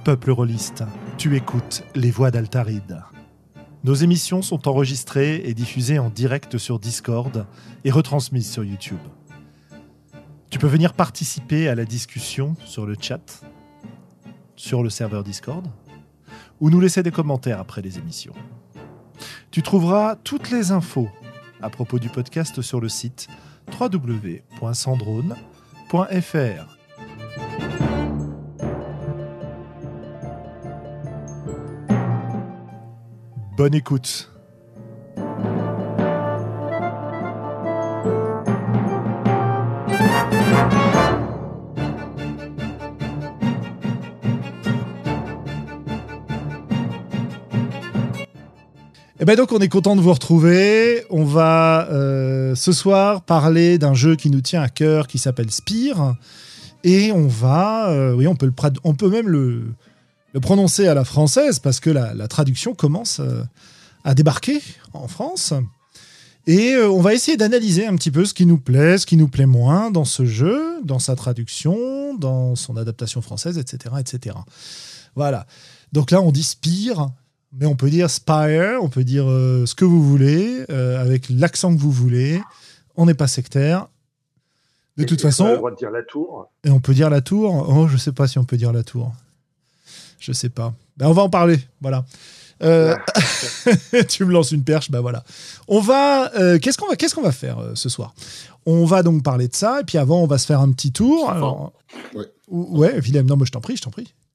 peuple rôliste, tu écoutes les voix d'Altaride. Nos émissions sont enregistrées et diffusées en direct sur Discord et retransmises sur YouTube. Tu peux venir participer à la discussion sur le chat, sur le serveur Discord, ou nous laisser des commentaires après les émissions. Tu trouveras toutes les infos à propos du podcast sur le site www.sandrone.fr. Bonne écoute. Et ben donc on est content de vous retrouver. On va ce soir parler d'un jeu qui nous tient à cœur, qui s'appelle Spire, et on va, oui, on peut même le prononcer à la française parce que la traduction commence à débarquer en France. Et on va essayer d'analyser un petit peu ce qui nous plaît moins dans ce jeu, dans sa traduction, dans son adaptation française, etc., etc. Voilà. Donc là, on dit Spire, mais on peut dire Spire, on peut dire ce que vous voulez, avec l'accent que vous voulez. On n'est pas sectaire. De toute façon... On a le droit de dire la tour. Et on peut dire la tour. Oh, je ne sais pas si on peut dire la tour. Je sais pas. Ben, on va en parler. Voilà. Tu me lances une perche. Ben voilà. On va. Qu'est-ce qu'on va faire ce soir ? On va donc parler de ça. Et puis avant, on va se faire un petit tour. Alors, ouais, Willem. Non, moi je t'en prie.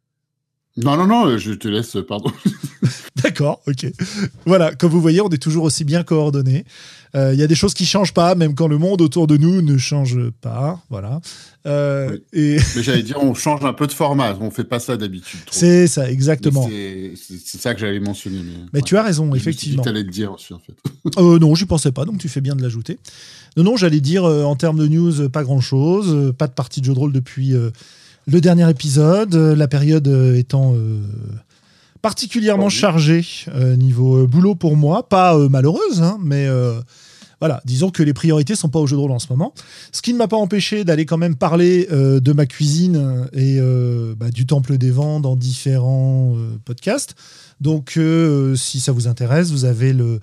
Non, je te laisse. Pardon. D'accord. Ok. Voilà. Comme vous voyez, on est toujours aussi bien coordonnés. Il y a des choses qui changent pas, même quand le monde autour de nous ne change pas. Voilà. Oui. Mais j'allais dire, on change un peu de format. On fait pas ça d'habitude. C'est ça, exactement. C'est ça que j'allais mentionner. Mais tu as raison, effectivement. Tu allais te dire aussi, en fait. Non, j'y pensais pas, donc tu fais bien de l'ajouter. Non, j'allais dire, en termes de news, pas grand-chose. Pas de partie de jeu de rôle depuis le dernier épisode. La période étant... particulièrement chargée niveau boulot pour moi, pas malheureuse, hein, mais voilà, disons que les priorités sont pas au jeu de rôle en ce moment. Ce qui ne m'a pas empêché d'aller quand même parler de ma cuisine et du Temple des Vents dans différents podcasts. Donc, si ça vous intéresse, vous avez le...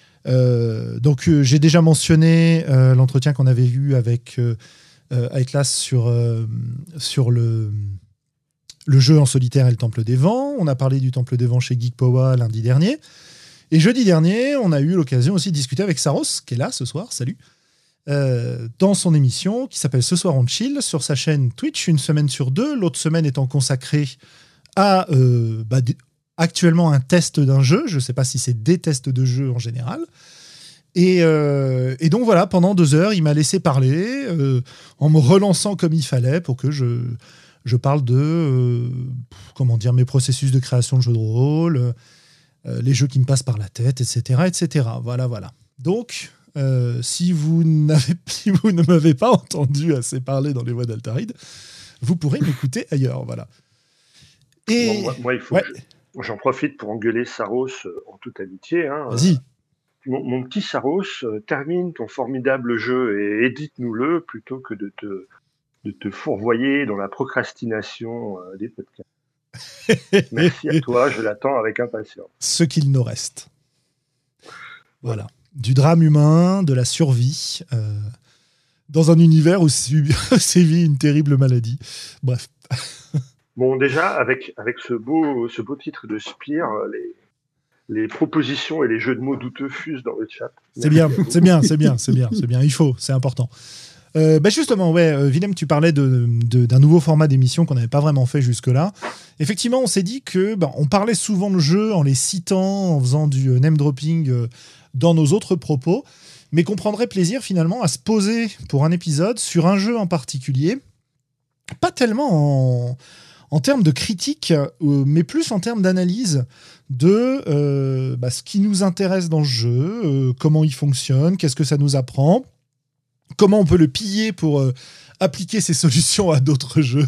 donc, j'ai déjà mentionné l'entretien qu'on avait eu avec Atlas sur le jeu en solitaire et le Temple des Vents. On a parlé du Temple des Vents chez Geek Power lundi dernier. Et jeudi dernier, on a eu l'occasion aussi de discuter avec Saros, qui est là ce soir, salut, dans son émission qui s'appelle Ce soir on chill, sur sa chaîne Twitch, une semaine sur deux, l'autre semaine étant consacrée à actuellement un test d'un jeu. Je ne sais pas si c'est des tests de jeu en général. Et donc voilà, pendant 2 heures, il m'a laissé parler en me relançant comme il fallait pour que je parle de mes processus de création de jeux de rôle, les jeux qui me passent par la tête, etc. etc. Voilà. Donc, si vous ne m'avez pas entendu assez parler dans les voix d'Altaride, vous pourrez m'écouter ailleurs. Voilà. Et moi, il faut que j'en profite pour engueuler Saros en toute amitié. Hein. Vas-y. Mon petit Saros, termine ton formidable jeu et édite-nous-le plutôt que de te fourvoyer dans la procrastination des podcasts. Merci à toi, je l'attends avec impatience. Ce qu'il nous reste. Voilà. Du drame humain, de la survie, dans un univers où sévit une terrible maladie. Bref. Bon, déjà, avec ce beau titre de Spire, les propositions et les jeux de mots douteux fusent dans le chat. C'est bien. Il faut, c'est important. Justement, Willem, tu parlais d'un nouveau format d'émission qu'on n'avait pas vraiment fait jusque-là. Effectivement, on s'est dit que on parlait souvent de jeux en les citant, en faisant du name dropping dans nos autres propos, mais qu'on prendrait plaisir finalement à se poser pour un épisode sur un jeu en particulier, pas tellement en termes de critique, mais plus en termes d'analyse de ce qui nous intéresse dans ce jeu, comment il fonctionne, qu'est-ce que ça nous apprend, comment on peut le piller pour appliquer ces solutions à d'autres jeux.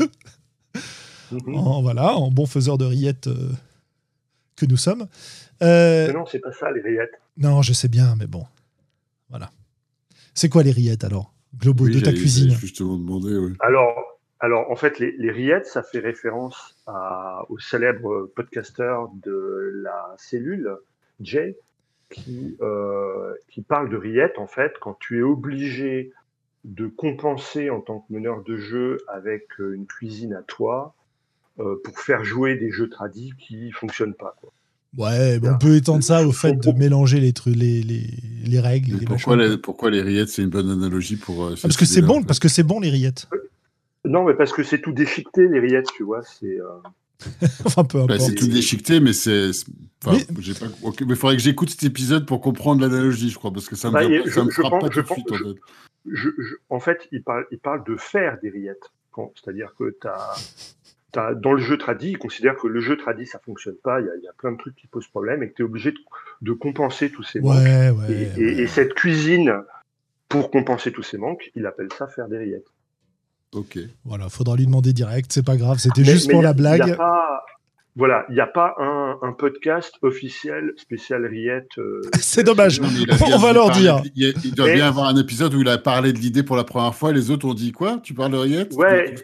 En bon faiseur de rillettes que nous sommes. Mais non, c'est pas ça, les rillettes. Non, je sais bien, mais bon. Voilà. C'est quoi les rillettes, alors, Globo, de ta cuisine ? Justement demandé, oui. Alors, Alors, en fait, les rillettes, ça fait référence au célèbre podcasteur de la cellule, Jay, qui parle de rillettes, en fait, quand tu es obligé de compenser en tant que meneur de jeu avec une cuisine à toi pour faire jouer des jeux tradis qui fonctionnent pas, quoi. Ouais, mais on peut étendre ça au fait de mélanger les trucs, les règles. Pourquoi les rillettes, c'est une bonne analogie pour. Parce que c'est bon, parce que c'est bon les rillettes. Non, mais parce que c'est tout déchiqueté les rillettes, tu vois. C'est. Enfin, peu importe. C'est tout déchiqueté, mais c'est. Enfin, mais il faudrait que j'écoute cet épisode pour comprendre l'analogie, je crois, parce que ça me frappe pas tout de suite. En fait, il parle de faire des rillettes. C'est-à-dire que dans le jeu tradi, il considère que le jeu tradi, ça fonctionne pas. Il y a plein de trucs qui posent problème et que tu es obligé de compenser tous ces manques. Et cette cuisine, pour compenser tous ces manques, il appelle ça faire des rillettes. Ok. Voilà, faudra lui demander direct, c'est pas grave, c'était juste pour la blague. Il n'y a pas un podcast officiel spécial rillettes. C'est dommage, on va leur dire. Il doit bien avoir un épisode où il a parlé de l'idée pour la première fois et les autres ont dit quoi ? Tu parles de rillettes ? Ouais.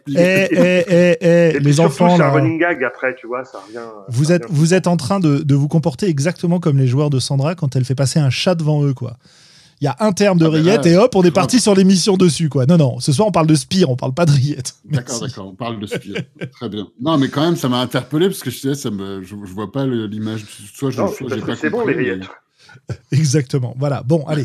Les enfants. C'est un running gag après, tu vois, ça revient. Vous êtes en train de vous comporter exactement comme les joueurs de Sandra quand elle fait passer un chat devant eux, quoi. Il y a un terme de rillettes et hop, on est parti sur l'émission dessus, quoi. Non, ce soir on parle de Spire, on parle pas de rillettes. D'accord, on parle de Spire. Très bien. Non, mais quand même, ça m'a interpellé parce que je vois pas l'image. Soit j'ai pas c'est compris, bon les rillettes. Exactement. Voilà. Bon, allez.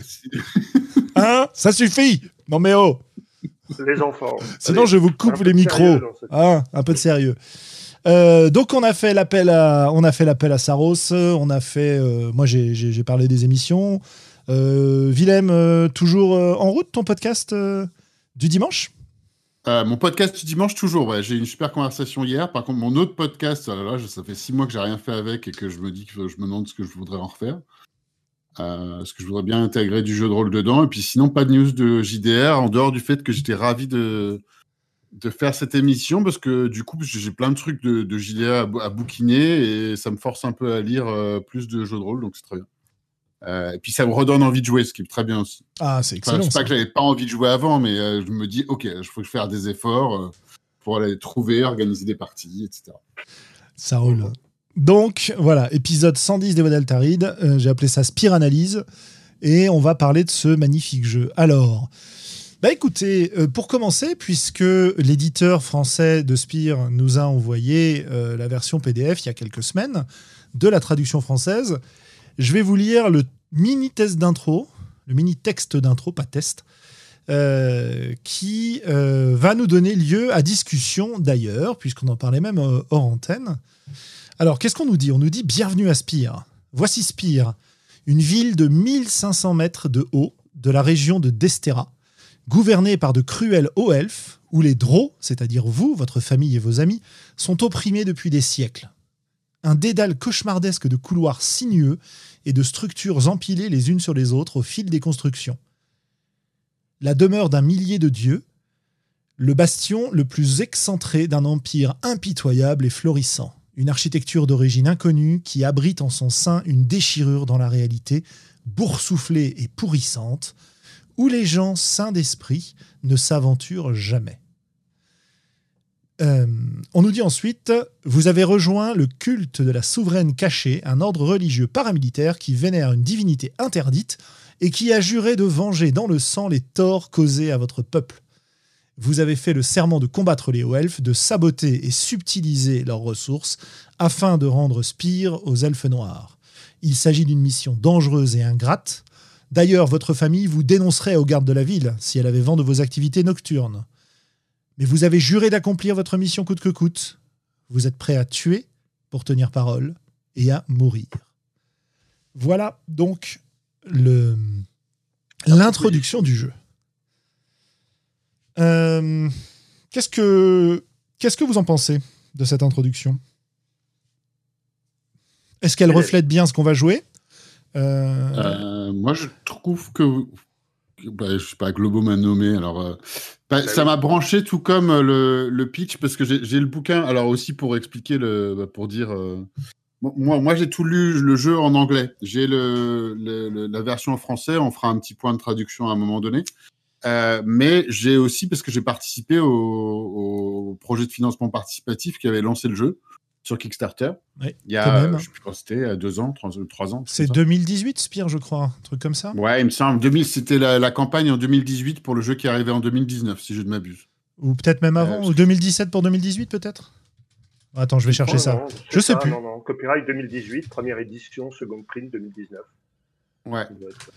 Ça suffit. Non mais oh. Les enfants. Sinon, allez, je vous coupe les micros. Un peu de sérieux. Donc on a fait l'appel à Saros. On a fait. Moi, j'ai parlé des émissions. Willem, toujours en route ton podcast du dimanche ? Mon podcast du dimanche, toujours, ouais. J'ai eu une super conversation hier. Par contre, mon autre podcast, ça fait 6 mois que j'ai rien fait avec et que je me dis que je me demande ce que je voudrais en refaire. Parce que je voudrais bien intégrer du jeu de rôle dedans. Et puis sinon, pas de news de JDR, en dehors du fait que j'étais ravi de faire cette émission parce que du coup, j'ai plein de trucs de JDR à bouquiner et ça me force un peu à lire plus de jeux de rôle, donc c'est très bien. Et puis ça me redonne envie de jouer, ce qui est très bien aussi. Ah, c'est excellent. C'est pas que j'avais pas envie de jouer avant, mais je me dis, ok, il faut faire des efforts pour aller trouver, organiser des parties, etc. Ça roule. Donc, voilà, épisode 110 des Voix d'Altaride. J'ai appelé ça Spire Analyse. Et on va parler de ce magnifique jeu. Alors, écoutez, pour commencer, puisque l'éditeur français de Spire nous a envoyé la version PDF il y a quelques semaines de la traduction française, je vais vous lire le mini-texte d'intro, pas test, qui va nous donner lieu à discussion d'ailleurs, puisqu'on en parlait même hors antenne. Alors, qu'est-ce qu'on nous dit ? On nous dit « Bienvenue à Spire. Voici Spire, une ville de 1500 mètres de haut de la région de Destera, gouvernée par de cruels hauts elfes, où les Drow, c'est-à-dire vous, votre famille et vos amis, sont opprimés depuis des siècles. Un dédale cauchemardesque de couloirs sinueux et de structures empilées les unes sur les autres au fil des constructions. La demeure d'un millier de dieux, le bastion le plus excentré d'un empire impitoyable et florissant. Une architecture d'origine inconnue qui abrite en son sein une déchirure dans la réalité, boursouflée et pourrissante, où les gens sains d'esprit ne s'aventurent jamais. On nous dit ensuite « Vous avez rejoint le culte de la souveraine cachée, un ordre religieux paramilitaire qui vénère une divinité interdite et qui a juré de venger dans le sang les torts causés à votre peuple. Vous avez fait le serment de combattre les hauts elfes, de saboter et subtiliser leurs ressources afin de rendre Spire aux elfes noirs. Il s'agit d'une mission dangereuse et ingrate. D'ailleurs, votre famille vous dénoncerait aux gardes de la ville si elle avait vent de vos activités nocturnes. Mais vous avez juré d'accomplir votre mission coûte que coûte. Vous êtes prêt à tuer pour tenir parole et à mourir. » Voilà donc l'introduction du jeu. Qu'est-ce que vous en pensez de cette introduction ? Est-ce qu'elle reflète bien ce qu'on va jouer ? Moi, je trouve que... je sais pas, Globo m'a nommé, alors... ça m'a branché tout comme le pitch, parce que j'ai le bouquin, alors aussi pour expliquer, pour dire... Moi, j'ai tout lu le jeu en anglais. J'ai la version en français, on fera un petit point de traduction à un moment donné. Mais j'ai aussi, parce que j'ai participé au projet de financement participatif qui avait lancé le jeu sur Kickstarter. Ouais, Il y a, quand même. je sais plus quand c'était, 2 ans, 3 ans. C'est 2018, Spire, je crois, un truc comme ça. Ouais, il me semble. C'était la campagne en 2018 pour le jeu qui arrivait en 2019, si je ne m'abuse. Ou peut-être même avant, ou 2017 pour 2018, peut-être. Attends, je vais chercher ça. Non, je sais plus. Non, copyright 2018, première édition, second print 2019. Ouais.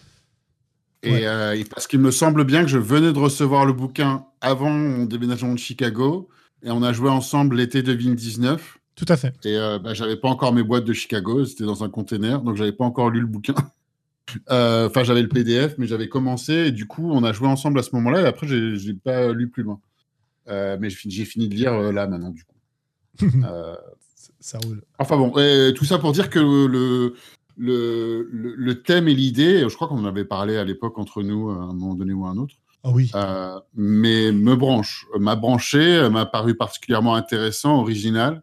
Et parce qu'il me semble bien que je venais de recevoir le bouquin avant mon déménagement de Chicago, et on a joué ensemble l'été 2019. Tout à fait. Et j'avais pas encore mes boîtes de Chicago, c'était dans un container, donc j'avais pas encore lu le bouquin. Enfin, j'avais le PDF, mais j'avais commencé, et du coup, on a joué ensemble à ce moment-là, et après, j'ai pas lu plus loin. Mais j'ai fini de lire là maintenant, du coup. Ça roule. Enfin bon, tout ça pour dire que le thème et l'idée, je crois qu'on en avait parlé à l'époque entre nous, à un moment donné ou à un autre. Ah oui. Mais m'a branché, m'a paru particulièrement intéressant, original.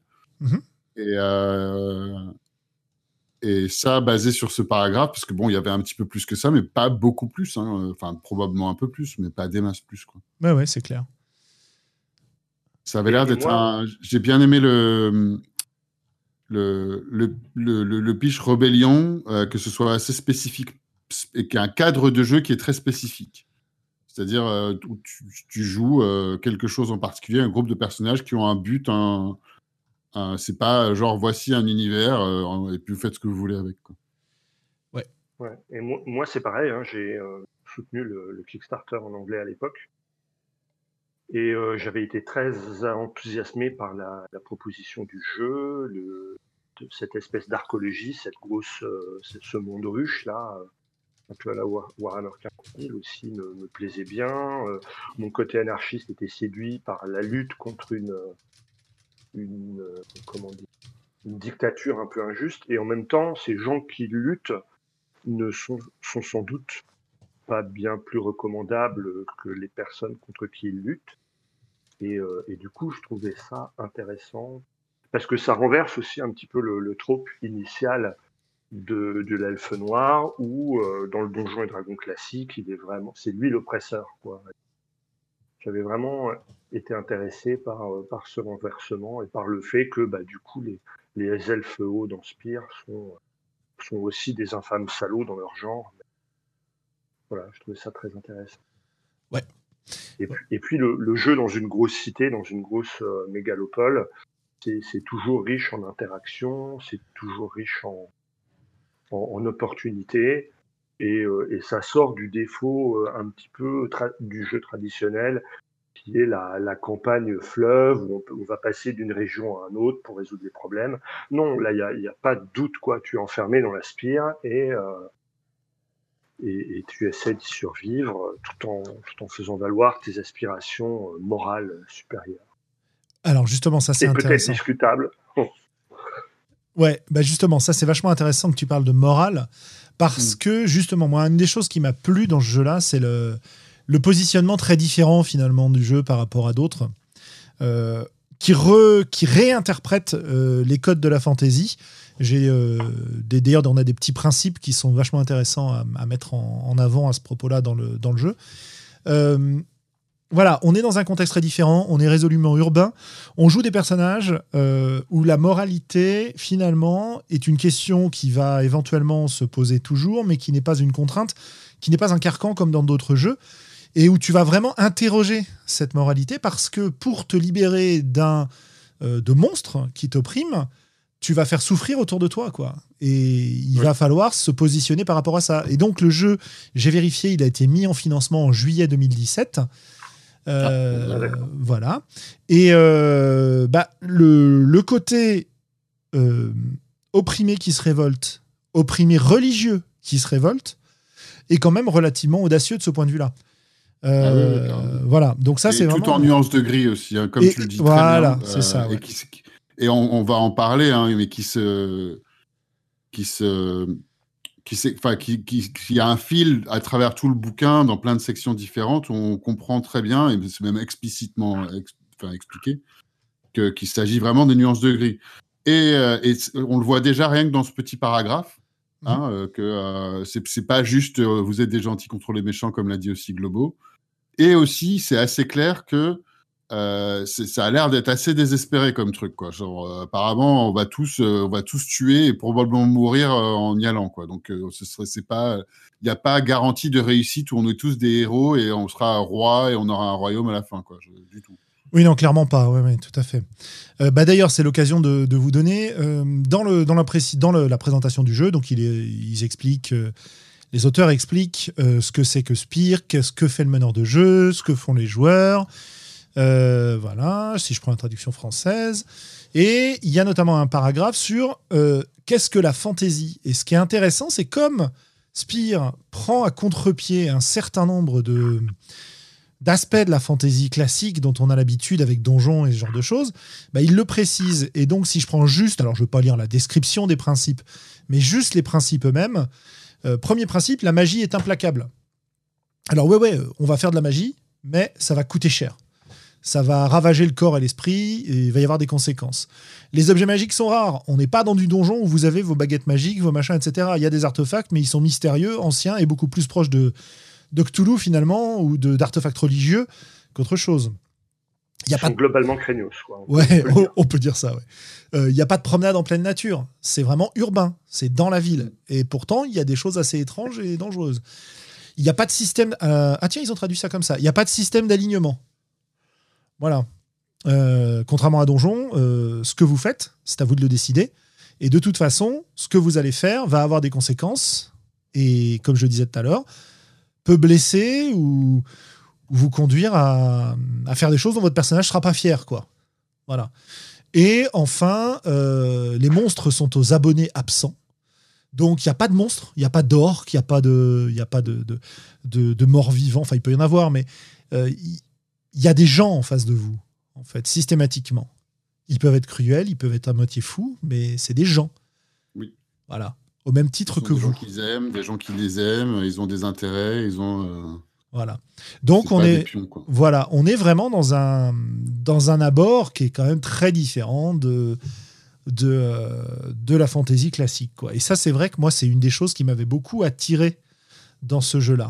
Et ça, basé sur ce paragraphe, parce que bon, il y avait un petit peu plus que ça, mais pas beaucoup plus. Enfin, probablement un peu plus, mais pas des masses plus, quoi. Ouais, c'est clair. Ça avait l'air d'être J'ai bien aimé le pitch rébellion, que ce soit assez spécifique et qu'il y a un cadre de jeu qui est très spécifique. C'est-à-dire où tu joues quelque chose en particulier, un groupe de personnages qui ont un but, c'est pas genre voici un univers et puis vous faites ce que vous voulez avec, quoi. Ouais. Et moi c'est pareil, hein, j'ai soutenu le Kickstarter en anglais à l'époque. Et j'avais été très enthousiasmé par la proposition du jeu, de cette espèce d'archéologie, ce monde ruche là, un peu à la Warhammer 40 000 aussi me plaisait bien. Mon côté anarchiste était séduit par la lutte contre une dictature un peu injuste. Et en même temps, ces gens qui luttent sont sans doute pas bien plus recommandables que les personnes contre qui ils luttent. Et du coup, je trouvais ça intéressant parce que ça renverse aussi un petit peu le trope initial de l'elfe noir où dans le Donjons et Dragons classique, c'est lui l'oppresseur, quoi. J'avais vraiment été intéressé par ce renversement et par le fait que du coup les elfes hauts dans Spire sont aussi des infâmes salauds dans leur genre. Voilà, je trouvais ça très intéressant. Ouais. Et puis le jeu dans une grosse cité, dans une grosse mégalopole, c'est toujours riche en interactions, c'est toujours riche en opportunités, et ça sort du défaut un petit peu du jeu traditionnel, qui est la campagne fleuve, où on va passer d'une région à une autre pour résoudre les problèmes. Non, là, il n'y a pas de doute, quoi. Tu es enfermé dans la spire et tu essaies d'y survivre tout en faisant valoir tes aspirations morales supérieures. Alors justement, ça c'est intéressant. Peut-être discutable. Ouais, justement, ça c'est vachement intéressant que tu parles de morale, parce que justement, moi, une des choses qui m'a plu dans ce jeu-là, c'est le positionnement très différent finalement du jeu par rapport à d'autres, qui réinterprète les codes de la fantasy. D'ailleurs, on a des petits principes qui sont vachement intéressants à mettre en avant à ce propos-là dans le jeu. Voilà, on est dans un contexte très différent, on est résolument urbain, on joue des personnages où la moralité, finalement, est une question qui va éventuellement se poser toujours, mais qui n'est pas une contrainte, qui n'est pas un carcan comme dans d'autres jeux, et où tu vas vraiment interroger cette moralité, parce que pour te libérer de monstres qui t'oppriment, tu vas faire souffrir autour de toi, quoi. Et il va falloir se positionner par rapport à ça. Et donc le jeu, j'ai vérifié, il a été mis en financement en juillet 2017. Voilà. Et le côté opprimé qui se révolte, opprimé religieux qui se révolte, est quand même relativement audacieux de ce point de vue-là. Voilà. Donc ça, c'est tout vraiment... en nuances de gris aussi, hein, comme tu le dis très bien. Voilà, c'est ça. Ouais. Et on va en parler, hein, mais qui a un fil à travers tout le bouquin dans plein de sections différentes où on comprend très bien, et c'est même explicitement expliqué, qu'il s'agit vraiment des nuances de gris. Et on le voit déjà rien que dans ce petit paragraphe, que c'est pas juste vous êtes des gentils contre les méchants, comme l'a dit aussi Globo. Et aussi, c'est assez clair que ça a l'air d'être assez désespéré comme truc, quoi. Genre, apparemment, on va tous tuer et probablement mourir en y allant, quoi. Donc, c'est pas, il n'y a pas garantie de réussite où on est tous des héros et on sera roi et on aura un royaume à la fin, quoi. Du tout. Oui, non, clairement pas. Ouais, tout à fait. D'ailleurs, c'est l'occasion de vous donner dans la présentation du jeu. Donc, ils expliquent. Les auteurs expliquent ce que c'est que Spire, ce que fait le meneur de jeu, ce que font les joueurs. Voilà, si je prends la traduction française. Et il y a notamment un paragraphe sur qu'est-ce que la fantaisie. Et ce qui est intéressant, c'est comme Spire prend à contre-pied un certain nombre d'aspects de la fantaisie classique dont on a l'habitude avec Donjons et ce genre de choses, il le précise. Et donc, si je prends juste, alors je ne veux pas lire la description des principes, mais juste les principes eux-mêmes. Premier principe, la magie est implacable. Alors on va faire de la magie, mais ça va coûter cher. Ça va ravager le corps et l'esprit, et il va y avoir des conséquences. Les objets magiques sont rares. On n'est pas dans du donjon où vous avez vos baguettes magiques, vos machins, etc. Il y a des artefacts, mais ils sont mystérieux, anciens et beaucoup plus proches de Cthulhu, finalement, ou d'artefacts religieux qu'autre chose. Ils sont globalement craignos, quoi. On peut dire ça, ouais. Il n'y a pas de promenade en pleine nature. C'est vraiment urbain. C'est dans la ville. Et pourtant, il y a des choses assez étranges et dangereuses. Il n'y a pas de système... tiens, ils ont traduit ça comme ça. Il n'y a pas de système d'alignement. Voilà. Contrairement à Donjon, ce que vous faites, c'est à vous de le décider. Et de toute façon, ce que vous allez faire va avoir des conséquences. Et comme je le disais tout à l'heure, peut blesser ou vous conduire à faire des choses dont votre personnage ne sera pas fier, quoi. Voilà. Et enfin, les monstres sont aux abonnés absents. Donc, il n'y a pas de monstres, il n'y a pas d'orques, il n'y a pas de morts vivants. Enfin, il peut y en avoir, mais il y a des gens en face de vous, en fait, systématiquement. Ils peuvent être cruels, ils peuvent être à moitié fous, mais c'est des gens. Oui. Voilà. Au même titre que vous. Des gens qu'ils aiment, des gens qui les aiment, ils ont des intérêts, ils ont... Voilà. Donc on est vraiment dans un abord qui est quand même très différent de la fantaisie classique, quoi. Et ça, c'est vrai que moi, c'est une des choses qui m'avait beaucoup attiré dans ce jeu-là.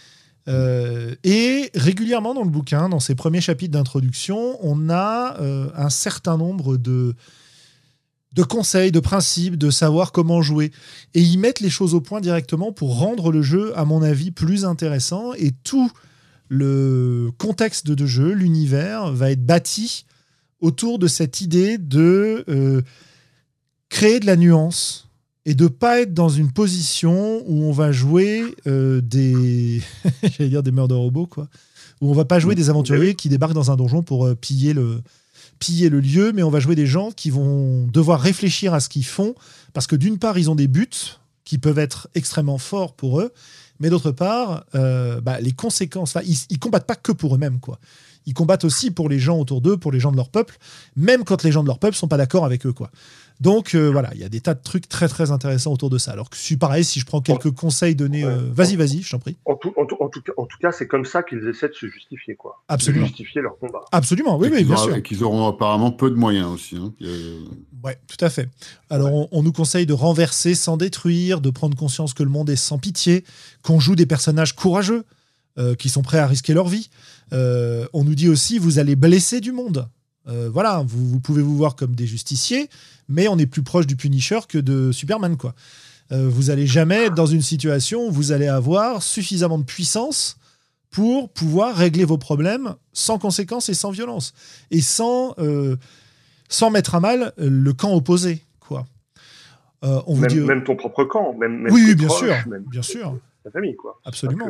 Et régulièrement dans le bouquin, dans ces premiers chapitres d'introduction, on a un certain nombre de conseils, de principes, de savoir comment jouer. Et ils mettent les choses au point directement pour rendre le jeu, à mon avis, plus intéressant. Et tout le contexte de jeu, l'univers, va être bâti autour de cette idée de créer de la nuance et de ne pas être dans une position où on va jouer des meurtres de robots, quoi. Où on va pas jouer des aventuriers qui débarquent dans un donjon pour piller le lieu, mais on va jouer des gens qui vont devoir réfléchir à ce qu'ils font, parce que d'une part, ils ont des buts qui peuvent être extrêmement forts pour eux, mais d'autre part, les conséquences, ils combattent pas que pour eux-mêmes, quoi. Ils combattent aussi pour les gens autour d'eux, pour les gens de leur peuple, même quand les gens de leur peuple sont pas d'accord avec eux, quoi. Donc voilà, il y a des tas de trucs très très intéressants autour de ça. Alors que pareil, si je prends quelques conseils donnés, vas-y, je t'en prie. En tout cas, c'est comme ça qu'ils essaient de se justifier, quoi. Absolument. De justifier leur combat. Absolument, oui, bien sûr. Et qu'ils auront apparemment peu de moyens aussi. Hein. Ouais, tout à fait. Alors, on nous conseille de renverser sans détruire, de prendre conscience que le monde est sans pitié, qu'on joue des personnages courageux, qui sont prêts à risquer leur vie. On nous dit aussi, vous allez blesser du monde. Voilà, vous pouvez vous voir comme des justiciers, mais on est plus proche du Punisher que de Superman, quoi. Vous allez jamais être dans une situation où vous allez avoir suffisamment de puissance pour pouvoir régler vos problèmes sans conséquences et sans violence. Et sans mettre à mal le camp opposé, quoi. Même ton propre camp, même oui, bien proches, sûr, même bien sûr. Ta famille, quoi. Absolument.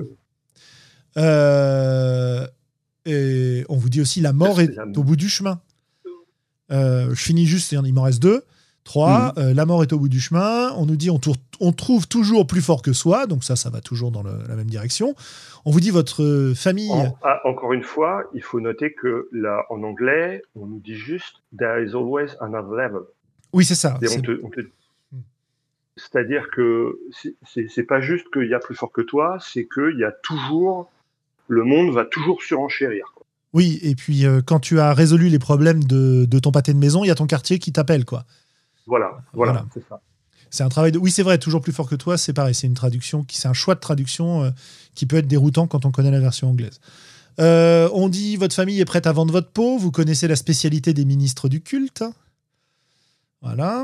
Et on vous dit aussi la mort est au bout du chemin. Je finis juste, il m'en reste 2. 3, la mort est au bout du chemin. On nous dit on trouve toujours plus fort que soi, donc ça va toujours dans la même direction. On vous dit votre famille... Encore une fois, il faut noter que là, en anglais, on nous dit juste « There is always another level ». Oui, c'est ça. C'est-à-dire que c'est pas juste qu'il y a plus fort que toi, c'est qu'il y a toujours... Le monde va toujours surenchérir, quoi. Oui, et puis quand tu as résolu les problèmes de ton pâté de maison, il y a ton quartier qui t'appelle, quoi. Voilà, c'est ça. C'est un travail de... Oui, c'est vrai, toujours plus fort que toi, c'est pareil. C'est une traduction, c'est un choix de traduction qui peut être déroutant quand on connaît la version anglaise. On dit votre famille est prête à vendre votre peau. Vous connaissez la spécialité des ministres du culte. Voilà.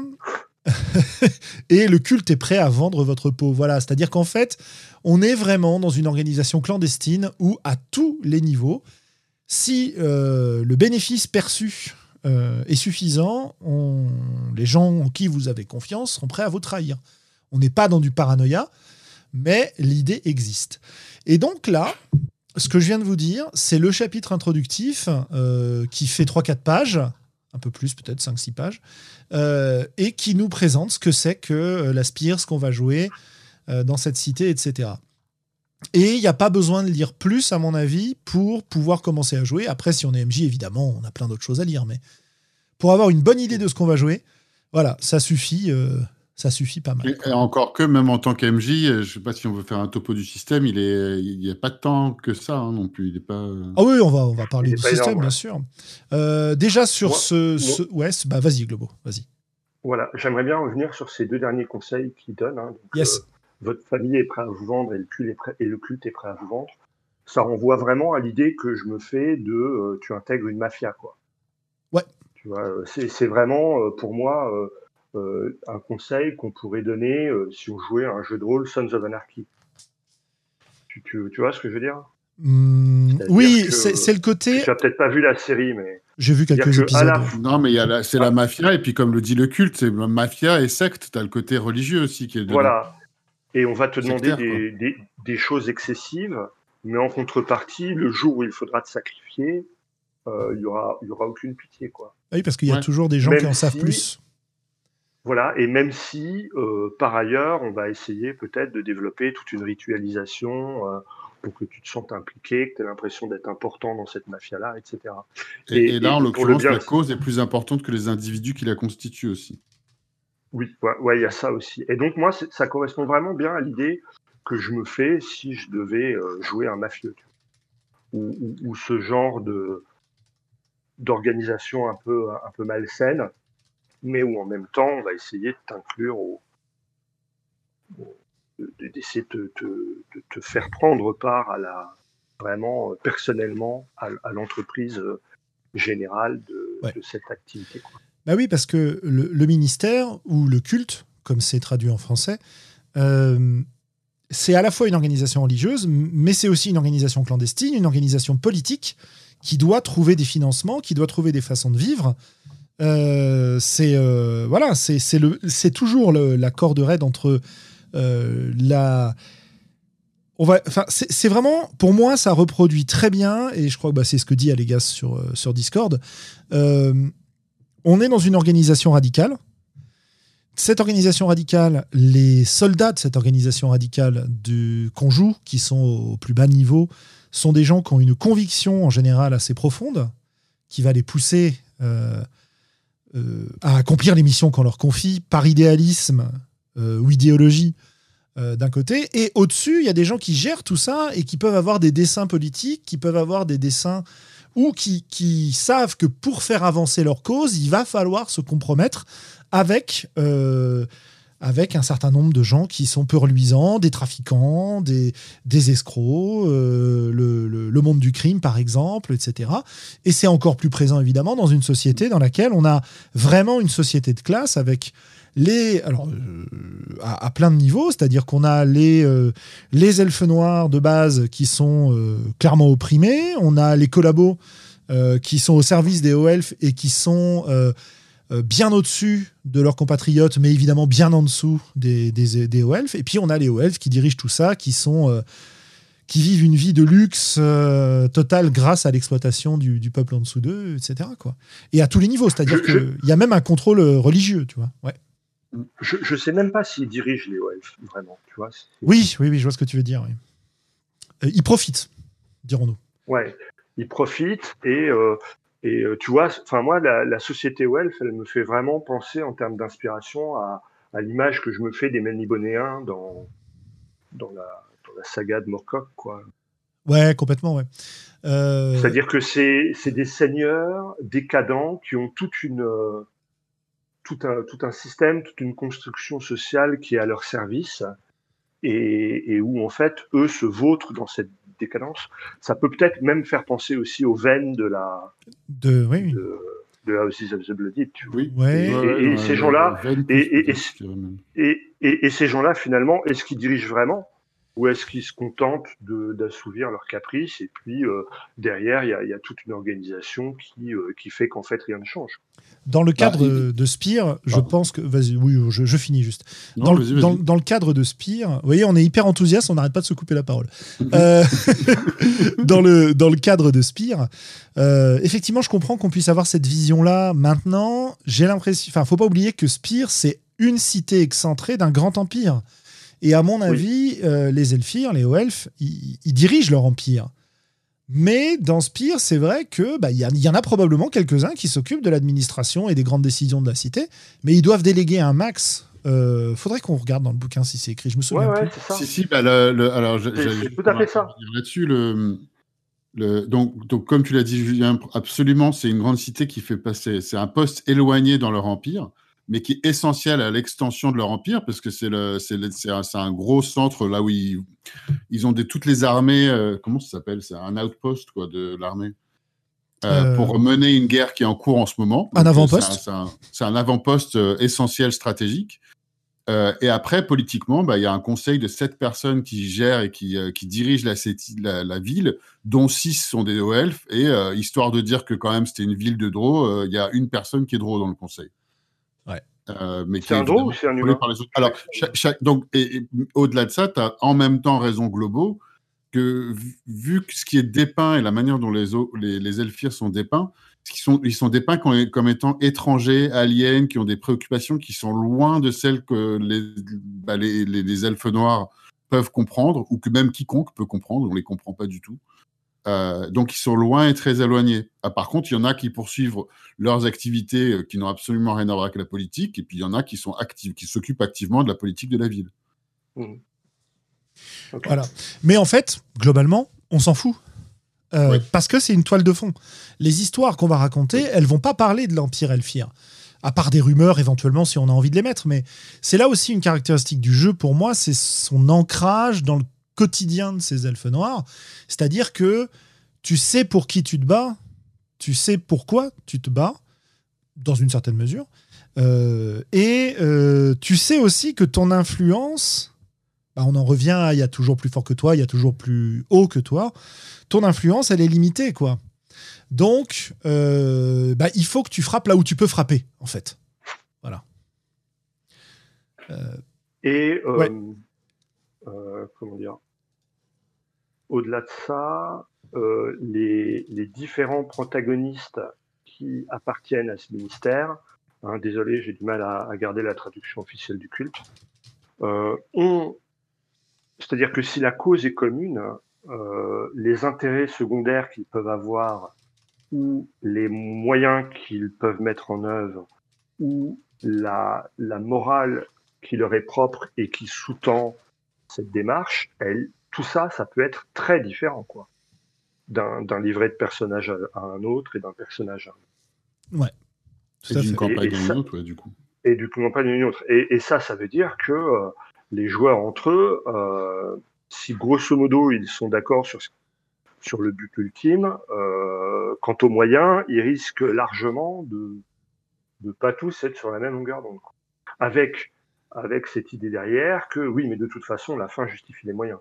Et le culte est prêt à vendre votre peau. Voilà. C'est-à-dire qu'en fait, on est vraiment dans une organisation clandestine où, à tous les niveaux, si le bénéfice perçu est suffisant, les gens en qui vous avez confiance seront prêts à vous trahir. On n'est pas dans du paranoïa, mais l'idée existe. Et donc là, ce que je viens de vous dire, c'est le chapitre introductif qui fait 3-4 pages, un peu plus peut-être, 5-6 pages, et qui nous présente ce que c'est que la Spire, ce qu'on va jouer dans cette cité, etc. Et il n'y a pas besoin de lire plus, à mon avis, pour pouvoir commencer à jouer. Après, si on est MJ, évidemment, on a plein d'autres choses à lire, mais pour avoir une bonne idée de ce qu'on va jouer, voilà, ça suffit pas mal. Et encore que, même en tant qu'MJ, je ne sais pas si on veut faire un topo du système, il n'y a pas tant que ça non plus. Il est pas... Ah oui, on va parler du système, énorme, bien sûr. Déjà sur moi, Ouais, vas-y, Globo, vas-y. Voilà, j'aimerais bien revenir sur ces 2 derniers conseils qu'il donne. Donc, Yes. votre famille est prête à vous vendre et le culte est prêt à vous vendre. Ça renvoie vraiment à l'idée que je me fais de tu intègres une mafia, quoi. Ouais. Tu vois, c'est vraiment pour moi un conseil qu'on pourrait donner si on jouait à un jeu de rôle Sons of Anarchy. Tu vois ce que je veux dire? Oui, que- c'est le côté. Tu as peut-être pas vu la série, mais J'ai vu quelques c'est-à-dire que à épisodes. la Non, mais c'est la mafia, et puis comme le dit le culte, c'est mafia et secte. Tu as le côté religieux aussi qui est dedans. voilà. Et on va te demander Sectaire, des choses excessives, mais en contrepartie, le jour où il faudra te sacrifier, il y aura aucune pitié, quoi. Oui, parce qu'il y a Ouais. toujours des gens Même qui en savent si- plus. Voilà, et même si, par ailleurs, on va essayer peut-être de développer toute une ritualisation pour que tu te sentes impliqué, que tu aies l'impression d'être important dans cette mafia-là, etc. Et là, en pour le l'occurrence, bien, la cause est plus importante que les individus qui la constituent aussi. oui, ouais, il y a ça aussi. Et donc moi, ça correspond vraiment bien à l'idée que je me fais si je devais jouer un mafieux, tu vois. Ou ce genre d'organisation un peu malsaine, mais où en même temps, on va essayer de t'inclure d'essayer de te faire prendre part vraiment personnellement à l'entreprise générale Ouais. de cette activité, quoi. Bah oui, parce que le ministère, ou le culte, comme c'est traduit en français, c'est à la fois une organisation religieuse, mais c'est aussi une organisation clandestine, une organisation politique qui doit trouver des financements, qui doit trouver des façons de vivre. C'est toujours la corde raide entre c'est vraiment, pour moi, ça reproduit très bien, et je crois que c'est ce que dit Allegas sur Discord. On est dans une organisation radicale. Cette organisation radicale, les soldats de cette organisation radicale qu'on joue, qui sont au plus bas niveau, sont des gens qui ont une conviction en général assez profonde, qui va les pousser à accomplir les missions qu'on leur confie par idéalisme ou idéologie d'un côté. Et au-dessus, il y a des gens qui gèrent tout ça et qui peuvent avoir des desseins politiques, qui peuvent avoir des desseins ou qui savent que pour faire avancer leur cause, il va falloir se compromettre avec un certain nombre de gens qui sont peu reluisants, des trafiquants, des escrocs, le monde du crime, par exemple, etc. Et c'est encore plus présent, évidemment, dans une société dans laquelle on a vraiment une société de classe avec à plein de niveaux, c'est-à-dire qu'on a les elfes noirs de base qui sont clairement opprimés, on a les collabos qui sont au service des hauts elfes et qui sont bien au-dessus de leurs compatriotes, mais évidemment bien en dessous des hauts elfes, et puis on a les hauts elfes qui dirigent tout ça, qui qui vivent une vie de luxe totale grâce à l'exploitation du peuple en dessous d'eux, etc., quoi. Et à tous les niveaux, c'est-à-dire qu'il y a même un contrôle religieux, tu vois. Ouais. Je sais même pas s'ils dirigent les elfes, vraiment, tu vois. Oui, je vois ce que tu veux dire. Oui. Ils profitent, dirons-nous. Ouais, ils profitent et tu vois, enfin moi, la société elfe, elle me fait vraiment penser en termes d'inspiration à l'image que je me fais des Melnibonéens dans la saga de Moorcock, quoi. Ouais, complètement, ouais. C'est-à-dire que c'est des seigneurs décadents qui ont tout un système, toute une construction sociale qui est à leur service et où en fait eux se vautrent dans cette décadence. Ça peut peut-être même faire penser aussi aux veines de Houses of the Bloody, tu vois. Oui. Et ces gens-là, et ces gens-là, finalement, est-ce qu'ils dirigent vraiment ou est-ce qu'ils se contentent d'assouvir leurs caprices et puis derrière, il y a toute une organisation qui fait qu'en fait, rien ne change. Dans le cadre de Spire, je pense que... Vas-y, oui, je finis juste. Non, dans le cadre de Spire, vous voyez, on est hyper enthousiaste, on n'arrête pas de se couper la parole. Dans le cadre de Spire, effectivement, je comprends qu'on puisse avoir cette vision-là. Maintenant, j'ai l'impression... Enfin, faut pas oublier que Spire, c'est une cité excentrée d'un grand empire. Et à mon avis, les Elfir, les Hauts-Elfes, ils dirigent leur empire. Mais dans Spire, c'est vrai que y en a probablement quelques-uns qui s'occupent de l'administration et des grandes décisions de la cité, mais ils doivent déléguer un max. Faudrait qu'on regarde dans le bouquin si c'est écrit. Je me souviens plus. C'est ça. Si, alors c'est tout à fait ça. Là-dessus, donc, comme tu l'as dit, Julien, absolument, c'est une grande cité qui fait passer. C'est un poste éloigné dans leur empire, mais qui est essentiel à l'extension de leur empire, parce que c'est un gros centre là où ils ont toutes les armées. Comment ça s'appelle ? C'est un outpost de l'armée pour mener une guerre qui est en cours en ce moment. Un avant-poste. C'est un avant-poste essentiel stratégique. Et après, politiquement, il y a un conseil de 7 personnes qui gèrent et qui dirigent la ville, dont 6 sont des Hauts-Elfes. Et histoire de dire que quand même c'était une ville de Drow, il y a une personne qui est Drow dans le conseil. Ouais. Mais c'est un Drow ou c'est un humain ? Alors, donc, au-delà de ça, tu as en même temps raison globaux que vu ce qui est dépeint et la manière dont les Elfir sont dépeints, ils sont dépeints comme étant étrangers, aliens, qui ont des préoccupations qui sont loin de celles que les elfes noirs peuvent comprendre, ou que même quiconque peut comprendre, on ne les comprend pas du tout. Donc, ils sont loin et très éloignés. Par contre, il y en a qui poursuivent leurs activités qui n'ont absolument rien à voir avec la politique, et puis il y en a qui s'occupent activement de la politique de la ville. Okay. Voilà. Mais en fait, globalement, on s'en fout. Parce que c'est une toile de fond. Les histoires qu'on va raconter, elles vont pas parler de l'Empire Elfir. À part des rumeurs, éventuellement, si on a envie de les mettre. Mais c'est là aussi une caractéristique du jeu, pour moi, c'est son ancrage dans le quotidien de ces elfes noirs. C'est-à-dire que tu sais pour qui tu te bats, tu sais pourquoi tu te bats, dans une certaine mesure. Et tu sais aussi que ton influence... on en revient à il y a toujours plus fort que toi, il y a toujours plus haut que toi. Ton influence, elle est limitée, quoi. Donc, il faut que tu frappes là où tu peux frapper, en fait. Voilà. Comment dire ? Au-delà de ça, les différents protagonistes qui appartiennent à ce ministère, désolé, j'ai du mal à garder la traduction officielle du culte, c'est-à-dire que si la cause est commune, les intérêts secondaires qu'ils peuvent avoir ou les moyens qu'ils peuvent mettre en œuvre ou la morale qui leur est propre et qui sous-tend cette démarche, tout ça, ça peut être très différent, quoi, d'un livret de personnage à un autre et d'un personnage à un autre. Ouais. Et d'une campagne à une autre, du coup. Et d'une campagne à une autre. Et ça veut dire que les joueurs entre eux, si grosso modo ils sont d'accord sur le but ultime, quant aux moyens, ils risquent largement de pas tous être sur la même longueur d'onde. Avec cette idée derrière que oui, mais de toute façon, la fin justifie les moyens.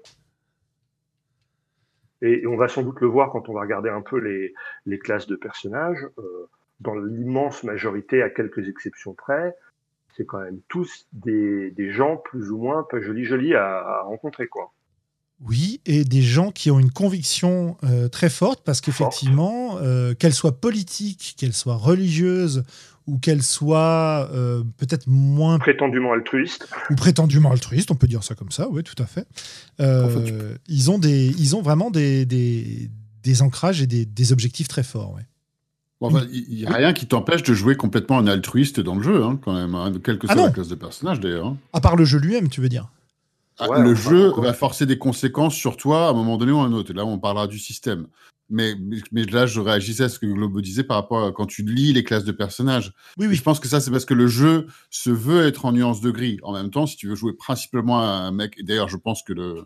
Et on va sans doute le voir quand on va regarder un peu les classes de personnages. Dans l'immense majorité, à quelques exceptions près, c'est quand même tous des gens plus ou moins pas jolis à rencontrer, quoi. Oui, et des gens qui ont une conviction très forte, parce qu'effectivement, qu'elle soit politique, qu'elle soit religieuse, ou qu'elle soit peut-être moins... prétendument altruiste. Ou prétendument altruiste, on peut dire ça comme ça, oui, tout à fait. Ils ont vraiment des ancrages et des objectifs très forts, ouais. Il n'y a rien qui t'empêche de jouer complètement un altruiste dans le jeu, quand même, quelle que soit la classe de personnage, d'ailleurs. À part le jeu lui-même, tu veux dire ? Le jeu va forcer des conséquences sur toi à un moment donné ou à un autre. Et là, on parlera du système. Mais là, je réagissais à ce que Globo disait par rapport à quand tu lis les classes de personnages. Oui. Je pense que ça, c'est parce que le jeu se veut être en nuance de gris. En même temps, si tu veux jouer principalement à un mec... Et d'ailleurs, je pense que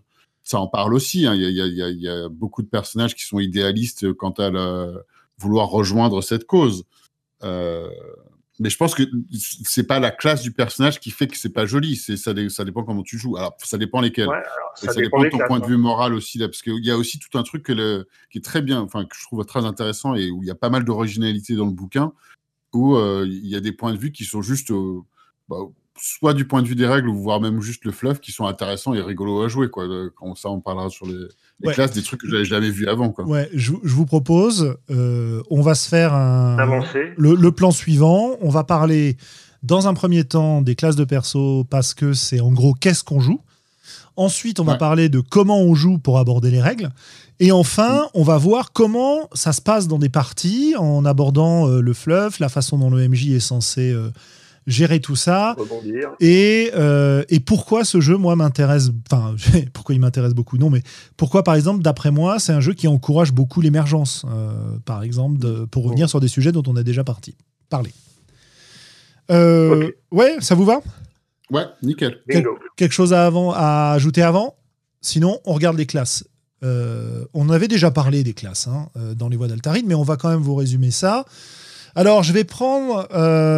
ça en parle aussi. Hein. Il y a beaucoup de personnages qui sont idéalistes quant à vouloir rejoindre cette cause. Mais je pense que c'est pas la classe du personnage qui fait que c'est pas joli. Ça dépend comment tu joues. Alors, ça dépend lesquels. Ouais, alors, ça dépend de ton point de vue moral aussi, là, parce qu'il y a aussi tout un truc qui est très bien, enfin, que je trouve très intéressant et où il y a pas mal d'originalité dans le bouquin, où il y a des points de vue qui sont juste, soit du point de vue des règles, voire même juste le fluff, qui sont intéressants et rigolos à jouer, quoi. Quand ça, on parlera sur les classes, des trucs que j'avais jamais vus avant, quoi. Ouais, je vous propose, on va se faire avancer. Le plan suivant. On va parler dans un premier temps des classes de perso parce que c'est en gros qu'est-ce qu'on joue. Ensuite, on va parler de comment on joue pour aborder les règles. Et enfin, on va voir comment ça se passe dans des parties en abordant le fluff, la façon dont le MJ est censé gérer tout ça. Rebondir. Et pourquoi ce jeu, moi, m'intéresse... Enfin, pourquoi il m'intéresse beaucoup, non, mais pourquoi, par exemple, d'après moi, c'est un jeu qui encourage beaucoup l'émergence, par exemple, pour revenir sur des sujets dont on a déjà parlé. Ouais, ça vous va ? Ouais, nickel. Quelque chose à ajouter avant ? Sinon, on regarde les classes. On avait déjà parlé des classes dans les voies d'Altarine, mais on va quand même vous résumer ça. Alors, je vais prendre...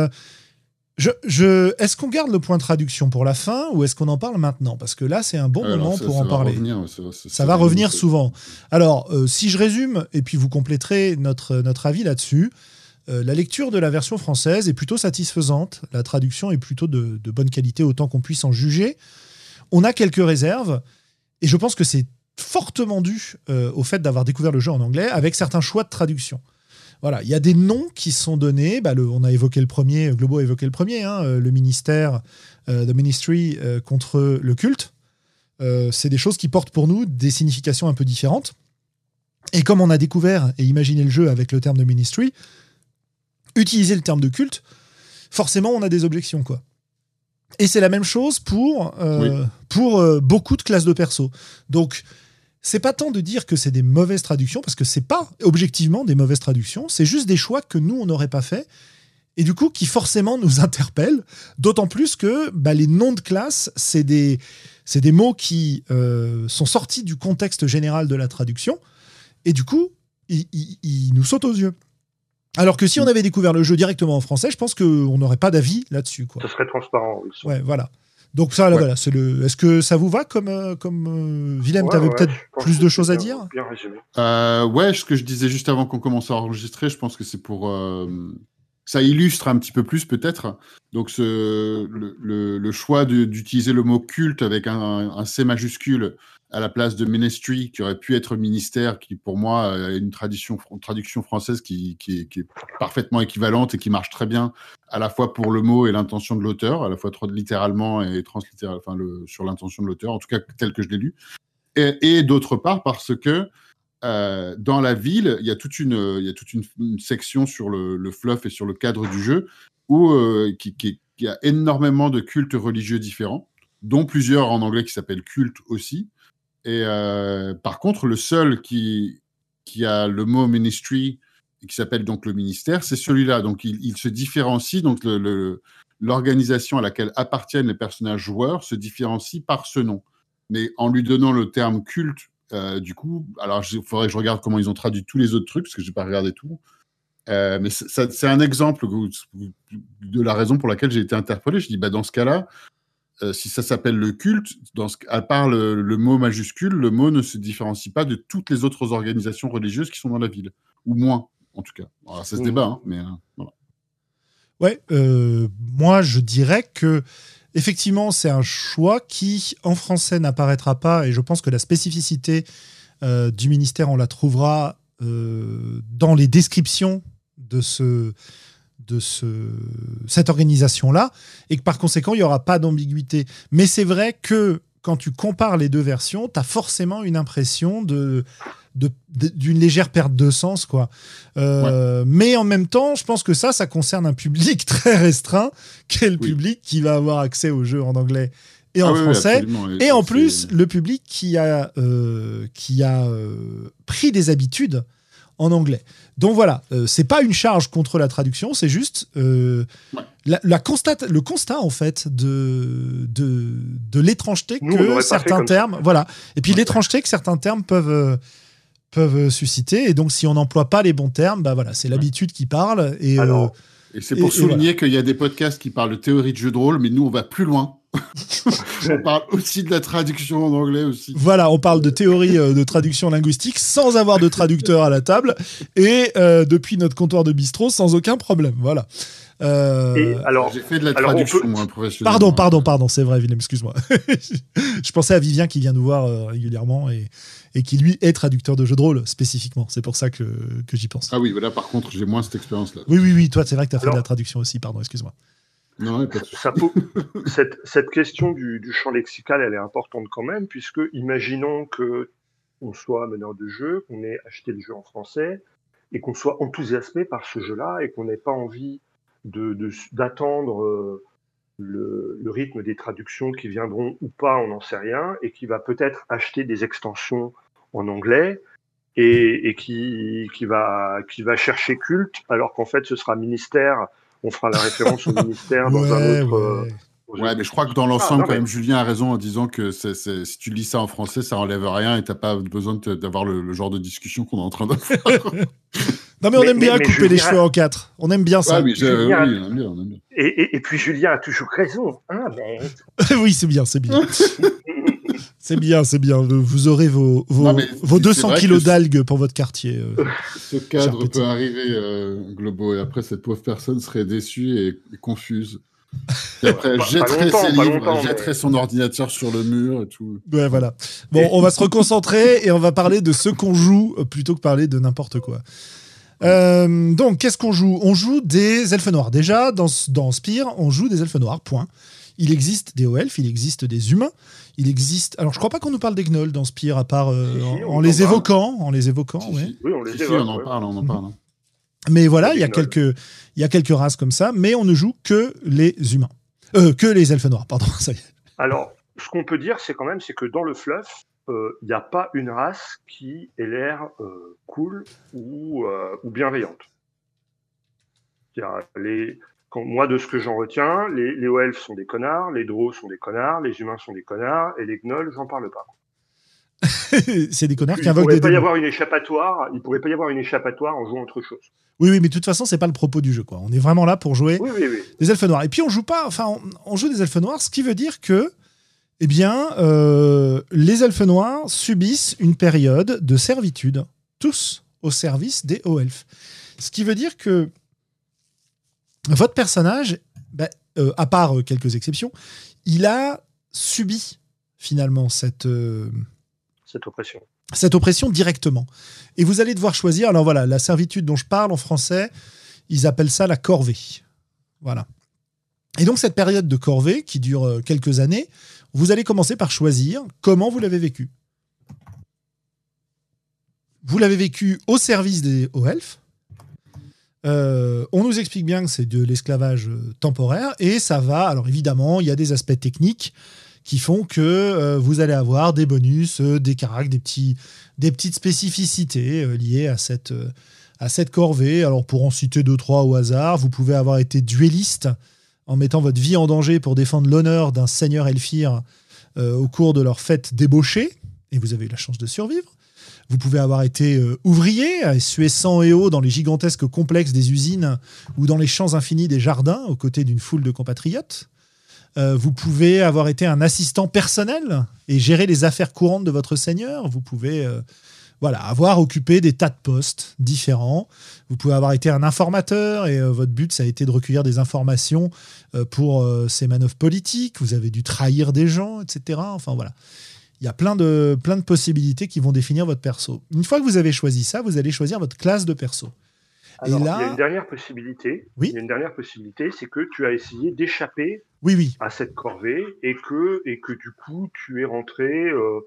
Est-ce qu'on garde le point traduction pour la fin ou est-ce qu'on en parle maintenant ? Parce que là, c'est un bon moment pour en parler. Ça va revenir souvent. Alors, si je résume, et puis vous compléterez notre avis là-dessus, la lecture de la version française est plutôt satisfaisante. La traduction est plutôt de bonne qualité, autant qu'on puisse en juger. On a quelques réserves, et je pense que c'est fortement dû au fait d'avoir découvert le jeu en anglais, avec certains choix de traduction. Voilà, il y a des noms qui sont donnés. On a évoqué le premier, Globo a évoqué le premier, le ministère, The Ministry contre le culte. C'est des choses qui portent pour nous des significations un peu différentes. Et comme on a découvert et imaginé le jeu avec le terme de Ministry, utiliser le terme de culte, forcément on a des objections, quoi. Et c'est la même chose pour beaucoup de classes de perso. Donc, c'est pas tant de dire que c'est des mauvaises traductions, parce que c'est pas objectivement des mauvaises traductions, c'est juste des choix que nous, on n'aurait pas fait, et du coup, qui forcément nous interpellent, d'autant plus que les noms de classe, c'est des mots qui sont sortis du contexte général de la traduction, et du coup, ils nous sautent aux yeux. Alors que si on avait découvert le jeu directement en français, je pense qu'on n'aurait pas d'avis là-dessus, quoi. Ce serait transparent, oui. Ouais, voilà. Donc ça, voilà, c'est le. Est-ce que ça vous va comme Willem, t'avais peut-être plus de choses à dire ? Bien résumé. Ce que je disais juste avant qu'on commence à enregistrer, je pense que c'est pour ça illustre un petit peu plus peut-être. Donc le choix d'utiliser le mot culte avec un C majuscule à la place de ministry, qui aurait pu être ministère, qui pour moi a une traduction française qui est parfaitement équivalente et qui marche très bien à la fois pour le mot et l'intention de l'auteur, à la fois littéralement et translittéralement, sur l'intention de l'auteur, en tout cas tel que je l'ai lu. Et d'autre part parce que dans la ville, il y a toute une section sur le fluff et sur le cadre du jeu où qui a énormément de cultes religieux différents, dont plusieurs en anglais qui s'appellent cultes aussi. Et par contre, le seul qui a le mot ministry et qui s'appelle donc le ministère, c'est celui-là. Donc il se différencie. Donc l'organisation à laquelle appartiennent les personnages joueurs se différencie par ce nom. Mais en lui donnant le terme culte, du coup, alors il faudrait que je regarde comment ils ont traduit tous les autres trucs, parce que j'ai pas regardé tout. Mais c'est un exemple de la raison pour laquelle j'ai été interpellé. Je dis, dans ce cas-là, si ça s'appelle le culte, à part le mot majuscule, le mot ne se différencie pas de toutes les autres organisations religieuses qui sont dans la ville. Ou moins, en tout cas. Alors, ça se débat, mais voilà. Ouais, moi, je dirais que effectivement, c'est un choix qui, en français, n'apparaîtra pas, et je pense que la spécificité du ministère, on la trouvera dans les descriptions de cette organisation-là, et que par conséquent, il n'y aura pas d'ambiguïté. Mais c'est vrai que quand tu compares les deux versions, tu as forcément une impression d'une légère perte de sens, quoi. Mais en même temps, je pense que ça concerne un public très restreint, qui est le public qui va avoir accès au jeu en anglais et en français. Et en plus, le public qui a pris des habitudes en anglais. Donc voilà, c'est pas une charge contre la traduction, c'est juste le constat en fait de l'étrangeté que certains termes, voilà, et puis l'étrangeté que certains termes peuvent susciter. Et donc si on n'emploie pas les bons termes, bah voilà, c'est l'habitude qui parle. Et c'est pour souligner qu'il y a des podcasts qui parlent de théorie de jeu de rôle, mais nous on va plus loin. On parle aussi de la traduction en anglais aussi. Voilà, on parle de théorie de traduction linguistique sans avoir de traducteur à la table et depuis notre comptoir de bistrot sans aucun problème. Voilà. J'ai fait de la traduction, moi, professionnellement. Pardon, c'est vrai, Willem, excuse-moi. Je pensais à Vivien qui vient nous voir régulièrement et qui, lui, est traducteur de jeux de rôle, spécifiquement. C'est pour ça que j'y pense. Ah oui, voilà, par contre, j'ai moins cette expérience-là. Oui, toi, c'est vrai que tu as fait de la traduction aussi, pardon, excuse-moi. Non, cette question du champ lexical, elle est importante quand même, puisque imaginons qu'on soit meneur de jeu, qu'on ait acheté le jeu en français, et qu'on soit enthousiasmé par ce jeu-là, et qu'on n'ait pas envie d'attendre le rythme des traductions qui viendront ou pas, on n'en sait rien, et qui va peut-être acheter des extensions en anglais, et qui va chercher culte, alors qu'en fait ce sera ministère. On fera la référence au ministère dans un autre. Ouais, mais je crois que dans l'ensemble, quand même, Julien a raison en disant que si tu lis ça en français, ça enlève rien et t'as pas besoin d'avoir le genre de discussion qu'on est en train d'avoir. Non, mais on aime bien couper les cheveux en quatre. On aime bien ça. Ouais, oui, on aime bien. Et puis Julien a toujours raison. Hein, mais... oui, c'est bien. C'est bien. Vous aurez vos 200 kilos d'algues pour votre quartier. Ce cadre peut arriver, Globo, et après, cette pauvre personne serait déçue et confuse. Et après, jetterait ses livres, jetterait son ordinateur sur le mur et tout. Ouais, voilà. Bon, on va se reconcentrer et on va parler de ce qu'on joue plutôt que parler de n'importe quoi. Donc, qu'est-ce qu'on joue ? On joue des elfes noirs. Déjà, dans Spire, on joue des elfes noirs, point. Il existe des hauts elfes, il existe des humains, il existe... Alors, je crois pas qu'on nous parle des gnolls dans Spire, à part en les évoquant. Oui, on les évoque. On en parle. Mais voilà, il y a quelques races comme ça, mais on ne joue que les humains. Que les elfes noirs, pardon, ça y est. Alors, ce qu'on peut dire, c'est que dans le fluff, il n'y a pas une race qui ait l'air cool ou bienveillante. Moi, de ce que j'en retiens, les hauts elfes sont des connards, les drôs sont des connards, les humains sont des connards, et les gnolls, j'en parle pas. C'est des connards qui invoquent des démons. Il ne pourrait pas y avoir une échappatoire en jouant autre chose. Oui, mais de toute façon, c'est pas le propos du jeu, quoi. On est vraiment là pour jouer des elfes noirs. Et puis on joue des elfes noirs, ce qui veut dire que, les elfes noirs subissent une période de servitude, tous au service des hauts elfes. Ce qui veut dire que votre personnage, à part quelques exceptions, il a subi finalement cette oppression directement. Et vous allez devoir choisir. Alors voilà, la servitude dont je parle en français, ils appellent ça la corvée. Voilà. Et donc cette période de corvée qui dure quelques années, vous allez commencer par choisir comment vous l'avez vécu. Vous l'avez vécu au service des hauts elfes. On nous explique bien que c'est de l'esclavage temporaire et ça va. Alors évidemment, il y a des aspects techniques qui font que vous allez avoir des bonus, des caractères, des petites spécificités liées à cette corvée. Alors pour en citer 2-3 au hasard, vous pouvez avoir été duelliste en mettant votre vie en danger pour défendre l'honneur d'un seigneur elfir au cours de leur fête débauchée, et vous avez eu la chance de survivre. Vous pouvez avoir été ouvrier, à suer sang et eau dans les gigantesques complexes des usines ou dans les champs infinis des jardins, aux côtés d'une foule de compatriotes. Vous pouvez avoir été un assistant personnel et gérer les affaires courantes de votre seigneur. Vous pouvez avoir occupé des tas de postes différents. Vous pouvez avoir été un informateur et votre but, ça a été de recueillir des informations pour ces manœuvres politiques. Vous avez dû trahir des gens, etc. Enfin, voilà. Il y a plein de possibilités qui vont définir votre perso. Une fois que vous avez choisi ça, vous allez choisir votre classe de perso. Alors, et là, il y a une dernière possibilité. Oui. Il y a une dernière possibilité, c'est que tu as essayé d'échapper à cette corvée et que du coup, tu es rentré...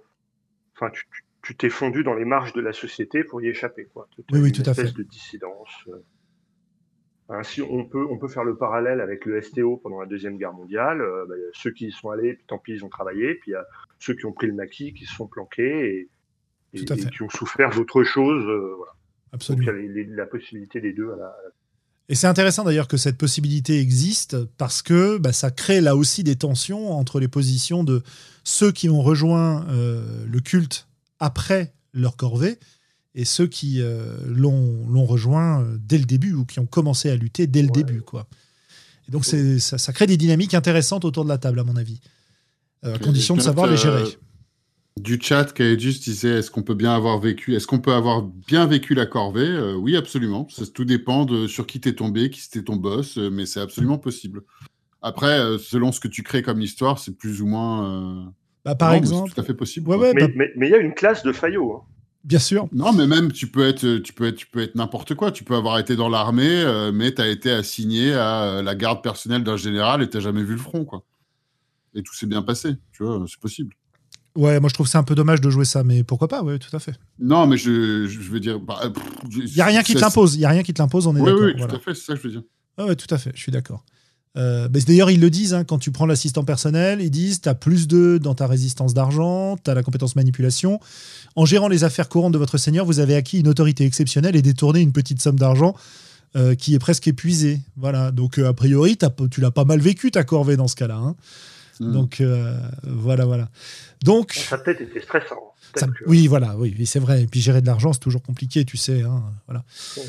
tu t'es fondu dans les marges de la société pour y échapper. Quoi. Oui, tout à fait. Une espèce de dissidence. Si on peut faire le parallèle avec le STO pendant la Deuxième Guerre mondiale, ceux qui y sont allés, puis tant pis, ils ont travaillé, puis il y a ceux qui ont pris le maquis, qui se sont planqués et qui ont souffert d'autre chose. Voilà. Absolument. Donc il y a la possibilité des deux. Et c'est intéressant d'ailleurs que cette possibilité existe parce que ça crée là aussi des tensions entre les positions de ceux qui ont rejoint le culte après leur corvée et ceux qui l'ont rejoint dès le début ou qui ont commencé à lutter dès le début, quoi. Et donc ça crée des dynamiques intéressantes autour de la table, à mon avis, à condition de savoir les gérer. Du chat, Kaedjus disait est-ce qu'on peut avoir bien vécu la corvée Oui, absolument. Tout dépend de sur qui t'es tombé, qui c'était ton boss, mais c'est absolument possible. Après, selon ce que tu crées comme histoire, c'est plus ou moins. Par exemple, c'est tout à fait possible. Mais il y a une classe de faillots. Hein. Bien sûr. Non, mais même tu peux être n'importe quoi. Tu peux avoir été dans l'armée, mais tu as été assigné à la garde personnelle d'un général et t'as jamais vu le front, quoi. Et tout s'est bien passé. Tu vois, c'est possible. Ouais, moi je trouve que c'est un peu dommage de jouer ça, mais pourquoi pas, ouais, tout à fait. Non, mais je veux dire... Il n'y a rien qui te l'impose, on est d'accord. Oui, tout à fait, c'est ça que je veux dire. Ah ouais, tout à fait, je suis d'accord. D'ailleurs, ils le disent, quand tu prends l'assistant personnel, ils disent tu as +2 dans ta résistance d'argent, tu as la compétence manipulation. En gérant les affaires courantes de votre seigneur, vous avez acquis une autorité exceptionnelle et détourné une petite somme d'argent qui est presque épuisée. Voilà, donc a priori, tu l'as pas mal vécu ta corvée dans ce cas-là. Hein. Donc voilà. Donc ça a peut-être été stressant. Oui, voilà, oui, c'est vrai. Et puis gérer de l'argent, c'est toujours compliqué, tu sais. Hein, voilà.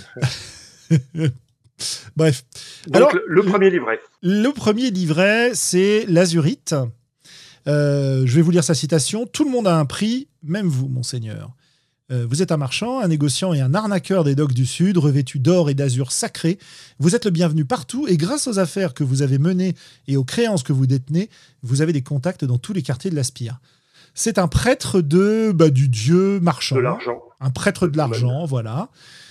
Bref. Donc, alors, le premier livret. Le premier livret, c'est l'Azurite. Je vais vous lire sa citation. Tout le monde a un prix, même vous, monseigneur. Vous êtes un marchand, un négociant et un arnaqueur des docks du Sud, revêtu d'or et d'azur sacré. Vous êtes le bienvenu partout et grâce aux affaires que vous avez menées et aux créances que vous détenez, vous avez des contacts dans tous les quartiers de la Spire. C'est un prêtre du dieu marchand. De l'argent. Un prêtre de l'argent, voilà.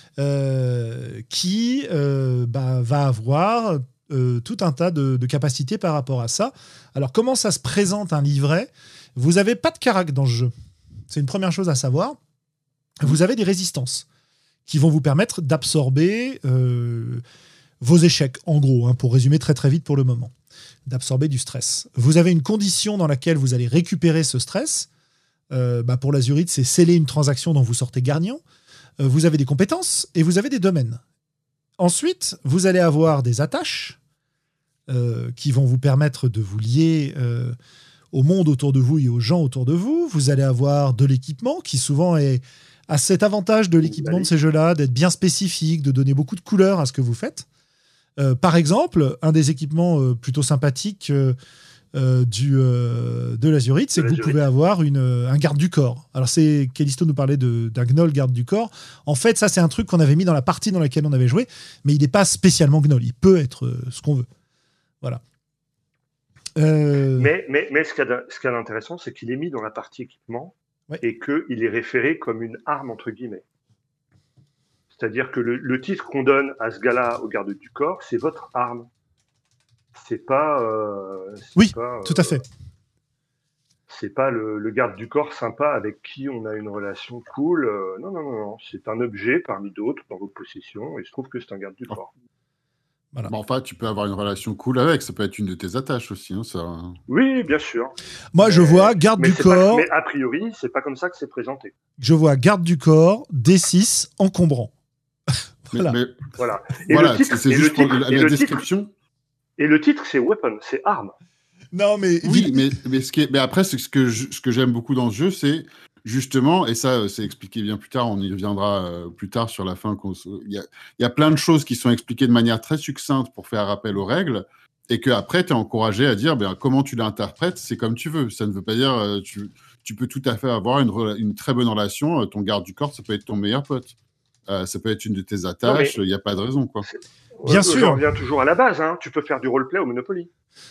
Qui va avoir tout un tas de capacités par rapport à ça. Alors, comment ça se présente un livret ? Vous n'avez pas de carac dans ce jeu. C'est une première chose à savoir. Vous avez des résistances qui vont vous permettre d'absorber vos échecs, en gros, pour résumer très très vite pour le moment, d'absorber du stress. Vous avez une condition dans laquelle vous allez récupérer ce stress. Pour l'Azurite, c'est sceller une transaction dont vous sortez gagnant. Vous avez des compétences et vous avez des domaines. Ensuite, vous allez avoir des attaches qui vont vous permettre de vous lier au monde autour de vous et aux gens autour de vous. Vous allez avoir de l'équipement qui souvent a cet avantage de l'équipement de ces jeux-là, d'être bien spécifique, de donner beaucoup de couleurs à ce que vous faites. Par exemple, un des équipements plutôt sympathiques de l'Azurite, c'est que vous pouvez avoir un garde du corps. Alors, Callisto nous parlait d'un gnoll garde du corps. En fait, ça, c'est un truc qu'on avait mis dans la partie dans laquelle on avait joué, mais il n'est pas spécialement gnoll. Il peut être ce qu'on veut. Voilà. Mais ce qu'il y a d'intéressant, c'est qu'il est mis dans la partie équipement et qu'il est référé comme une arme, entre guillemets. C'est-à-dire que le titre qu'on donne à ce gars-là, au garde du corps, c'est votre arme. C'est pas. Tout à fait. C'est pas le garde du corps sympa avec qui on a une relation cool. Non. C'est un objet parmi d'autres dans vos possessions et je trouve que c'est un garde du corps. Voilà. Enfin, tu peux avoir une relation cool avec, ça peut être une de tes attaches aussi. Ça... Oui, bien sûr. Moi, je vois garde du corps. Mais a priori, c'est pas comme ça que c'est présenté. Je vois garde du corps, D6, encombrant. Voilà. Et le titre, c'est juste pour la description. Et le titre, c'est weapon, c'est arme. Non, mais oui, mais après, ce que j'aime beaucoup dans ce jeu, c'est justement, et ça, c'est expliqué bien plus tard. On y reviendra plus tard sur la fin. Il y a plein de choses qui sont expliquées de manière très succincte pour faire rappel aux règles, et que après, tu es encouragé à dire, comment tu l'interprètes, c'est comme tu veux. Ça ne veut pas dire, tu peux tout à fait avoir une très bonne relation. Ton garde du corps, ça peut être ton meilleur pote. Ça peut être une de tes attaches. Il n'y a pas de raison, quoi. Bien sûr. On revient toujours à la base. Tu peux faire du roleplay au Monopoly.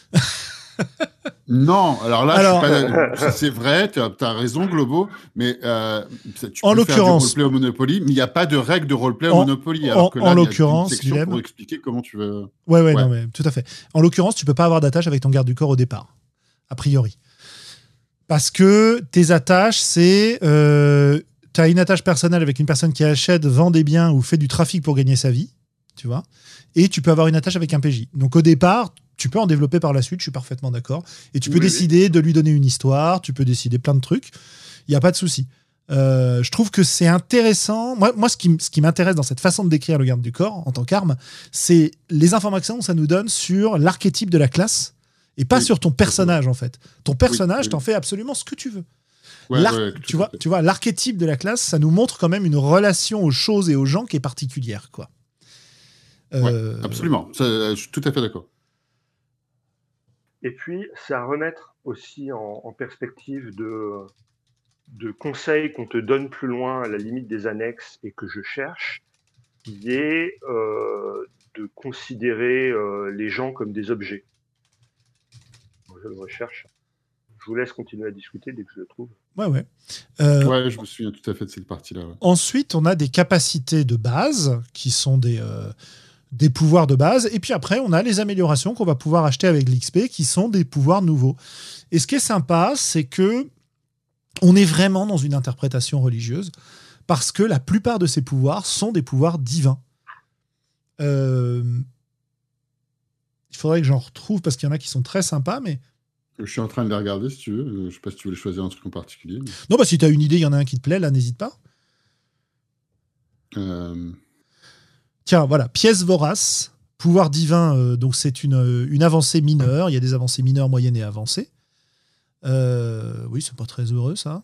Non, alors là, c'est vrai, tu as raison, Globo, mais tu peux faire du roleplay au Monopoly, mais il n'y a pas de règle de roleplay au Monopoly. Alors que là, en l'occurrence, il y a une section pour expliquer comment tu veux... Ouais. Non, mais tout à fait. En l'occurrence, tu peux pas avoir d'attache avec ton garde du corps au départ, a priori. Parce que tes attaches, c'est... tu as une attache personnelle avec une personne qui achète, vend des biens ou fait du trafic pour gagner sa vie, tu vois, et tu peux avoir une attache avec un PJ. Donc au départ, tu peux en développer par la suite, je suis parfaitement d'accord, et tu peux décider de lui donner une histoire, tu peux décider plein de trucs, il n'y a pas de souci. Je trouve que c'est intéressant. Moi ce qui m'intéresse dans cette façon de décrire le garde du corps en tant qu'arme, c'est les informations que ça nous donne sur l'archétype de la classe et pas sur ton personnage, en fait. Ton personnage, t'en fais absolument ce que tu veux. Tu vois, l'archétype de la classe, ça nous montre quand même une relation aux choses et aux gens qui est particulière, quoi. Absolument. Je suis tout à fait d'accord. Et puis, c'est à remettre aussi en perspective de conseils qu'on te donne plus loin à la limite des annexes et que je cherche, qui est de considérer les gens comme des objets. Je le recherche. Je vous laisse continuer à discuter dès que je le trouve. Ouais, je me souviens tout à fait de cette partie-là. Ouais. Ensuite, on a des capacités de base qui sont des pouvoirs de base. Et puis après, on a les améliorations qu'on va pouvoir acheter avec l'XP qui sont des pouvoirs nouveaux. Et ce qui est sympa, c'est que on est vraiment dans une interprétation religieuse parce que la plupart de ces pouvoirs sont des pouvoirs divins. Il faudrait que j'en retrouve parce qu'il y en a qui sont très sympas, mais... Je suis en train de les regarder, si tu veux. Je sais pas si tu voulais choisir un truc en particulier. Mais... Non, si tu as une idée, il y en a un qui te plaît, là, n'hésite pas. Tiens, voilà, pièce vorace, pouvoir divin, donc c'est une avancée mineure. Il y a des avancées mineures, moyennes et avancées. Oui, c'est pas très heureux, ça.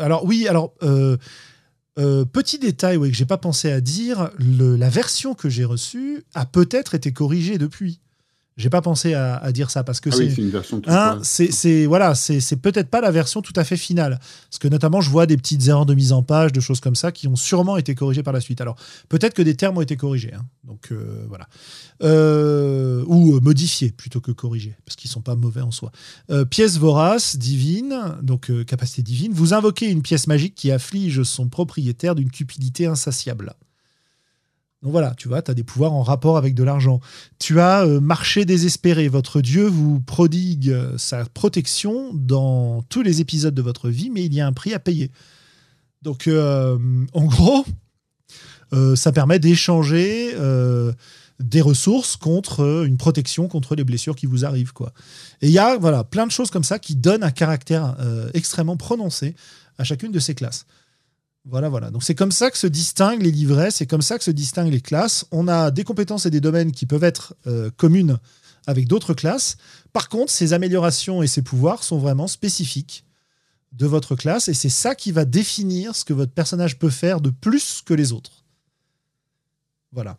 Petit détail que j'ai pas pensé à dire, la version que j'ai reçue a peut-être été corrigée depuis. J'ai pas pensé à dire ça parce que c'est une version c'est peut-être pas la version tout à fait finale, parce que notamment je vois des petites erreurs de mise en page, de choses comme ça qui ont sûrement été corrigées par la suite. Alors peut-être que des termes ont été corrigés, donc voilà, ou modifiés plutôt que corrigés, parce qu'ils sont pas mauvais en soi. Pièce vorace divine, donc capacité divine. Vous invoquez une pièce magique qui afflige son propriétaire d'une cupidité insatiable. Donc voilà, tu vois, tu as des pouvoirs en rapport avec de l'argent. Tu as marché désespéré. Votre dieu vous prodigue sa protection dans tous les épisodes de votre vie, mais il y a un prix à payer. Donc, en gros, ça permet d'échanger des ressources contre une protection contre les blessures qui vous arrivent, quoi. Et il y a plein de choses comme ça qui donnent un caractère extrêmement prononcé à chacune de ces classes. Voilà. Donc c'est comme ça que se distinguent les livrets, c'est comme ça que se distinguent les classes. On a des compétences et des domaines qui peuvent être communes avec d'autres classes. Par contre, ces améliorations et ces pouvoirs sont vraiment spécifiques de votre classe et c'est ça qui va définir ce que votre personnage peut faire de plus que les autres. Voilà.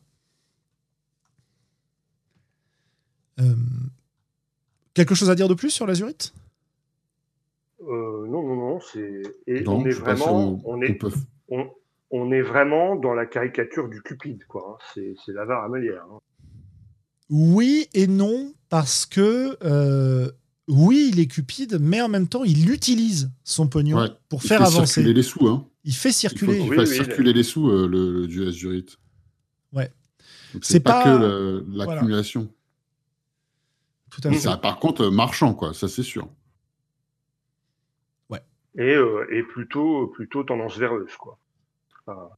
Quelque chose à dire de plus sur l'azurite ? Non, on est vraiment dans la caricature du Cupide, quoi. C'est l'avare à Molière. Oui et non, parce que oui, il est cupide, mais en même temps, il utilise son pognon pour faire avancer. Il fait circuler les sous, hein. Il fait circuler. Il faut qu'il fasse circuler les sous, le dieu azurite. Ouais. Donc, c'est pas que l'accumulation. Voilà. Tout à fait. Ça, par contre, marchand, quoi. Ça, c'est sûr. Ouais. Et plutôt tendance véreuse, quoi. Enfin...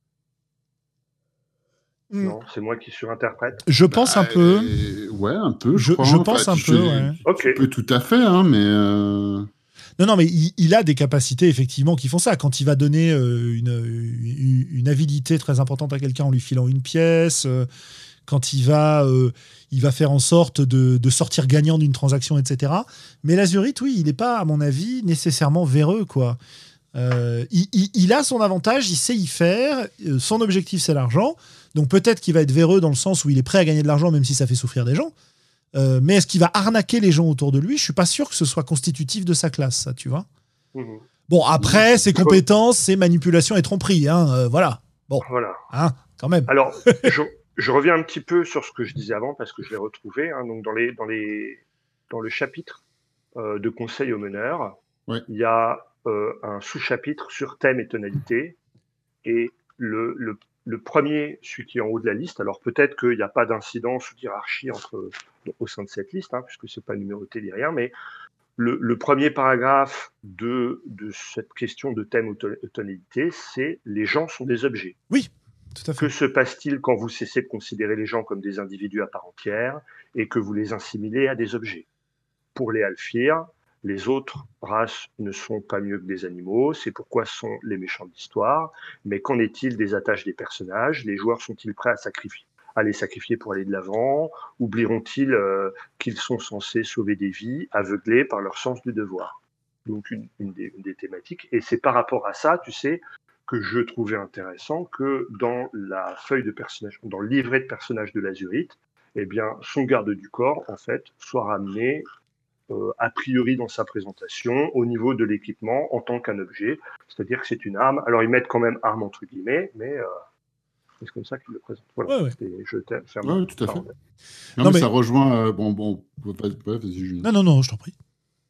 Non, c'est moi qui surinterprète. Je pense un peu. Ouais, un peu. Je pense un peu. Ouais. Okay. Tu peux tout à fait, hein, mais. Non, mais il a des capacités effectivement qui font ça. Quand il va donner une avidité très importante à quelqu'un en lui filant une pièce, quand il va faire en sorte de sortir gagnant d'une transaction, etc. Mais l'azurite, oui, il n'est pas, à mon avis, nécessairement véreux, quoi. Il a son avantage, il sait y faire. Son objectif, c'est l'argent. Donc peut-être qu'il va être véreux dans le sens où il est prêt à gagner de l'argent, même si ça fait souffrir des gens. Mais est-ce qu'il va arnaquer les gens autour de lui ? Je suis pas sûr que ce soit constitutif de sa classe, ça, tu vois. Bon, après, ses compétences, c'est manipulation et tromperie, hein, voilà. Bon, voilà. Hein, quand même. Alors, je reviens un petit peu sur ce que je disais avant parce que je l'ai retrouvé. Hein, donc dans le chapitre de conseils aux meneurs, il y a un sous-chapitre sur thème et tonalité, et le premier, celui qui est en haut de la liste, alors peut-être qu'il n'y a pas d'incidence ou d'hierarchie au sein de cette liste, hein, puisque c'est pas numéroté ni rien, mais le premier paragraphe de cette question de thème ou tonalité, c'est « Les gens sont des objets ». Oui, tout à fait. Que se passe-t-il quand vous cessez de considérer les gens comme des individus à part entière et que vous les assimilez à des objets ? Pour les Alphir, les autres races ne sont pas mieux que des animaux, c'est pourquoi sont les méchants de l'histoire, mais qu'en est-il des attaches des personnages? Les joueurs sont-ils prêts à les sacrifier pour aller de l'avant? Oublieront-ils qu'ils sont censés sauver des vies, aveuglés par leur sens du devoir? Donc une des thématiques. Et c'est par rapport à ça, tu sais, que je trouvais intéressant que dans la feuille de personnage, dans le livret de personnage de l'Azurite, eh bien, son garde du corps, en fait, soit ramené a priori dans sa présentation au niveau de l'équipement en tant qu'un objet, c'est-à-dire que c'est une arme. Alors ils mettent quand même arme entre guillemets, mais c'est comme ça qu'ils le présentent. Voilà. Ouais. Je ferme. Oui, tout à fait. Non, mais ça rejoint. Vas-y, Julien. Non, je t'en prie.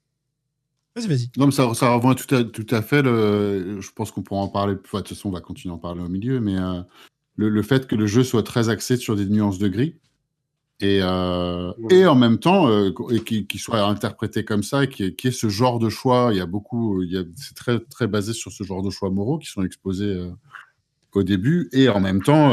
Vas-y. Non, mais ça rejoint tout à fait. Je pense qu'on pourra en parler. De toute façon, on va continuer à en parler au milieu, mais le fait que le jeu soit très axé sur des nuances de gris. Et en même temps, qu'il soit interprété comme ça, et qu'il y ait ce genre de choix, c'est très, très basé sur ce genre de choix moraux qui sont exposés au début, et en même temps,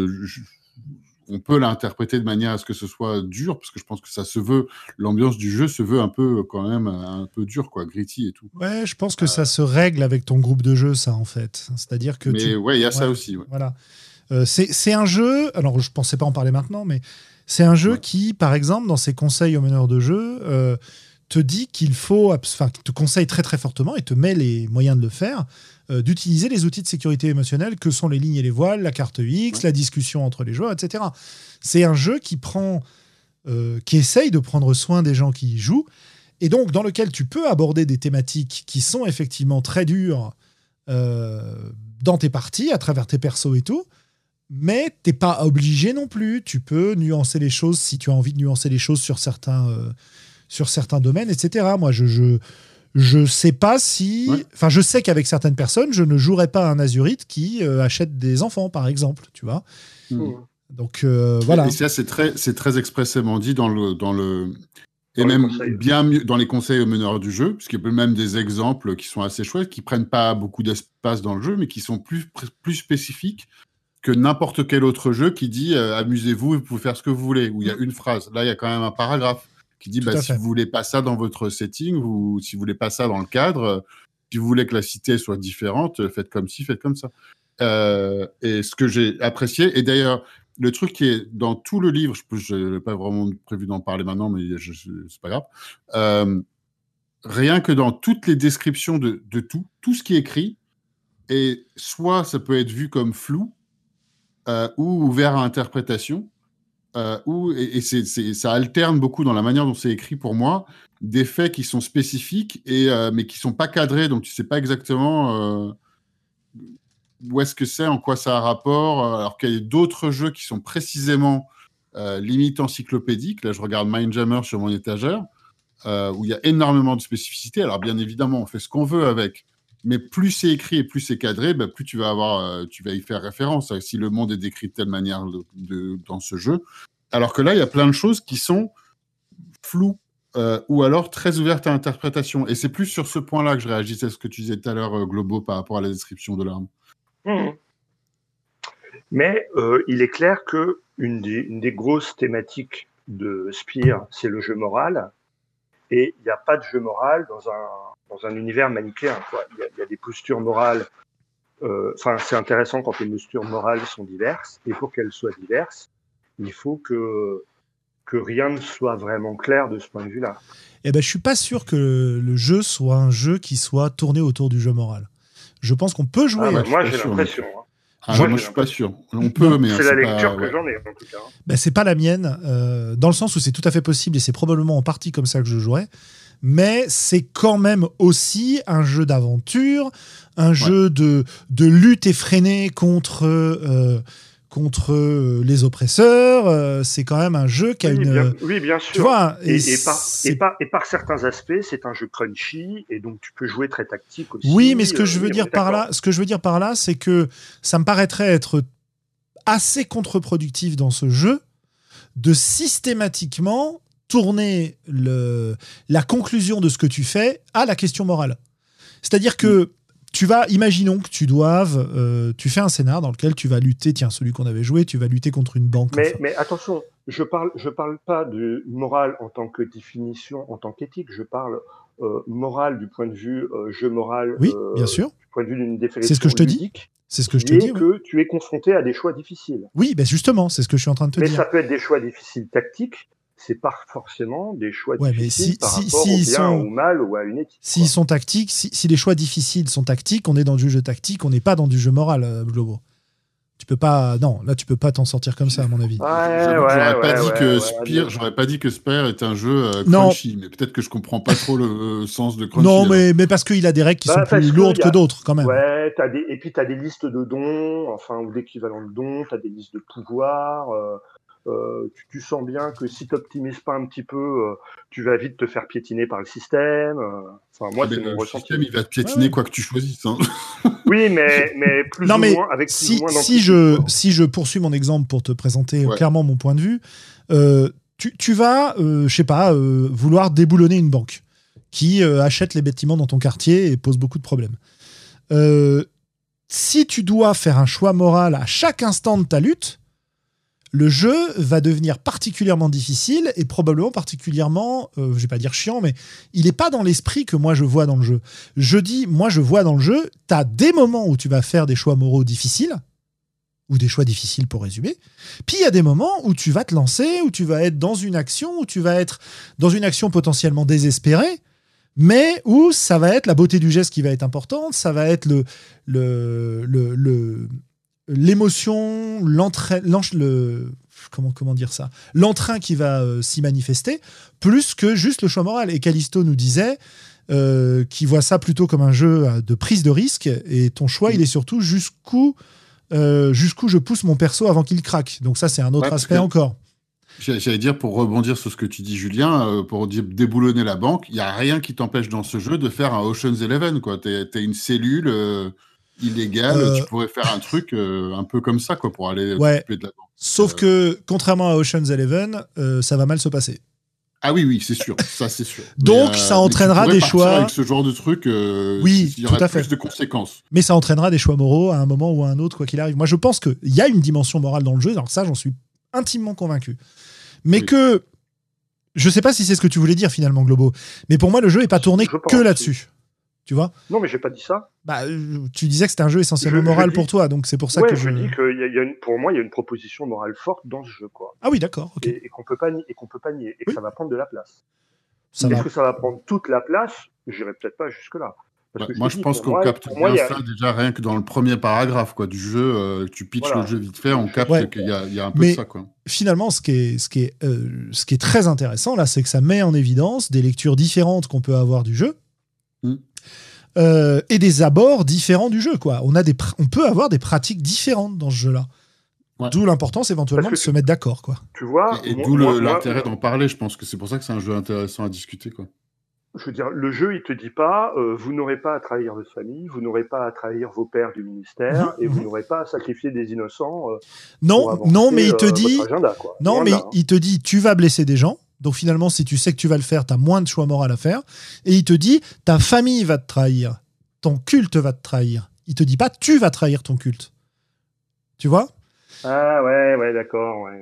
on peut l'interpréter de manière à ce que ce soit dur, parce que je pense que ça se veut, l'ambiance du jeu se veut un peu quand même un peu dur, quoi, gritty et tout. Ouais, je pense que ça se règle avec ton groupe de jeu, ça en fait. C'est-à-dire que il y a ça aussi. Ouais. Voilà, c'est un jeu. Alors, je pensais pas en parler maintenant, mais c'est un jeu qui, par exemple, dans ses conseils aux meneurs de jeu, te dit qu'il faut, enfin, te conseille très très fortement et te met les moyens de le faire, d'utiliser les outils de sécurité émotionnelle que sont les lignes et les voiles, la carte X, la discussion entre les joueurs, etc. C'est un jeu qui qui essaye de prendre soin des gens qui y jouent, et donc dans lequel tu peux aborder des thématiques qui sont effectivement très dures dans tes parties, à travers tes persos et tout. Mais t'es pas obligé non plus. Tu peux nuancer les choses si tu as envie de nuancer les choses sur certains domaines, etc. Moi, je sais pas si... Enfin, je sais qu'avec certaines personnes, je ne jouerais pas un Azurite qui achète des enfants, par exemple, tu vois. Donc, voilà. Et ça, c'est très expressément dit dans le... Et même bien mieux dans les conseils aux meneurs du jeu, parce qu'il y a même des exemples qui sont assez chouettes, qui prennent pas beaucoup d'espace dans le jeu, mais qui sont plus spécifiques que n'importe quel autre jeu qui dit amusez-vous, vous pouvez faire ce que vous voulez, où il y a une phrase. Là, il y a quand même un paragraphe qui dit si vous voulez pas ça dans votre setting, ou si vous voulez pas ça dans le cadre, si vous voulez que la cité soit différente, faites comme ci, faites comme ça. Et ce que j'ai apprécié, et d'ailleurs, le truc qui est dans tout le livre, je n'ai pas vraiment prévu d'en parler maintenant, mais c'est pas grave, rien que dans toutes les descriptions de tout ce qui est écrit, et soit ça peut être vu comme flou, ou ouvert à interprétation, ça alterne beaucoup dans la manière dont c'est écrit pour moi, des faits qui sont spécifiques, mais qui ne sont pas cadrés, donc tu ne sais pas exactement où est-ce que c'est, en quoi ça a rapport, alors qu'il y a d'autres jeux qui sont précisément limite encyclopédiques. Là, je regarde Mindjammer sur mon étagère, où il y a énormément de spécificités. Alors bien évidemment, on fait ce qu'on veut avec, mais plus c'est écrit et plus c'est cadré, plus tu vas y faire référence, si le monde est décrit de telle manière dans ce jeu. Alors que là, il y a plein de choses qui sont floues, ou alors très ouvertes à interprétation. Et c'est plus sur ce point-là que je réagissais à ce que tu disais tout à l'heure, Globo, par rapport à la description de l'arme. Mais il est clair que une des grosses thématiques de Spire, c'est le jeu moral. Et il n'y a pas de jeu moral dans un univers manichéen, quoi. Il y a des postures morales. C'est intéressant quand les postures morales sont diverses. Et pour qu'elles soient diverses, il faut que rien ne soit vraiment clair de ce point de vue-là. Eh ben, je suis pas sûr que le jeu soit un jeu qui soit tourné autour du jeu moral. Je pense qu'on peut jouer. Moi, j'ai l'impression. Moi, je suis pas sûr. On peut, mais c'est la lecture que j'en ai, en tout cas. Ben, c'est pas la mienne, dans le sens où c'est tout à fait possible, et c'est probablement en partie comme ça que je jouerais. Mais c'est quand même aussi un jeu d'aventure, un jeu de lutte effrénée contre les oppresseurs. C'est quand même un jeu qui a oui, bien sûr. Tu vois, et par certains aspects, c'est un jeu crunchy, et donc tu peux jouer très tactique aussi. Oui, mais ce que je veux dire par là, c'est que ça me paraîtrait être assez contre-productif dans ce jeu de systématiquement tourner la conclusion de ce que tu fais à la question morale. C'est-à-dire que imaginons que tu fais un scénar dans lequel tu vas lutter, celui qu'on avait joué, tu vas lutter contre une banque. Mais attention, je parle pas de morale en tant que définition, en tant qu'éthique, je parle morale du point de vue jeu moral, Oui, bien sûr. du point de vue d'une définition C'est ce que je te dis. ludique, C'est ce que je te qui dis. est Oui. que tu es confronté à des choix difficiles. Oui, ben justement, c'est ce que je suis en train de te Mais dire. ça peut être des choix difficiles tactiques, c'est pas forcément des choix Ouais, mais difficiles par rapport au s'ils bien, sont- au mal ou à une éthique. S'ils sont tactiques, si les choix difficiles sont tactiques, on est dans du jeu tactique, on n'est pas dans du jeu moral, Globo. Tu peux pas, non, là tu peux pas t'en sortir comme ça, à mon avis. J'avoue que j'aurais pas dit que Spire est un jeu Non. crunchy, mais peut-être que je comprends pas trop le sens de crunchy. Non, mais parce qu'il a des règles qui sont plus lourdes que d'autres, quand même. Ouais, et puis t'as des listes de dons, enfin, ou d'équivalents de dons, t'as des listes de pouvoirs. Tu sens bien que si t'optimises pas un petit peu, tu vas vite te faire piétiner par le système. Enfin, moi, c'est mon ressenti. Le système, il va te piétiner quoi que tu choisisses. Hein. Oui, mais plus ou moins, avec plus ou moins d'amplitude. Si je poursuis mon exemple pour te présenter clairement mon point de vue, tu vas, je sais pas, vouloir déboulonner une banque qui achète les bâtiments dans ton quartier et pose beaucoup de problèmes. Si tu dois faire un choix moral à chaque instant de ta lutte, le jeu va devenir particulièrement difficile et probablement particulièrement, je vais pas dire chiant, mais il n'est pas dans l'esprit que moi je vois dans le jeu. Moi je vois dans le jeu, tu as des moments où tu vas faire des choix moraux difficiles, ou des choix difficiles pour résumer, puis il y a des moments où tu vas te lancer, où tu vas être dans une action, où tu vas être dans une action potentiellement désespérée, mais où ça va être la beauté du geste qui va être importante, ça va être l'émotion, comment dire ça, l'entrain qui va s'y manifester, plus que juste le choix moral. Et Callisto nous disait qu'il voit ça plutôt comme un jeu de prise de risque, et ton choix, il est surtout jusqu'où je pousse mon perso avant qu'il craque. Donc ça, c'est un autre aspect encore. J'allais dire, pour rebondir sur ce que tu dis, Julien, pour déboulonner la banque, il n'y a rien qui t'empêche dans ce jeu de faire un Ocean's Eleven. T'es une cellule illégale, tu pourrais faire un truc un peu comme ça, quoi, pour aller t'occuper de la banque. Sauf que, contrairement à Ocean's Eleven, ça va mal se passer. Ah oui, c'est sûr, ça c'est sûr. Donc ça entraînera des choix. Avec ce genre de truc, oui, il y aura plus de conséquences. Mais ça entraînera des choix moraux à un moment ou à un autre, quoi qu'il arrive. Moi, je pense qu'il y a une dimension morale dans le jeu, alors ça, j'en suis intimement convaincu. Mais que, je sais pas si c'est ce que tu voulais dire finalement, Globo, mais pour moi, le jeu est pas tourné que là-dessus. Tu vois ? Non, mais j'ai pas dit ça. Bah, tu disais que c'était un jeu essentiellement moral pour toi, donc c'est pour ça que je dis que pour moi, il y a une proposition morale forte dans ce jeu, quoi. Ah oui, d'accord. Ok. Et qu'on peut pas nier, et que ça va prendre de la place. Est-ce que ça va prendre toute la place ? J'irai peut-être pas jusque-là. Moi, je pense qu'on capte bien ça déjà rien que dans le premier paragraphe du jeu. Tu pitches le jeu vite fait, on capte qu'il y a un peu de ça. Quoi. Finalement, ce qui est très intéressant, là, c'est que ça met en évidence des lectures différentes qu'on peut avoir du jeu. Et des abords différents du jeu, quoi. On peut avoir des pratiques différentes dans ce jeu-là. Ouais. D'où l'importance éventuellement de se mettre d'accord, quoi. Tu vois, et d'où l'intérêt d'en parler. Je pense que c'est pour ça que c'est un jeu intéressant à discuter, quoi. Je veux dire, le jeu, il te dit pas, vous n'aurez pas à trahir votre famille, vous n'aurez pas à trahir vos pairs du ministère, et vous n'aurez pas à sacrifier des innocents. Non, mais il te dit, agenda, quoi. Il te dit, tu vas blesser des gens. Donc finalement, si tu sais que tu vas le faire, tu as moins de choix moral à faire. Et il te dit, ta famille va te trahir, ton culte va te trahir. Il te dit pas, tu vas trahir ton culte. Tu vois ? Ah ouais, d'accord, ouais.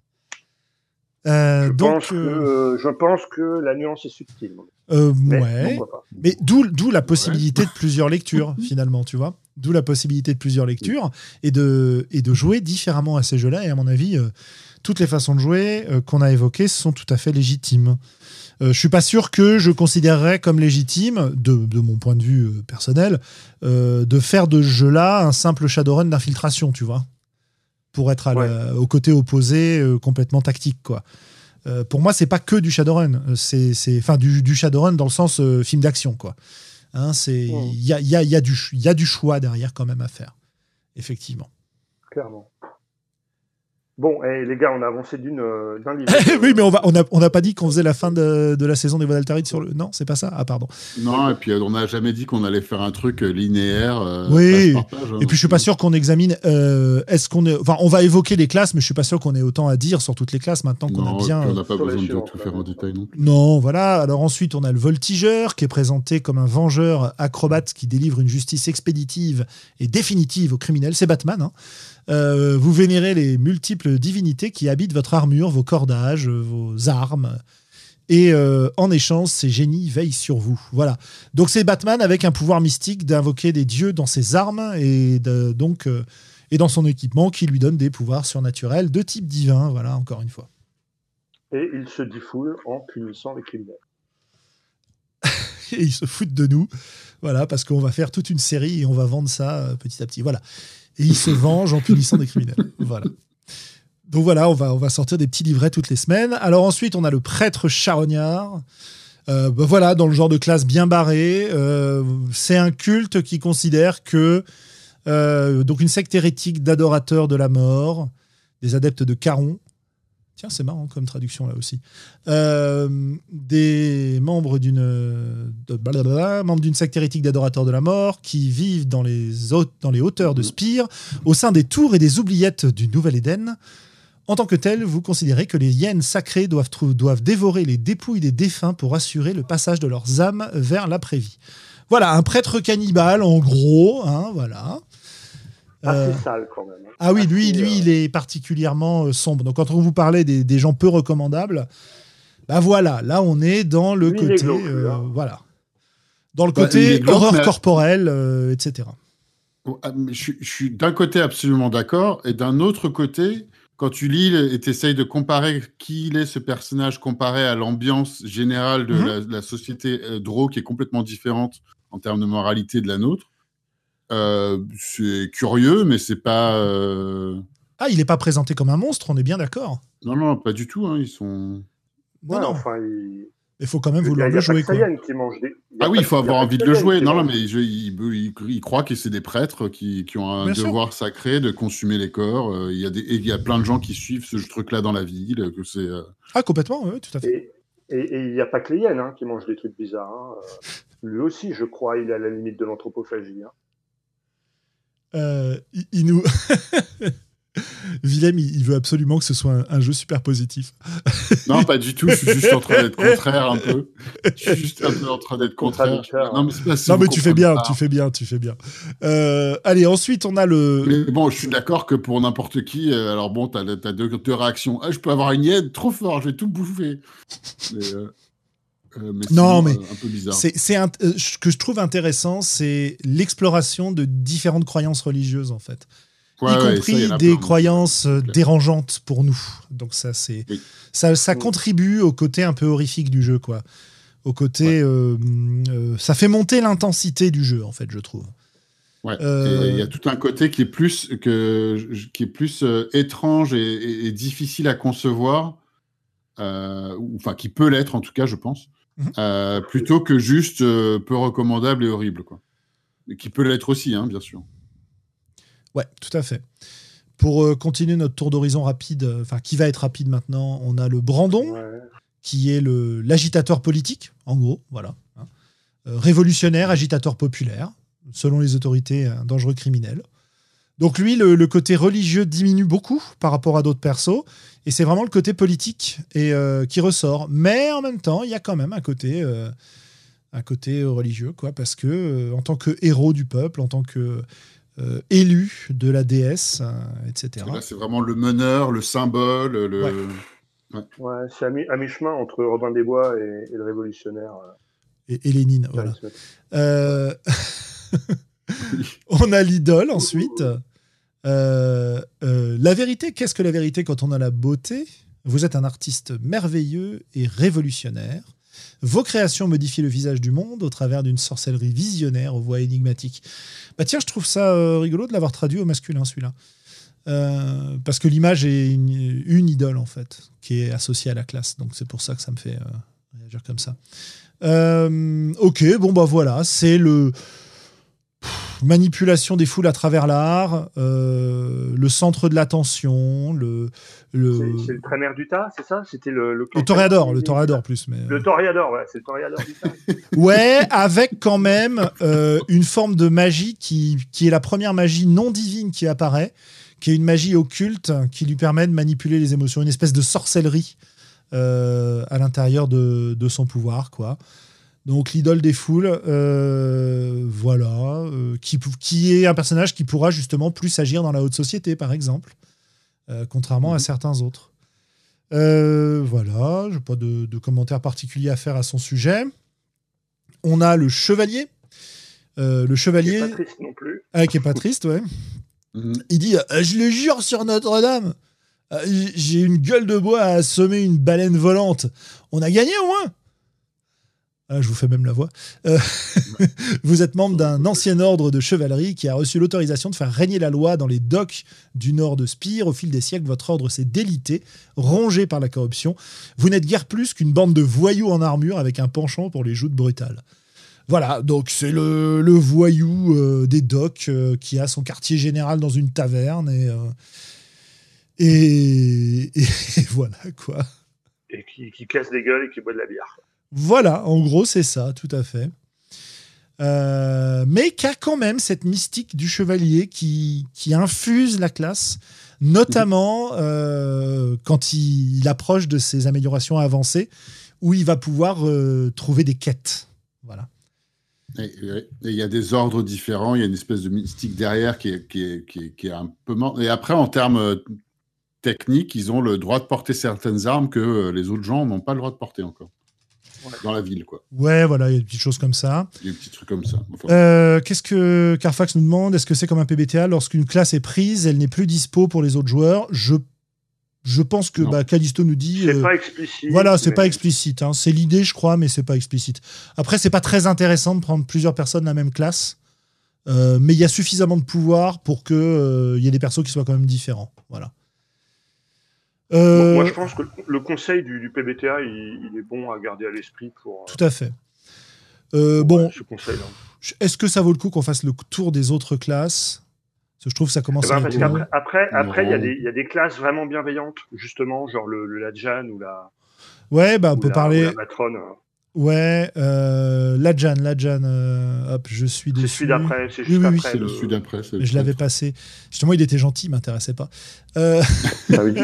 Je pense que la nuance est subtile. Mais d'où la possibilité de plusieurs lectures, finalement, tu vois. D'où la possibilité de plusieurs lectures et de jouer différemment à ces jeux-là. Et à mon avis, toutes les façons de jouer qu'on a évoquées sont tout à fait légitimes. Je suis pas sûr que je considérerais comme légitime, de mon point de vue personnel, de faire de ce jeu-là un simple Shadowrun d'infiltration, tu vois. Pour être au côté opposé, complètement tactique, quoi. Pour moi, c'est pas que du Shadowrun, c'est du Shadowrun dans le sens film d'action, quoi. Hein, il y a du choix derrière quand même à faire, effectivement. Clairement. Bon, les gars, on a avancé d'un livre. Oui, mais on n'a pas dit qu'on faisait la fin de la saison des Vodaltarid sur le... Non, c'est pas ça ? Ah, pardon. Non, et puis on n'a jamais dit qu'on allait faire un truc linéaire. Oui, page par page, et puis je suis pas sûr qu'on examine... on va évoquer les classes, mais je suis pas sûr qu'on ait autant à dire sur toutes les classes maintenant qu'on a bien... on n'a pas besoin de tout faire en détail non plus. Non, voilà. Alors ensuite, on a le Voltigeur, qui est présenté comme un vengeur acrobate qui délivre une justice expéditive et définitive aux criminels. C'est Batman, hein. Vous vénérez les multiples divinités qui habitent votre armure, vos cordages, vos armes, Et en échange, ces génies veillent sur vous. Voilà. Donc c'est Batman avec un pouvoir mystique d'invoquer des dieux dans ses armes et dans son équipement qui lui donne des pouvoirs surnaturels de type divin. Voilà, encore une fois. Et il se défoule en punissant les criminels. Et ils se foutent de nous. Voilà, parce qu'on va faire toute une série et on va vendre ça petit à petit. Voilà. Et ils se vengent en punissant des criminels. Voilà. Donc voilà, on va sortir des petits livrets toutes les semaines. Alors ensuite, on a le prêtre charognard. Voilà, dans le genre de classe bien barré. C'est un culte qui considère que donc une secte hérétique d'adorateurs de la mort, des adeptes de Charon. Tiens, c'est marrant comme traduction là aussi. Des membres membres d'une secte hérétique d'adorateurs de la mort qui vivent dans les hauteurs de Spire, au sein des tours et des oubliettes du Nouvel-Éden. En tant que tel, vous considérez que les hyènes sacrées doivent dévorer les dépouilles des défunts pour assurer le passage de leurs âmes vers l'après-vie. Voilà, un prêtre cannibale, en gros. Hein, voilà. Assez sale, quand même. Ah oui, lui, il est particulièrement sombre. Donc, quand on vous parlait des gens peu recommandables, bah voilà, là, on est dans le côté... glauque, voilà. Dans le côté horreur corporelle, etc. Je suis d'un côté absolument d'accord, et d'un autre côté... Quand tu lis et tu essayes de comparer qui il est, ce personnage, comparé à l'ambiance générale de la société Draw, qui est complètement différente en termes de moralité de la nôtre, c'est curieux, mais c'est pas... Ah, il n'est pas présenté comme un monstre, on est bien d'accord. Non, pas du tout. Hein, ils sont... Non. Enfin, il faut quand même vouloir le jouer. Qui mange des... il faut avoir envie de le jouer. Non, mais il croit que c'est des prêtres qui ont un devoir sacré de consumer les corps. Il y a plein de gens qui suivent ce truc-là dans la ville. Que c'est, Ah, complètement, oui, tout à fait. Et il n'y a pas que les hyènes qui mangent des trucs bizarres. Hein. Lui aussi, je crois, il est à la limite de l'anthropophagie. Il nous... Willem, il veut absolument que ce soit un jeu super positif. Non, pas du tout. Je suis juste en train d'être contraire un peu. Je suis juste un peu en train d'être contraire. Non, mais tu fais bien. Allez, ensuite, on a le... Mais bon, je suis d'accord que pour n'importe qui, alors bon, t'as deux réactions. Ah, je peux avoir une hyène trop fort, je vais tout bouffer. Mais non, mais un peu bizarre. Ce que je trouve intéressant, c'est l'exploration de différentes croyances religieuses, en fait. Y compris des croyances dérangeantes pour nous. Donc ça contribue au côté un peu horrifique du jeu, quoi. Au côté, ça fait monter l'intensité du jeu, en fait, je trouve. Ouais. Il y a tout un côté qui est plus étrange et difficile à concevoir, enfin qui peut l'être en tout cas, je pense, plutôt que juste peu recommandable et horrible, quoi. Mais qui peut l'être aussi, hein, bien sûr. Ouais, tout à fait. Pour continuer notre tour d'horizon rapide, qui va être rapide maintenant, on a le Brandon, qui est l'agitateur politique, en gros, voilà. Révolutionnaire, agitateur populaire, selon les autorités, un dangereux criminel. Donc lui, le côté religieux diminue beaucoup par rapport à d'autres persos, et c'est vraiment le côté politique qui ressort. Mais en même temps, il y a quand même un côté religieux, quoi, parce que en tant que héros du peuple, en tant que élu de la déesse, etc. Là, c'est vraiment le meneur, le symbole. Ouais, c'est à mi-chemin entre Robin des Bois et le révolutionnaire. Et Lénine, voilà. On a l'idole ensuite. La vérité, qu'est-ce que la vérité quand on a la beauté ? Vous êtes un artiste merveilleux et révolutionnaire. Vos créations modifient le visage du monde au travers d'une sorcellerie visionnaire aux voix énigmatiques. Bah tiens, je trouve ça rigolo de l'avoir traduit au masculin, celui-là. Parce que l'image est une idole, en fait, qui est associée à la classe. Donc c'est pour ça que ça me fait réagir comme ça. Ok, bon bah voilà, c'est le... manipulation des foules à travers l'art, le centre de l'attention, C'est le traîneur du tas, c'est ça ? C'était le toréador plus. Mais... Le toréador, ouais, c'est le toréador du tas. Ouais, avec quand même une forme de magie qui est la première magie non divine qui apparaît, qui est une magie occulte qui lui permet de manipuler les émotions, une espèce de sorcellerie à l'intérieur de son pouvoir, quoi. Donc l'idole des foules, voilà, qui est un personnage qui pourra justement plus agir dans la haute société, par exemple, contrairement à certains autres. Voilà, je n'ai pas de commentaires particuliers à faire à son sujet. On a le chevalier. Le chevalier. Qui n'est pas triste non plus. Qui n'est pas triste, ouais. Il dit je le jure sur Notre-Dame, j'ai une gueule de bois à assommer une baleine volante. On a gagné au moins. Je vous fais même la voix. Vous êtes membre d'un ancien ordre de chevalerie qui a reçu l'autorisation de faire régner la loi dans les docks du nord de Spire. Au fil des siècles, votre ordre s'est délité, rongé par la corruption. Vous n'êtes guère plus qu'une bande de voyous en armure avec un penchant pour les joutes brutales. Voilà, donc c'est le voyou des docks qui a son quartier général dans une taverne et voilà quoi. Et qui casse des gueules et qui boit de la bière. Voilà, en gros, c'est ça, tout à fait. Mais qui a quand même cette mystique du chevalier qui infuse la classe, notamment quand il approche de ses améliorations avancées, où il va pouvoir trouver des quêtes. Voilà. Et il y a des ordres différents, il y a une espèce de mystique derrière qui est un peu mort. Et après, en termes techniques, ils ont le droit de porter certaines armes que les autres gens n'ont pas le droit de porter encore. Dans la ville, quoi. Ouais, voilà, il y a des petites choses comme ça. Il y a des petits trucs comme ça. Enfin, qu'est-ce que Carfax nous demande ? Est-ce que c'est comme un PBTA ? Lorsqu'une classe est prise, elle n'est plus dispo pour les autres joueurs ? Je pense que Callisto nous dit... C'est pas explicite. Voilà, c'est pas explicite. Hein. C'est l'idée, je crois, mais c'est pas explicite. Après, c'est pas très intéressant de prendre plusieurs personnes de la même classe, mais il y a suffisamment de pouvoir pour qu'il y ait des persos qui soient quand même différents. Voilà. Moi, je pense que le conseil du PBTA, il est bon à garder à l'esprit pour... Tout à fait. Bon, ce conseil-là. Est-ce que ça vaut le coup qu'on fasse le tour des autres classes ? Parce que je trouve que ça commence à... Parce qu'après, il y a des classes vraiment bienveillantes, justement, genre le Ladjan ou la... Ouais, on peut parler... Ou la Matrone. Ouais, Ladjan, hop, je suis dessus. C'est celui d'après, c'est juste après. C'est le celui d'après. Je l'avais passé. Justement, il était gentil, il m'intéressait pas. Ah oui.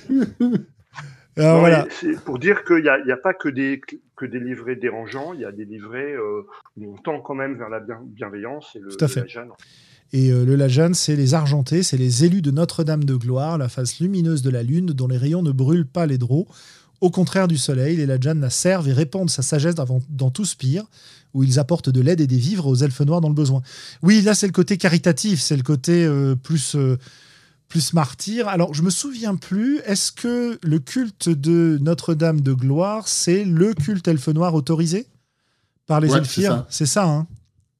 Alors, voilà. C'est pour dire qu'il n'y a pas que des livrets dérangeants, il y a des livrets où on tend quand même vers la bienveillance. Et tout à fait. Ladjan. Et le Ladjan, c'est les argentés, c'est les élus de Notre-Dame de Gloire, la face lumineuse de la lune, dont les rayons ne brûlent pas les drôles. Au contraire du soleil, les Ladjan la servent et répandent sa sagesse dans tout Spire, où ils apportent de l'aide et des vivres aux elfes noirs dans le besoin. Oui, là, c'est le côté caritatif, c'est le côté plus martyr. Alors, je me souviens plus, est-ce que le culte de Notre-Dame de Gloire, c'est le culte elfe noir autorisé par les Elfires ? C'est ça, hein ?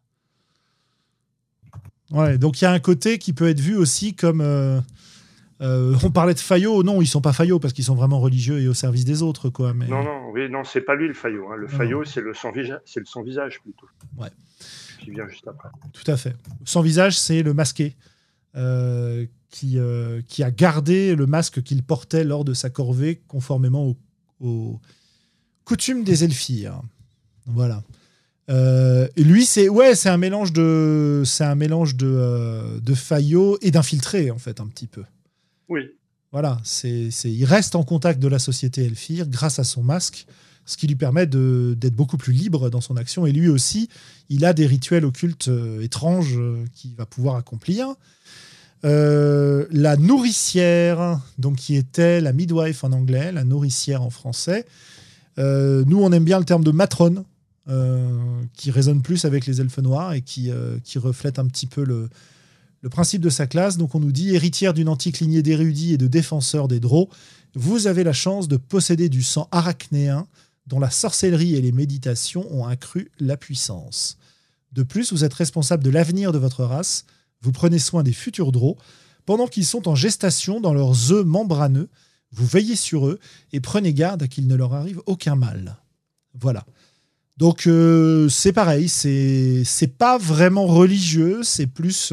Ouais, donc il y a un côté qui peut être vu aussi comme... on parlait de Fayot, non, ils sont pas Fayot parce qu'ils sont vraiment religieux et au service des autres, quoi. Mais... Non, c'est pas lui le Fayot. Hein. Le Fayot, c'est le sans visage plutôt. Ouais. Qui vient juste après. Tout à fait. Sans visage, c'est le masqué qui a gardé le masque qu'il portait lors de sa corvée, conformément aux coutumes des Elfires. Voilà. Et lui, c'est un mélange de Fayot et d'infiltré en fait un petit peu. Oui. Voilà, il reste en contact de la société Elfire grâce à son masque, ce qui lui permet d'être beaucoup plus libre dans son action. Et lui aussi, il a des rituels occultes étranges qu'il va pouvoir accomplir. La nourricière, donc qui était la midwife en anglais, la nourricière en français. Nous, on aime bien le terme de matrone, qui résonne plus avec les elfes noirs et qui reflète un petit peu le principe de sa classe. Donc on nous dit, héritière d'une antique lignée d'érudits et de défenseurs des drôles, vous avez la chance de posséder du sang arachnéen dont la sorcellerie et les méditations ont accru la puissance. De plus, vous êtes responsable de l'avenir de votre race, vous prenez soin des futurs drôles, pendant qu'ils sont en gestation dans leurs œufs membraneux, vous veillez sur eux et prenez garde à qu'il ne leur arrive aucun mal. Voilà. Donc c'est pareil, c'est pas vraiment religieux, c'est plus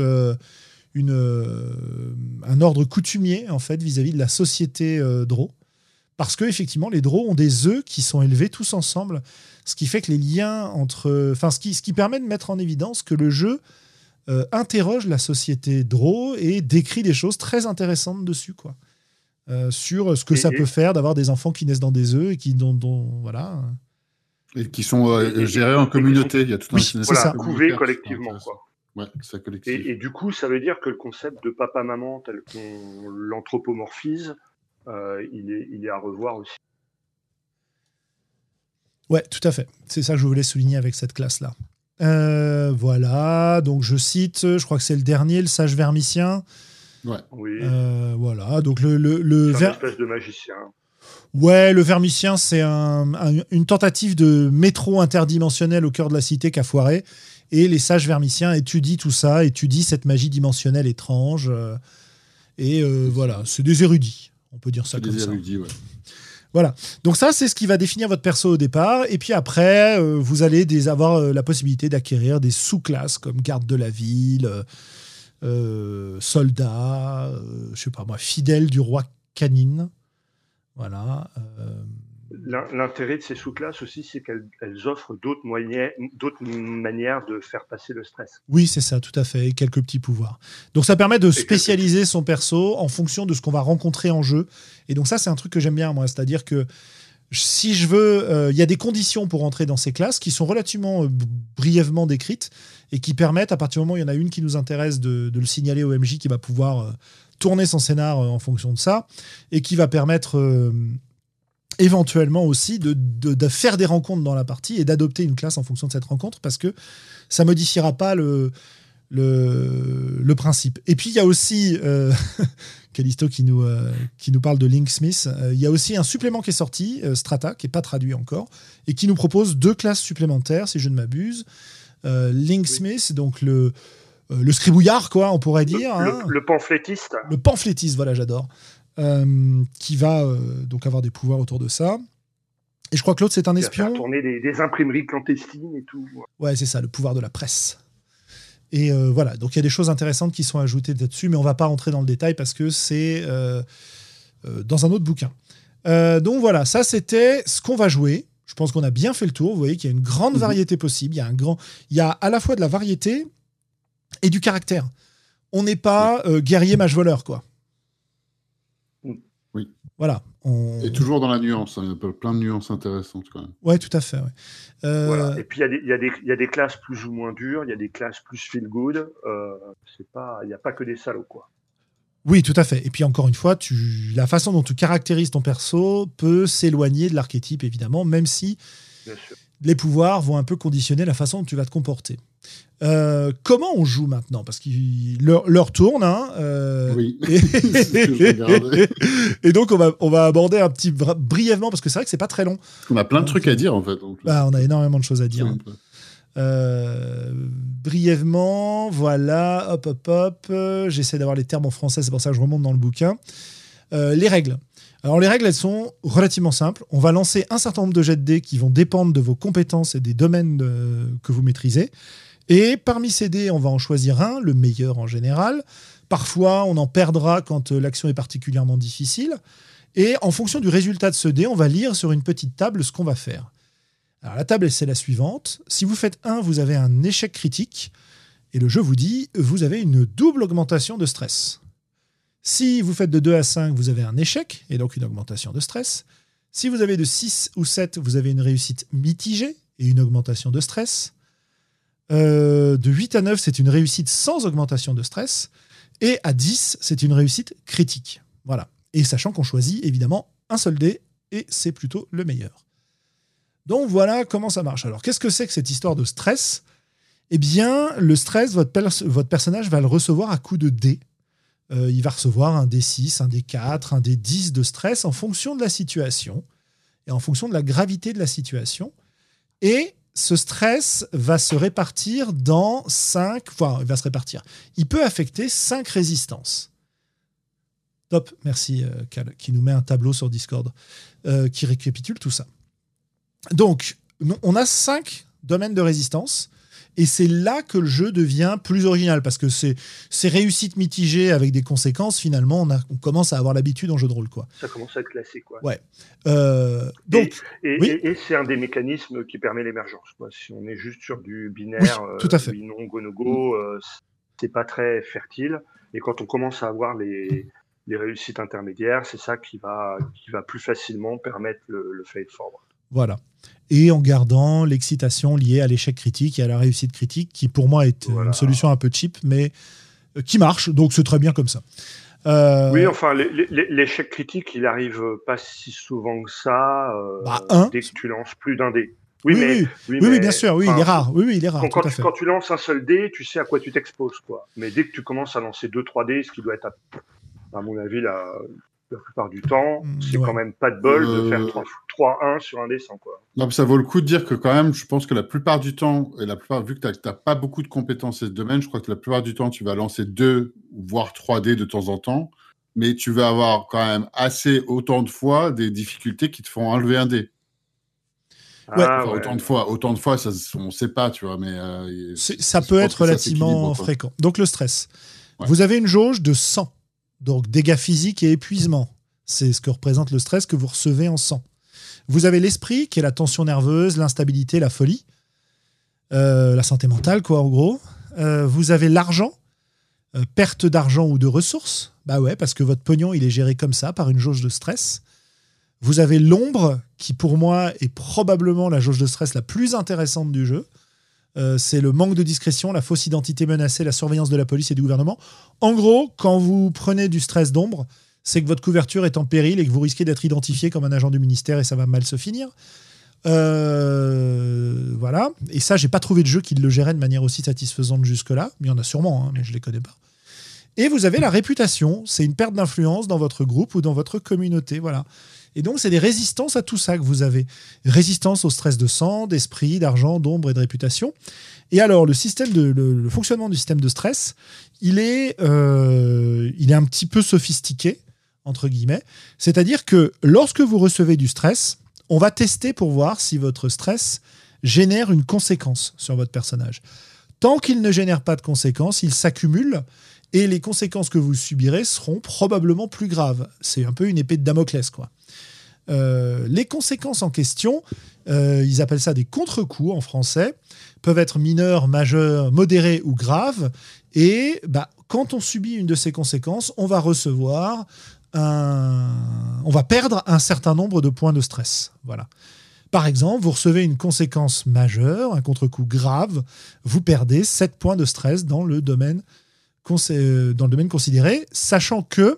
un ordre coutumier en fait vis-à-vis de la société Drow, parce que effectivement les Drow ont des œufs qui sont élevés tous ensemble, ce qui fait que les liens ce qui permet de mettre en évidence que le jeu interroge la société Drow et décrit des choses très intéressantes dessus, quoi. Sur ce que ça peut faire d'avoir des enfants qui naissent dans des œufs et qui voilà. Et qui sont gérés en communauté. Il y a tout un couvés collectivement, quoi. Ouais, c'est collectif. Et du coup, ça veut dire que le concept de papa-maman tel qu'on l'anthropomorphise il est à revoir aussi. Ouais, tout à fait. C'est ça que je voulais souligner avec cette classe-là. Voilà, donc je cite, je crois que c'est le dernier, le sage vermicien. Ouais. Oui. Voilà, donc c'est une espèce de magicien. Ouais, le vermicien, c'est une tentative de métro interdimensionnel au cœur de la cité qui a foiré. Et les sages vermiciens étudient tout ça, étudient cette magie dimensionnelle étrange. Voilà, c'est des érudits, on peut dire ça comme ça. C'est des érudits, ouais. Voilà, donc ça, c'est ce qui va définir votre perso au départ. Et puis après, vous allez avoir la possibilité d'acquérir des sous-classes comme garde de la ville, soldat, je sais pas moi, fidèle du roi Canine. Voilà. L'intérêt de ces sous-classes aussi, c'est qu'elles offrent d'autres manières de faire passer le stress. Oui, c'est ça, tout à fait, et quelques petits pouvoirs. Donc ça permet de spécialiser son perso en fonction de ce qu'on va rencontrer en jeu. Et donc ça, c'est un truc que j'aime bien, moi. C'est-à-dire que si je veux... Il y a des conditions pour entrer dans ces classes qui sont relativement brièvement décrites et qui permettent, à partir du moment où il y en a une qui nous intéresse, de le signaler au MJ qui va pouvoir tourner son scénar en fonction de ça et qui va permettre... éventuellement aussi de faire des rencontres dans la partie et d'adopter une classe en fonction de cette rencontre parce que ça modifiera pas le principe. Et puis il y a aussi Callisto qui nous parle de Link Smith. Il y a aussi un supplément qui est sorti, Strata, qui n'est pas traduit encore, et qui nous propose 2 classes supplémentaires, si je ne m'abuse. Link Smith, donc le scribouillard, quoi, on pourrait dire. Le pamphlétiste. Le pamphlétiste, voilà, j'adore. Qui va donc avoir des pouvoirs autour de ça. Et je crois que l'autre, c'est un espion. Il va faire tourner des imprimeries clandestines et tout. Ouais, c'est ça, le pouvoir de la presse. Et voilà, donc il y a des choses intéressantes qui sont ajoutées là-dessus, mais on ne va pas rentrer dans le détail parce que c'est dans un autre bouquin. Donc voilà, ça c'était ce qu'on va jouer. Je pense qu'on a bien fait le tour. Vous voyez qu'il y a une grande variété possible. Il y a à la fois de la variété et du caractère. On n'est pas guerrier mage-voleur, quoi. Oui. Voilà. Et toujours dans la nuance, il y a plein de nuances intéressantes quand même. Ouais, tout à fait. Ouais. Voilà. Et puis il y a des classes plus ou moins dures, il y a des classes plus feel good. Il n'y a pas que des salauds, quoi. Oui, tout à fait. Et puis encore une fois, la façon dont tu caractérises ton perso peut s'éloigner de l'archétype, évidemment, même si les pouvoirs vont un peu conditionner la façon dont tu vas te comporter. Comment on joue maintenant? Parce que l'heure tourne. Hein, oui. Et donc, on va aborder un petit brièvement, parce que c'est vrai que c'est pas très long. On a plein de trucs à dire, en fait. On a énormément de choses à dire. Brièvement, voilà, hop. J'essaie d'avoir les termes en français, c'est pour ça que je remonte dans le bouquin. Les règles. Alors, les règles, elles sont relativement simples. On va lancer un certain nombre de jets de dés qui vont dépendre de vos compétences et des domaines que vous maîtrisez. Et parmi ces dés, on va en choisir un, le meilleur en général. Parfois, on en perdra quand l'action est particulièrement difficile. Et en fonction du résultat de ce dé, on va lire sur une petite table ce qu'on va faire. Alors, la table, c'est la suivante. Si vous faites 1, vous avez un échec critique. Et le jeu vous dit, vous avez une double augmentation de stress. Si vous faites de 2 à 5, vous avez un échec, et donc une augmentation de stress. Si vous avez de 6 ou 7, vous avez une réussite mitigée et une augmentation de stress. De 8 à 9, c'est une réussite sans augmentation de stress. Et à 10, c'est une réussite critique. Voilà. Et sachant qu'on choisit évidemment un seul dé, et c'est plutôt le meilleur. Donc voilà comment ça marche. Alors qu'est-ce que c'est que cette histoire de stress? Eh bien, le stress, votre personnage va le recevoir à coup de dés. Il va recevoir un D6, un D4, un D10 de stress en fonction de la situation et en fonction de la gravité de la situation. Et ce stress va se répartir dans 5... Enfin, il va se répartir. Il peut affecter 5 résistances. Top, merci Cal, qui nous met un tableau sur Discord qui récapitule tout ça. Donc, on a 5 domaines de résistance. Et c'est là que le jeu devient plus original, parce que ces réussites mitigées avec des conséquences, finalement, on commence à avoir l'habitude en jeu de rôle, quoi. Ça commence à être classé, quoi. Ouais. Donc, et c'est un des mécanismes qui permet l'émergence, quoi. Si on est juste sur du binaire, tout à fait. oui, non, go, no go, c'est pas très fertile. Et quand on commence à avoir les réussites intermédiaires, c'est ça qui va plus facilement permettre le fail forward. Voilà. Et en gardant l'excitation liée à l'échec critique et à la réussite critique, qui pour moi est une solution un peu cheap, mais qui marche, donc c'est très bien comme ça. Oui, enfin, l'échec critique, il arrive pas si souvent que ça Un. dès que tu lances plus d'un dé. Oui, bien sûr, oui, il est rare. Oui, il est rare, tout à fait. Quand tu lances un seul dé, tu sais à quoi tu t'exposes, quoi. Mais dès que tu commences à lancer 2-3 dés, ce qui doit être, à mon avis, la plupart du temps, c'est quand même pas de bol de faire 3-1 sur un dé 100, quoi. Non, ça vaut le coup de dire que quand même, je pense que la plupart du temps, vu que tu n'as pas beaucoup de compétences dans ce domaine, je crois que la plupart du temps, tu vas lancer 2, voire 3 dés de temps en temps, mais tu vas avoir quand même autant de fois des difficultés qui te font enlever un dé. Autant de fois, ça, on ne sait pas, tu vois, mais ça peut être relativement fréquent. Donc le stress. Ouais. Vous avez une jauge de 100, donc dégâts physiques et épuisement. C'est ce que représente le stress que vous recevez en 100. Vous avez l'esprit, qui est la tension nerveuse, l'instabilité, la folie, la santé mentale, quoi, en gros. Vous avez l'argent, perte d'argent ou de ressources. Bah ouais, parce que votre pognon, il est géré comme ça, par une jauge de stress. Vous avez l'ombre, qui pour moi est probablement la jauge de stress la plus intéressante du jeu. C'est le manque de discrétion, la fausse identité menacée, la surveillance de la police et du gouvernement. En gros, quand vous prenez du stress d'ombre, c'est que votre couverture est en péril et que vous risquez d'être identifié comme un agent du ministère et ça va mal se finir. Voilà. Et ça, j'ai pas trouvé de jeu qui le gérait de manière aussi satisfaisante jusque-là. Il y en a sûrement, hein, mais je les connais pas. Et vous avez la réputation. C'est une perte d'influence dans votre groupe ou dans votre communauté. Voilà. Et donc, c'est des résistances à tout ça que vous avez. Résistance au stress de sang, d'esprit, d'argent, d'ombre et de réputation. Et alors, le fonctionnement du système de stress, il est un petit peu sophistiqué, entre guillemets. C'est-à-dire que lorsque vous recevez du stress, on va tester pour voir si votre stress génère une conséquence sur votre personnage. Tant qu'il ne génère pas de conséquences, il s'accumule et les conséquences que vous subirez seront probablement plus graves. C'est un peu une épée de Damoclès, quoi. Les conséquences en question, ils appellent ça des contre-coups en français, peuvent être mineures, majeures, modérées ou graves. Et quand on subit une de ces conséquences, on va perdre un certain nombre de points de stress. Voilà. Par exemple, vous recevez une conséquence majeure, un contre-coup grave, vous perdez 7 points de stress dans le domaine considéré, sachant que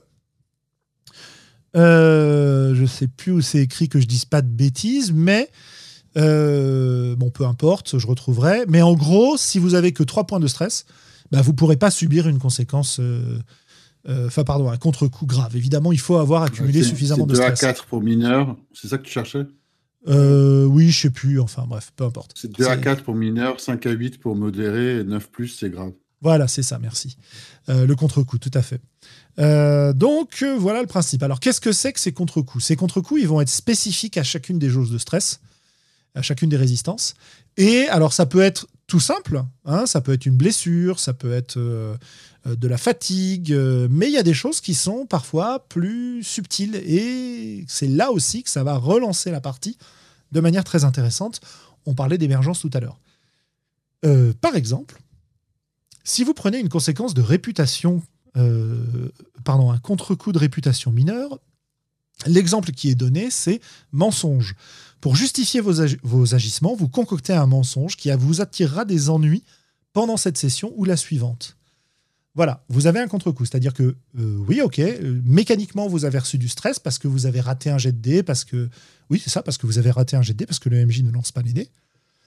je ne sais plus où c'est écrit que je ne dise pas de bêtises, mais peu importe, je retrouverai. Mais en gros, si vous n'avez que 3 points de stress, vous ne pourrez pas subir une conséquence, un contre-coup grave. Évidemment, il faut avoir accumulé suffisamment de stress. C'est 2 à 4 pour mineur, c'est ça que tu cherchais ? Oui, je ne sais plus, enfin bref, peu importe. C'est 2 à 4 pour mineur, 5 à 8 pour modéré, et 9+, c'est grave. Voilà, c'est ça, merci. Le contre-coup, tout à fait. Donc, voilà le principe. Alors, qu'est-ce que c'est que ces contre-coups ? Ces contre-coups, ils vont être spécifiques à chacune des jauges de stress, à chacune des résistances. Et alors, ça peut être tout simple, hein, ça peut être une blessure, ça peut être de la fatigue, mais il y a des choses qui sont parfois plus subtiles. Et c'est là aussi que ça va relancer la partie de manière très intéressante. On parlait d'émergence tout à l'heure. Par exemple, si vous prenez une conséquence de réputation, un contre-coup de réputation mineure, l'exemple qui est donné, c'est mensonge. Pour justifier vos agissements, vous concoctez un mensonge qui vous attirera des ennuis pendant cette session ou la suivante. Voilà, vous avez un contre-coup, c'est-à-dire que, mécaniquement, vous avez reçu du stress parce que vous avez raté un jet de dés, parce que vous avez raté un jet de dés, parce que le MJ ne lance pas les dés.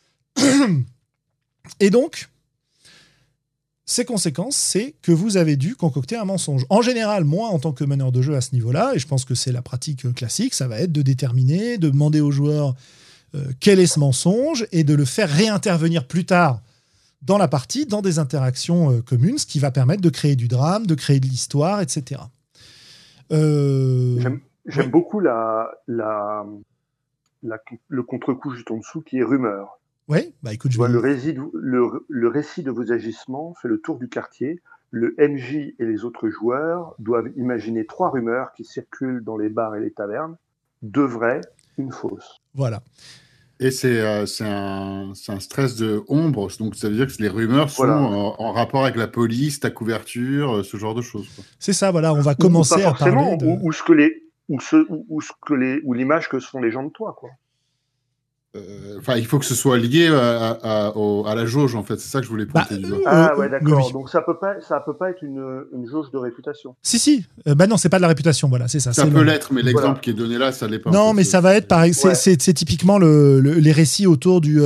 Et donc, ces conséquences, c'est que vous avez dû concocter un mensonge. En général, moi, en tant que meneur de jeu à ce niveau-là, et je pense que c'est la pratique classique, ça va être de déterminer, de demander aux joueurs quel est ce mensonge, et de le faire réintervenir plus tard dans la partie, dans des interactions communes, ce qui va permettre de créer du drame, de créer de l'histoire, etc. J'aime beaucoup le contre-coup juste en dessous, qui est rumeur. Oui, écoute, le récit de vos agissements fait le tour du quartier. Le MJ et les autres joueurs doivent imaginer 3 rumeurs qui circulent dans les bars et les tavernes. 2 vraies, une fausse. Voilà. Et c'est un stress de ombre, donc ça veut dire que les rumeurs sont en rapport avec la police, ta couverture, ce genre de choses, quoi. C'est ça, voilà, on va commencer à parler de... ou l'image que se font les gens de toi, quoi. il faut que ce soit lié à la jauge, en fait. C'est ça que je voulais pointer du doigt. Ah ouais, d'accord. Oui. Donc ça peut pas être une jauge de réputation. Si. Non, c'est pas de la réputation, voilà, c'est ça. Ça c'est peut l'être, mais l'exemple Voilà. qui est donné là, ça l'est pas. Non, en fait. mais ça va être pareil. Ouais. C'est typiquement les récits autour du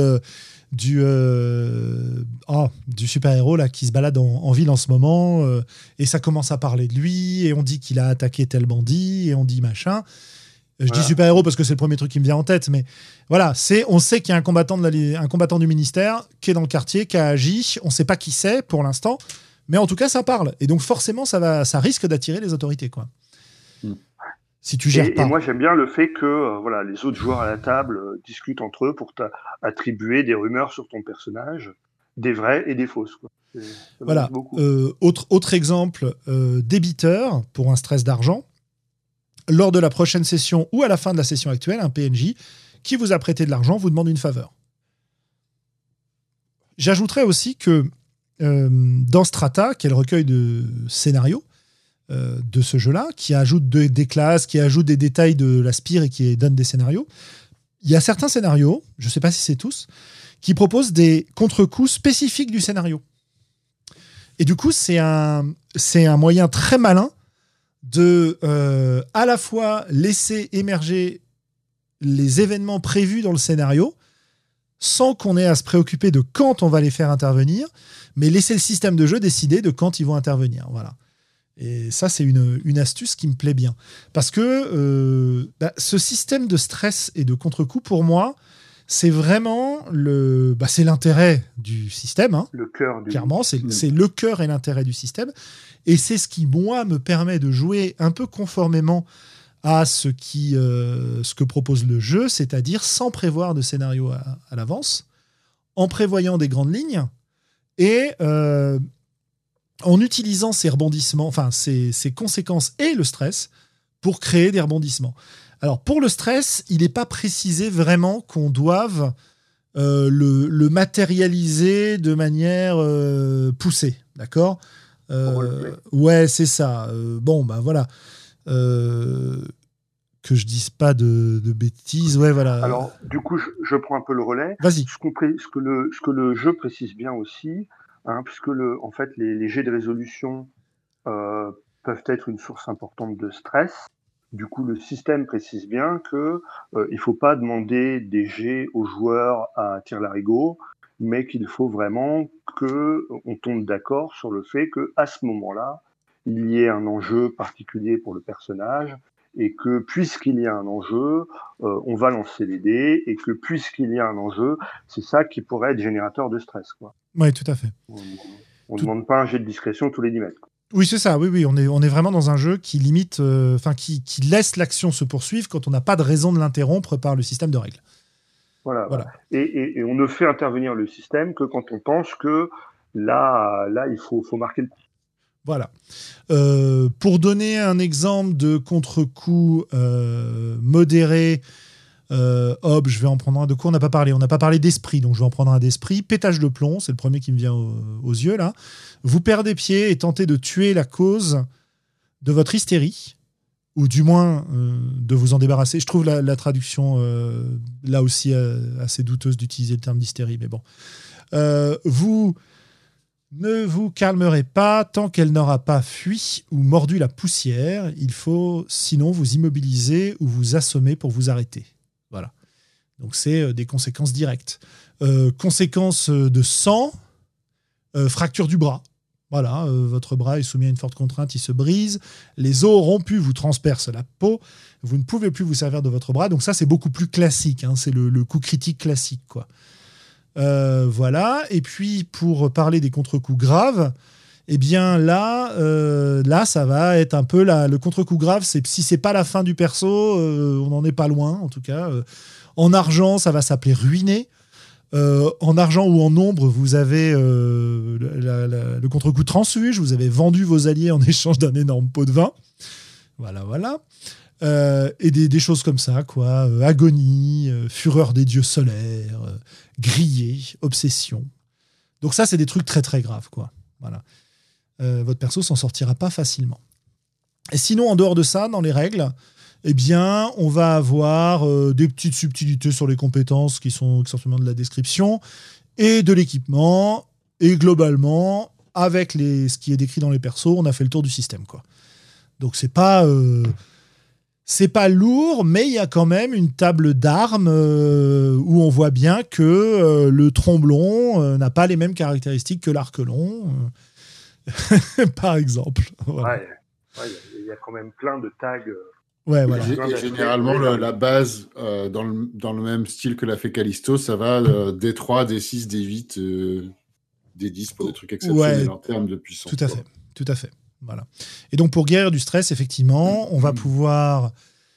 super-héros là qui se balade en ville en ce moment, et ça commence à parler de lui, et on dit qu'il a attaqué tel bandit, et on dit machin. Je dis super-héros parce que c'est le premier truc qui me vient en tête, mais voilà, on sait qu'il y a un combattant du ministère qui est dans le quartier, qui a agi, on sait pas qui c'est pour l'instant, mais en tout cas ça parle, et donc forcément ça risque d'attirer les autorités, quoi. Si tu gères pas. Et moi j'aime bien le fait que les autres joueurs à la table discutent entre eux pour attribuer des rumeurs sur ton personnage, des vraies et des fausses, quoi. Ça Voilà. m'amuse beaucoup. Autre exemple, débiteur pour un stress d'argent. Lors de la prochaine session ou à la fin de la session actuelle, un PNJ qui vous a prêté de l'argent vous demande une faveur. J'ajouterais aussi que dans Strata, qui est le recueil de scénarios de ce jeu-là, qui ajoute des classes, qui ajoute des détails de la spire et qui donne des scénarios, il y a certains scénarios, je ne sais pas si c'est tous, qui proposent des contre-coups spécifiques du scénario. Et du coup, c'est un moyen très malin de à la fois laisser émerger les événements prévus dans le scénario sans qu'on ait à se préoccuper de quand on va les faire intervenir, mais laisser le système de jeu décider de quand ils vont intervenir. Voilà. Et ça, c'est une astuce qui me plaît bien. Parce que ce système de stress et de contre-coup, pour moi, c'est vraiment c'est l'intérêt du système. Hein. Le cœur du... Clairement, c'est le cœur et l'intérêt du système. Et c'est ce qui, moi, me permet de jouer un peu conformément à ce que propose le jeu, c'est-à-dire sans prévoir de scénario à l'avance, en prévoyant des grandes lignes et en utilisant ces rebondissements, enfin ces conséquences et le stress pour créer des rebondissements. Alors, pour le stress, il n'est pas précisé vraiment qu'on doive le matérialiser de manière poussée, d'accord ? Ouais, c'est ça. Voilà. Que je dise pas de bêtises. Ouais, voilà. Alors, du coup, je prends un peu le relais. Vas-y. Ce que le jeu précise bien aussi, puisque en fait, les jets de résolution peuvent être une source importante de stress. Du coup, le système précise bien que il faut pas demander des jets aux joueurs à tire-larigot, mais qu'il faut vraiment que on tombe d'accord sur le fait que à ce moment-là, il y ait un enjeu particulier pour le personnage, et que puisqu'il y a un enjeu, on va lancer les dés, et que puisqu'il y a un enjeu, c'est ça qui pourrait être générateur de stress, quoi. Oui, tout à fait. On ne demande pas un jet de discrétion tous les 10 mètres. Oui, c'est ça. Oui, on est vraiment dans un jeu qui limite, qui laisse l'action se poursuivre quand on n'a pas de raison de l'interrompre par le système de règles. Voilà. Et on ne fait intervenir le système que quand on pense que là, il faut marquer le coup. Voilà. Pour donner un exemple de contre-coup modéré, je vais en prendre un. De quoi on n'a pas parlé ? On n'a pas parlé d'esprit, donc je vais en prendre un d'esprit. Pétage de plomb, c'est le premier qui me vient aux yeux, là. Vous perdez pied et tentez de tuer la cause de votre hystérie, ou du moins de vous en débarrasser. Je trouve la traduction, là aussi, assez douteuse d'utiliser le terme d'hystérie, mais bon. Vous ne vous calmerez pas tant qu'elle n'aura pas fui ou mordu la poussière. Il faut sinon vous immobiliser ou vous assommer pour vous arrêter. Voilà. Donc c'est des conséquences directes. Conséquences de sang, fracture du bras. Voilà, votre bras est soumis à une forte contrainte, il se brise. Les os rompus vous transpercent la peau. Vous ne pouvez plus vous servir de votre bras. Donc ça, c'est beaucoup plus classique. Hein. C'est le coup critique classique, quoi. Voilà. Et puis, pour parler des contre-coups graves, eh bien là, ça va être un peu le contre-coup grave. Si c'est pas la fin du perso, on n'en est pas loin, en tout cas. En argent, ça va s'appeler ruiner. En argent ou en ombre, vous avez le contre-coup transfuge. Vous avez vendu vos alliés en échange d'un énorme pot de vin. Voilà. Et des choses comme ça, quoi. Agonie, fureur des dieux solaires, grillé, obsession. Donc ça, c'est des trucs très très graves, quoi. Voilà. Votre perso s'en sortira pas facilement. Et sinon, en dehors de ça, dans les règles, eh bien, on va avoir des petites subtilités sur les compétences qui sont essentiellement de la description et de l'équipement. Et globalement, avec ce qui est décrit dans les persos, on a fait le tour du système, quoi. Donc, c'est pas lourd, mais il y a quand même une table d'armes où on voit bien que le tromblon n'a pas les mêmes caractéristiques que l'arc-long, par exemple. Voilà. Il y a quand même plein de tags. Ouais, voilà. Et généralement, la base, dans le même style que l'a fait Callisto, ça va D3, D6, D8, D10 pour des trucs exceptionnels en termes de puissance. Tout à fait. Voilà. Et donc, pour guérir du stress, effectivement, on va pouvoir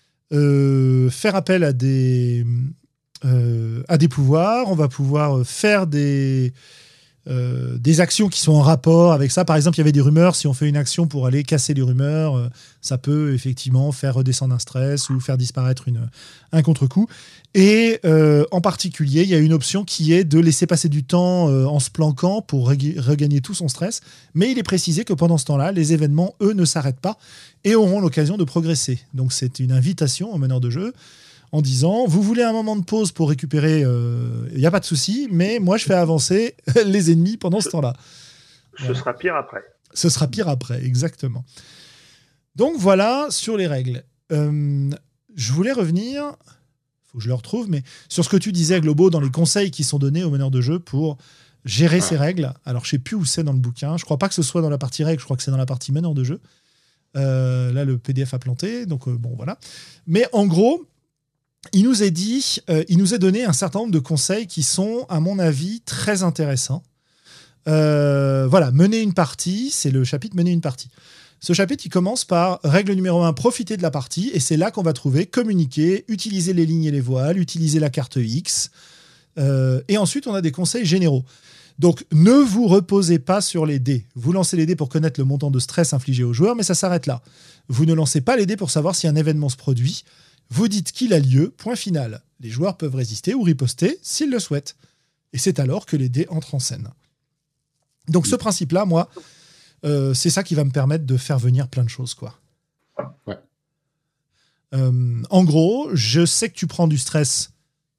faire appel à des pouvoirs, on va pouvoir faire des actions qui sont en rapport avec ça. Par exemple, il y avait des rumeurs. Si on fait une action pour aller casser les rumeurs, ça peut effectivement faire redescendre un stress ou faire disparaître un contre-coup. Et en particulier, il y a une option qui est de laisser passer du temps en se planquant pour regagner tout son stress. Mais il est précisé que pendant ce temps-là, les événements, eux, ne s'arrêtent pas et auront l'occasion de progresser. Donc, c'est une invitation au meneur de jeu en disant, vous voulez un moment de pause pour récupérer, il n'y a pas de souci, mais moi je fais avancer les ennemis pendant ce temps-là. Ce sera pire après. Ce sera pire après, exactement. Donc voilà sur les règles. Je voulais revenir, il faut que je le retrouve, mais sur ce que tu disais, Globo, dans les conseils qui sont donnés aux meneurs de jeu pour gérer ces règles. Alors je ne sais plus où c'est dans le bouquin, je ne crois pas que ce soit dans la partie règles, je crois que c'est dans la partie meneur de jeu. Là, le PDF a planté, donc bon, voilà. Mais en gros, il nous a donné un certain nombre de conseils qui sont, à mon avis, très intéressants. Voilà, mener une partie, c'est le chapitre mener une partie. Ce chapitre, il commence par règle numéro 1, profiter de la partie, et c'est là qu'on va trouver communiquer, utiliser les lignes et les voiles, utiliser la carte X, et ensuite on a des conseils généraux. Donc ne vous reposez pas sur les dés. Vous lancez les dés pour connaître le montant de stress infligé aux joueurs, mais ça s'arrête là. Vous ne lancez pas les dés pour savoir si un événement se produit. Vous dites qu'il a lieu, point final. Les joueurs peuvent résister ou riposter s'ils le souhaitent. Et c'est alors que les dés entrent en scène. Donc ce principe-là, moi, c'est ça qui va me permettre de faire venir plein de choses, quoi. Ouais. En gros, je sais que tu prends du stress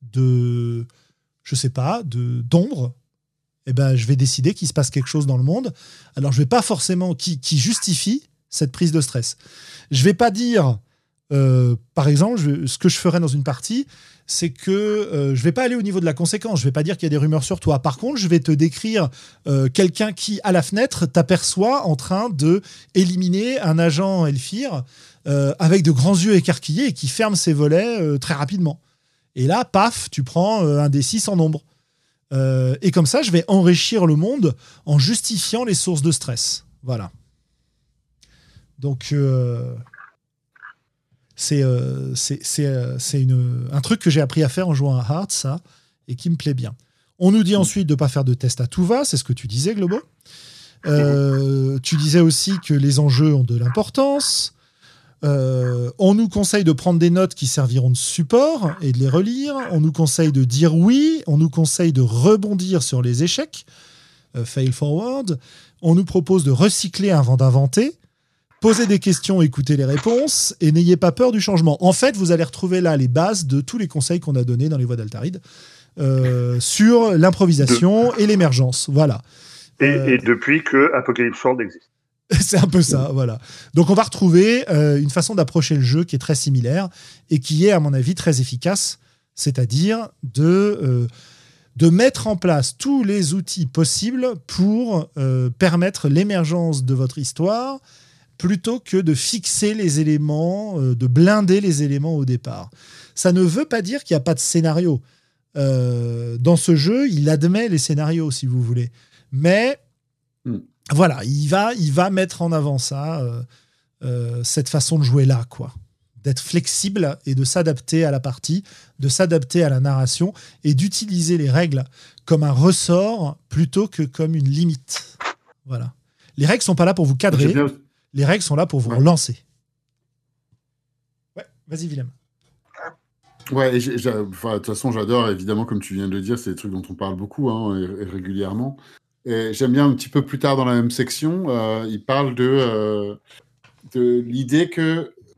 d'ombre. Eh ben, je vais décider qu'il se passe quelque chose dans le monde. Alors, je vais pas forcément qui justifie cette prise de stress. Je vais pas dire... par exemple, ce que je ferais dans une partie, c'est que je vais pas aller au niveau de la conséquence. Je vais pas dire qu'il y a des rumeurs sur toi. Par contre, je vais te décrire quelqu'un qui, à la fenêtre, t'aperçoit en train de éliminer un agent Elfir avec de grands yeux écarquillés et qui ferme ses volets très rapidement. Et là, paf, tu prends un D6 en nombre. Et comme ça, je vais enrichir le monde en justifiant les sources de stress. Voilà. Donc... C'est un truc que j'ai appris à faire en jouant à Hearts, ça, et qui me plaît bien. On nous dit ensuite de ne pas faire de tests à tout va, c'est ce que tu disais, Globo. Tu disais aussi que les enjeux ont de l'importance. On nous conseille de prendre des notes qui serviront de support et de les relire. On nous conseille de dire oui. On nous conseille de rebondir sur les échecs. Fail forward. On nous propose de recycler avant d'inventer. Posez des questions, écoutez les réponses et n'ayez pas peur du changement. En fait, vous allez retrouver là les bases de tous les conseils qu'on a donnés dans les Voies d'Altaride sur l'improvisation et l'émergence. Voilà. Et depuis que Apocalypse World existe. C'est un peu ça, voilà. Donc on va retrouver une façon d'approcher le jeu qui est très similaire et qui est, à mon avis, très efficace, c'est-à-dire de mettre en place tous les outils possibles pour permettre l'émergence de votre histoire, plutôt que de fixer les éléments, de blinder les éléments au départ. Ça ne veut pas dire qu'il n'y a pas de scénario. Dans ce jeu, il admet les scénarios, si vous voulez. Mais voilà, il va mettre en avant ça, cette façon de jouer là, quoi. D'être flexible et de s'adapter à la partie, de s'adapter à la narration et d'utiliser les règles comme un ressort plutôt que comme une limite. Voilà. Les règles ne sont pas là pour vous cadrer. Les règles sont là pour vous relancer. Ouais, vas-y, Willem. Ouais, de toute façon, j'adore, évidemment, comme tu viens de le dire, c'est des trucs dont on parle beaucoup et régulièrement. Et j'aime bien un petit peu plus tard dans la même section, il parle de l'idée que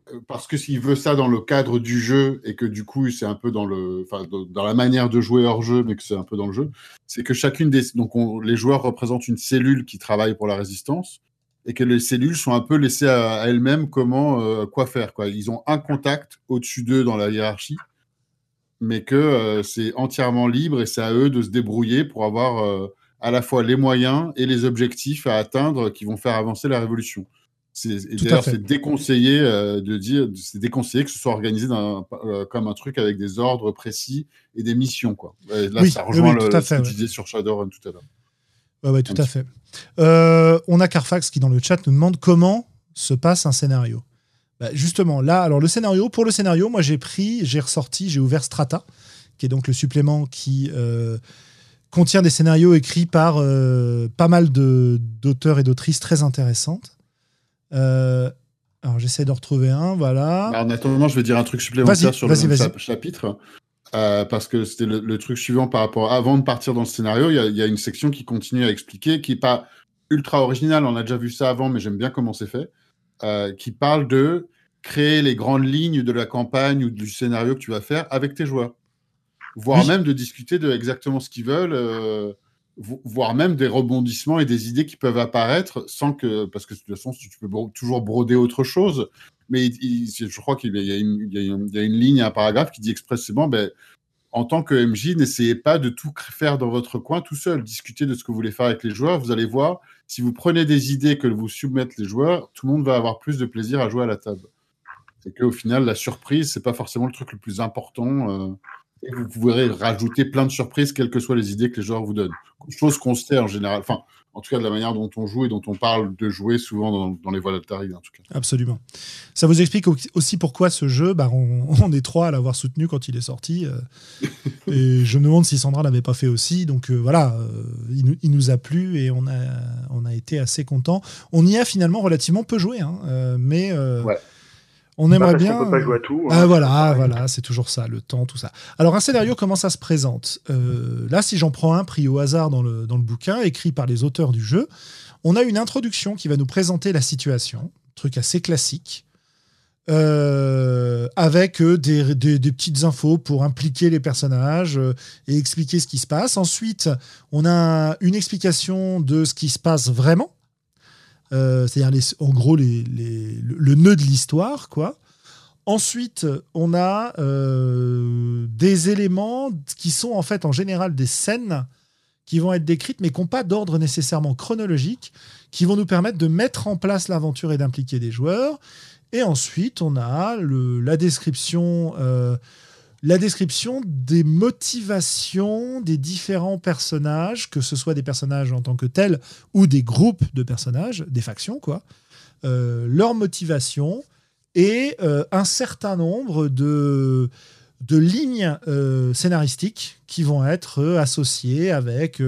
parce que s'il veut ça dans le cadre du jeu et que du coup c'est un peu dans la manière de jouer hors jeu, mais que c'est un peu dans le jeu, c'est que les joueurs représentent une cellule qui travaille pour la résistance et que les cellules sont un peu laissées à elles-mêmes quoi faire, quoi. Ils ont un contact au-dessus d'eux dans la hiérarchie, mais que c'est entièrement libre et c'est à eux de se débrouiller pour avoir à la fois les moyens et les objectifs à atteindre qui vont faire avancer la révolution. D'ailleurs, c'est déconseillé c'est déconseillé que ce soit organisé comme un truc avec des ordres précis et des missions, quoi. Là, ça rejoint ce que tu disais sur Shadowrun tout à l'heure. Oui, tout à fait. On a Carfax qui, dans le chat, nous demande comment se passe un scénario. Justement, là, alors pour le scénario, moi, j'ai ouvert Strata, qui est donc le supplément qui contient des scénarios écrits par pas mal d'auteurs et d'autrices très intéressantes. Alors j'essaie de retrouver un, voilà. En attendant, je vais dire un truc supplémentaire sur le même chapitre, parce que c'était le truc suivant par rapport. Avant de partir dans le scénario, il y a une section qui continue à expliquer, qui n'est pas ultra originale, on a déjà vu ça avant, mais j'aime bien comment c'est fait, qui parle de créer les grandes lignes de la campagne ou du scénario que tu vas faire avec tes joueurs, voire même de discuter de exactement ce qu'ils veulent. Voire même des rebondissements et des idées qui peuvent apparaître parce que de toute façon, tu peux toujours broder autre chose. Mais je crois qu'il y a une ligne, un paragraphe qui dit expressément, en tant que MJ, n'essayez pas de tout faire dans votre coin tout seul. Discutez de ce que vous voulez faire avec les joueurs. Vous allez voir, si vous prenez des idées que vous soumettent les joueurs, tout le monde va avoir plus de plaisir à jouer à la table. Et qu'au final, la surprise, c'est pas forcément le truc le plus important. Et vous pourrez rajouter plein de surprises, quelles que soient les idées que les joueurs vous donnent. Chose qu'on sait en général, enfin, en tout cas de la manière dont on joue et dont on parle de jouer souvent dans les voies d'Altari, en tout cas. Absolument. Ça vous explique aussi pourquoi ce jeu, on est 3 à l'avoir soutenu quand il est sorti. Et je me demande si Sandra l'avait pas fait aussi. Donc voilà, il nous a plu et on a été assez contents. On y a finalement relativement peu joué, mais... Ouais. On aimerait bien. On peut pas jouer à tout. Voilà, c'est toujours ça, le temps, tout ça. Alors, un scénario, comment ça se présente ? Là, si j'en prends un pris au hasard dans le bouquin, écrit par les auteurs du jeu, on a une introduction qui va nous présenter la situation, truc assez classique, avec des petites infos pour impliquer les personnages et expliquer ce qui se passe. Ensuite, on a une explication de ce qui se passe vraiment. C'est-à-dire en gros le nœud de l'histoire, quoi. Ensuite, on a des éléments qui sont en fait en général des scènes qui vont être décrites mais qui n'ont pas d'ordre nécessairement chronologique, qui vont nous permettre de mettre en place l'aventure et d'impliquer des joueurs. Et ensuite, on a la description des motivations des différents personnages, que ce soit des personnages en tant que tels ou des groupes de personnages, des factions, quoi. Leurs motivations et un certain nombre de lignes scénaristiques qui vont être associées avec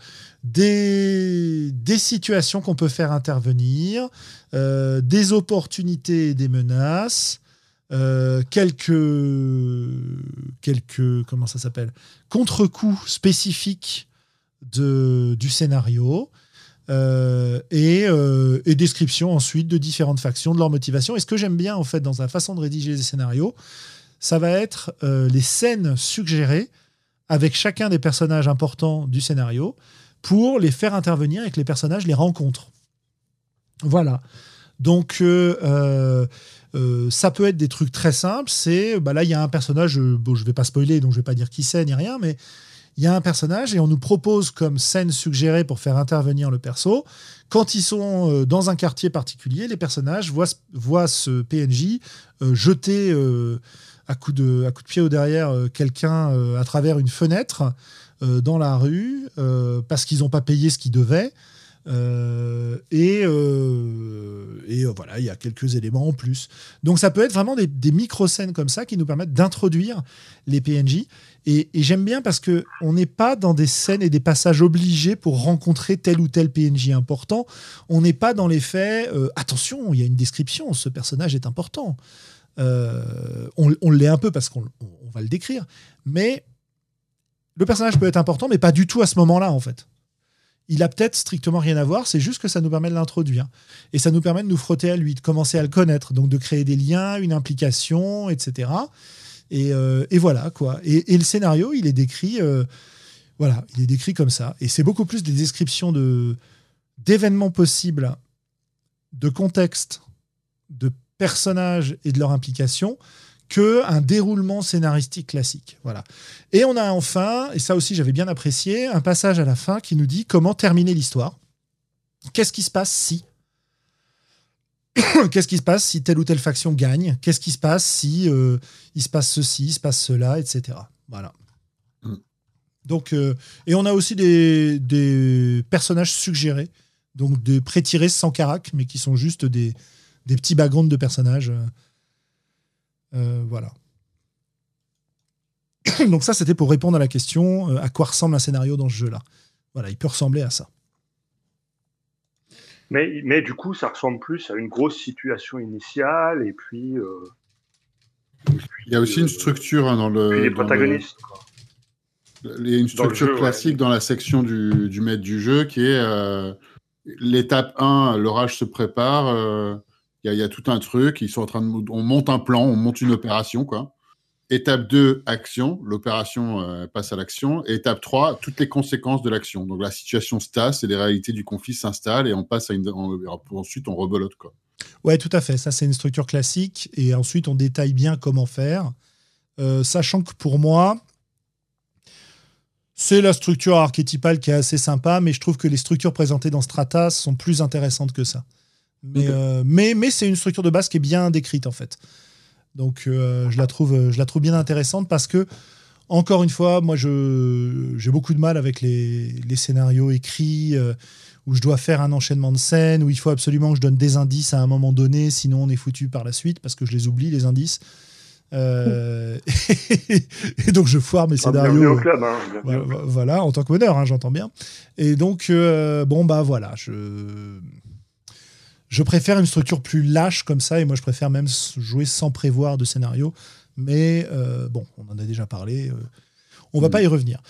des situations qu'on peut faire intervenir, des opportunités et des menaces, quelques comment ça s'appelle, contre-coups spécifiques du scénario, et description ensuite de différentes factions, de leur motivation. Et ce que j'aime bien en fait dans la façon de rédiger les scénarios, ça va être les scènes suggérées avec chacun des personnages importants du scénario pour les faire intervenir et que les personnages les rencontrent. Voilà. Donc ça peut être des trucs très simples. Là, il y a un personnage, je vais pas spoiler, donc je vais pas dire qui c'est ni rien, mais il y a un personnage et on nous propose comme scène suggérée pour faire intervenir le perso. Quand ils sont dans un quartier particulier, les personnages voient ce PNJ jeter à coup de pied au derrière quelqu'un à travers une fenêtre dans la rue parce qu'ils n'ont pas payé ce qu'ils devaient. Et voilà, il y a quelques éléments en plus. Donc ça peut être vraiment des micro-scènes comme ça qui nous permettent d'introduire les PNJ. Et j'aime bien parce qu'on n'est pas dans des scènes et des passages obligés pour rencontrer tel ou tel PNJ important. On n'est pas dans les faits. Attention, il y a une description, ce personnage est important. On l'est un peu parce qu'on va le décrire. Mais le personnage peut être important, mais pas du tout à ce moment-là, en fait. il a peut-être strictement rien à voir, c'est juste que ça nous permet de l'introduire. Et ça nous permet de nous frotter à lui, de commencer à le connaître, donc de créer des liens, une implication, etc. Et voilà, quoi. Et le scénario, il est décrit, il est décrit comme ça. Et c'est beaucoup plus des descriptions d'événements possibles, de contexte, de personnages et de leur implication, qu'un déroulement scénaristique classique. Voilà. Et on a enfin, et ça aussi j'avais bien apprécié, un passage à la fin qui nous dit comment terminer l'histoire. Qu'est-ce qui se passe si Qu'est-ce qui se passe si telle ou telle faction gagne? Qu'est-ce qui se passe si il se passe ceci, il se passe cela, etc. Voilà. Donc, et on a aussi des personnages suggérés, donc des pré-tirés sans carac, mais qui sont juste des petits backgrounds de personnages. Voilà. Donc ça, c'était pour répondre à la question à quoi ressemble un scénario dans ce jeu-là. Voilà, il peut ressembler à ça. Mais du coup, ça ressemble plus à une grosse situation initiale, et puis... il y a aussi une structure dans le... les protagonistes, quoi. Il y a une structure classique dans la section du maître du jeu qui est l'étape 1, l'orage se prépare, il y a tout un truc, ils sont en train on monte un plan, on monte une opération, quoi. Étape 2, action, l'opération passe à l'action. Et étape 3, toutes les conséquences de l'action. Donc la situation se tasse et les réalités du conflit s'installent et on passe à ensuite on rebelote, quoi. Ouais, tout à fait. Ça, c'est une structure classique. Et ensuite, on détaille bien comment faire. Sachant que pour moi, c'est la structure archétypale qui est assez sympa, mais je trouve que les structures présentées dans Strata sont plus intéressantes que ça. Mais c'est une structure de base qui est bien décrite, en fait. Donc, je la trouve bien intéressante parce que, encore une fois, moi, j'ai beaucoup de mal avec les scénarios écrits où je dois faire un enchaînement de scènes, où il faut absolument que je donne des indices à un moment donné, sinon on est foutu par la suite parce que je les oublie, les indices. Et donc je foire mes scénarios. Bienvenue au club, hein, voilà, en tant que meneur, hein, j'entends bien. Et donc voilà, je préfère une structure plus lâche comme ça, et moi je préfère même jouer sans prévoir de scénario. Mais on en a déjà parlé. On va pas y revenir.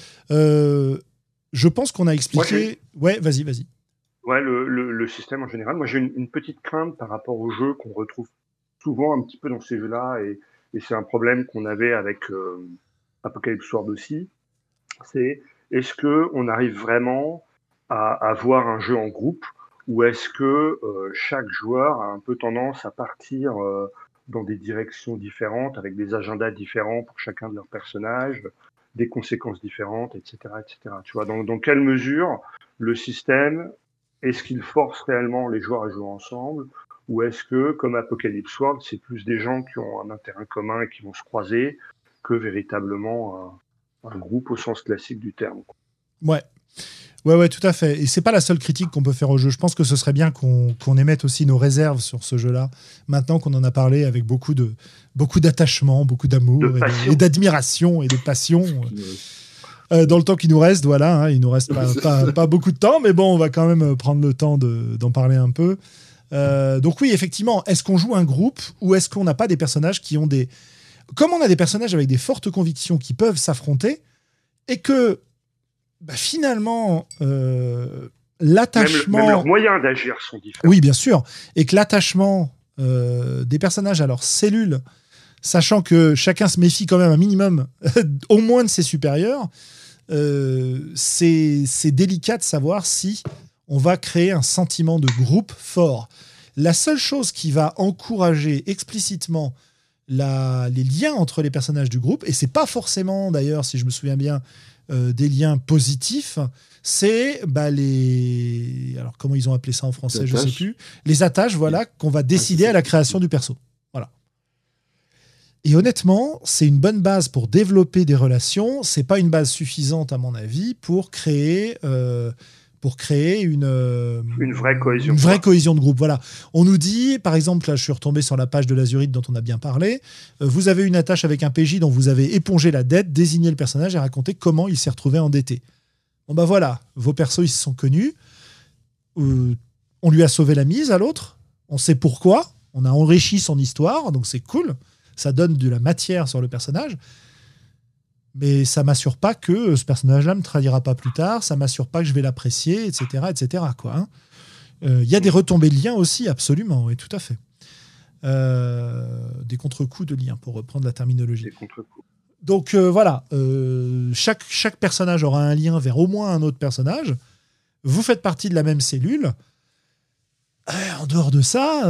Je pense qu'on a expliqué. Ouais, vas-y. Ouais, le système en général. Moi, j'ai une petite crainte par rapport au jeu qu'on retrouve souvent un petit peu dans ces jeux-là, et c'est un problème qu'on avait avec Apocalypse World aussi. C'est est-ce que on arrive vraiment à avoir un jeu en groupe, ou est-ce que chaque joueur a un peu tendance à partir dans des directions différentes, avec des agendas différents pour chacun de leurs personnages, des conséquences différentes, etc., etc. Tu vois, dans quelle mesure le système, est-ce qu'il force réellement les joueurs à jouer ensemble, ou est-ce que, comme Apocalypse World, c'est plus des gens qui ont un intérêt commun et qui vont se croiser que véritablement un groupe au sens classique du terme, quoi. Ouais, tout à fait. Et c'est pas la seule critique qu'on peut faire au jeu. Je pense que ce serait bien qu'on émette aussi nos réserves sur ce jeu-là, maintenant qu'on en a parlé avec beaucoup d'attachement, beaucoup d'amour et d'admiration et de passion. Dans le temps qui nous reste, voilà, hein, il nous reste pas beaucoup de temps, mais bon, on va quand même prendre le temps d'en parler un peu. Donc oui, effectivement, est-ce qu'on joue un groupe, ou est-ce qu'on n'a pas des personnages qui ont des... Comme on a des personnages avec des fortes convictions qui peuvent s'affronter, et que finalement, l'attachement... Même leurs moyens d'agir sont différents. Oui, bien sûr. Et que l'attachement des personnages à leurs cellules, sachant que chacun se méfie quand même un minimum, au moins de ses supérieurs, c'est délicat de savoir si on va créer un sentiment de groupe fort. La seule chose qui va encourager explicitement les liens entre les personnages du groupe, et c'est pas forcément, d'ailleurs, si je me souviens bien, des liens positifs, c'est alors comment ils ont appelé ça en français, je sais plus, les attaches, voilà, qu'on va décider à la création du perso. Voilà. Et honnêtement, c'est une bonne base pour développer des relations. C'est pas une base suffisante, à mon avis, pour créer une vraie cohésion. Une vraie cohésion de groupe. Voilà. On nous dit, par exemple, là, je suis retombé sur la page de l'Azurite dont on a bien parlé. Vous avez une attache avec un PJ dont vous avez épongé la dette, désigné le personnage et raconté comment il s'est retrouvé endetté. Bon, voilà. Vos persos, ils se sont connus. On lui a sauvé la mise à l'autre. On sait pourquoi. On a enrichi son histoire. Donc, c'est cool. Ça donne de la matière sur le personnage. Mais ça m'assure pas que ce personnage-là me trahira pas plus tard, ça m'assure pas que je vais l'apprécier, etc., etc., quoi. Hein. Y a des retombées de liens aussi, absolument, oui, tout à fait. Des contre-coups de liens, pour reprendre la terminologie. Des contre-coups. Donc voilà, chaque personnage aura un lien vers au moins un autre personnage. Vous faites partie de la même cellule. En dehors de ça,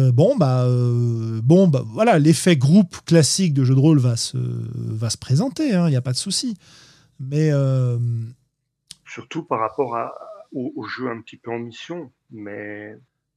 voilà, l'effet groupe classique de jeu de rôle va se présenter, il n'y a pas de souci. Mais surtout par rapport au jeu un petit peu en mission, mais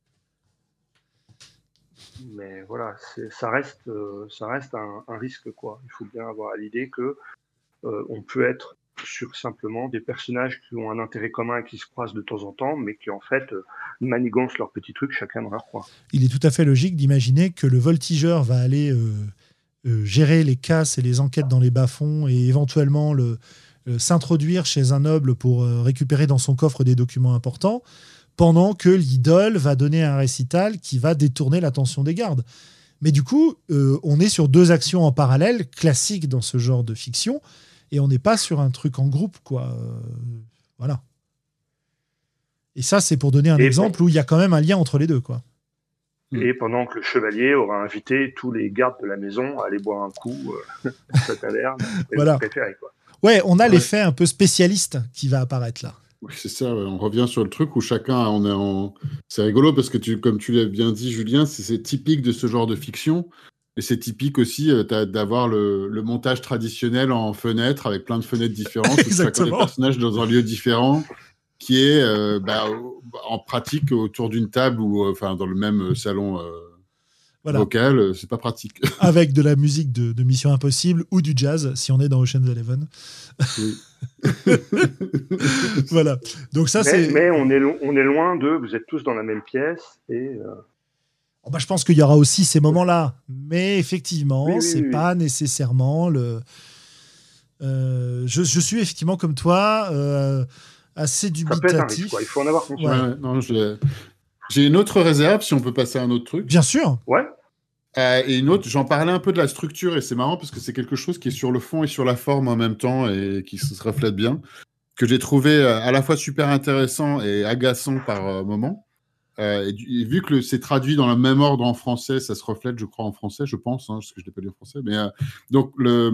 voilà, ça reste un risque, quoi. Il faut bien avoir à l'idée que on peut être sur simplement des personnages qui ont un intérêt commun et qui se croisent de temps en temps, mais qui en fait manigancent leurs petits trucs chacun dans leur coin. Il est tout à fait logique d'imaginer que le voltigeur va aller gérer les casses et les enquêtes dans les bas-fonds et éventuellement s'introduire chez un noble pour récupérer dans son coffre des documents importants, pendant que l'idole va donner un récital qui va détourner l'attention des gardes. Mais du coup, on est sur deux actions en parallèle, classiques dans ce genre de fiction, et on n'est pas sur un truc en groupe, quoi. Voilà. Et ça, c'est pour donner un exemple où il y a quand même un lien entre les deux, quoi. Et pendant que le chevalier aura invité tous les gardes de la maison à aller boire un coup à sa taverne, voilà. Préféré, quoi. Ouais, on a l'effet un peu spécialiste qui va apparaître là. Oui, c'est ça, ouais. On revient sur le truc où chacun, c'est rigolo parce que comme tu l'as bien dit, Julien, c'est typique de ce genre de fiction. Et c'est typique aussi d'avoir le montage traditionnel en fenêtre avec plein de fenêtres différentes. Chacun des personnages dans un lieu différent qui est en pratique autour d'une table ou dans le même salon vocal. C'est pas pratique. Avec de la musique de Mission Impossible ou du jazz si on est dans Ocean's 11. Oui. Voilà. Donc ça, mais on est loin de vous êtes tous dans la même pièce et je pense qu'il y aura aussi ces moments-là, mais effectivement, c'est pas nécessairement le. Je suis effectivement comme toi, assez dubitatif. Ça peut être un risque, quoi. Il faut en avoir conscience. Ouais, non, j'ai une autre réserve, si on peut passer à un autre truc. Bien sûr. Ouais. Et une autre, j'en parlais un peu de la structure, et c'est marrant parce que c'est quelque chose qui est sur le fond et sur la forme en même temps et qui se reflète bien, que j'ai trouvé à la fois super intéressant et agaçant par moments. Et vu que c'est traduit dans le même ordre en français, ça se reflète, je crois, en français, je pense, parce que je ne l'ai pas lu en français. Mais, donc,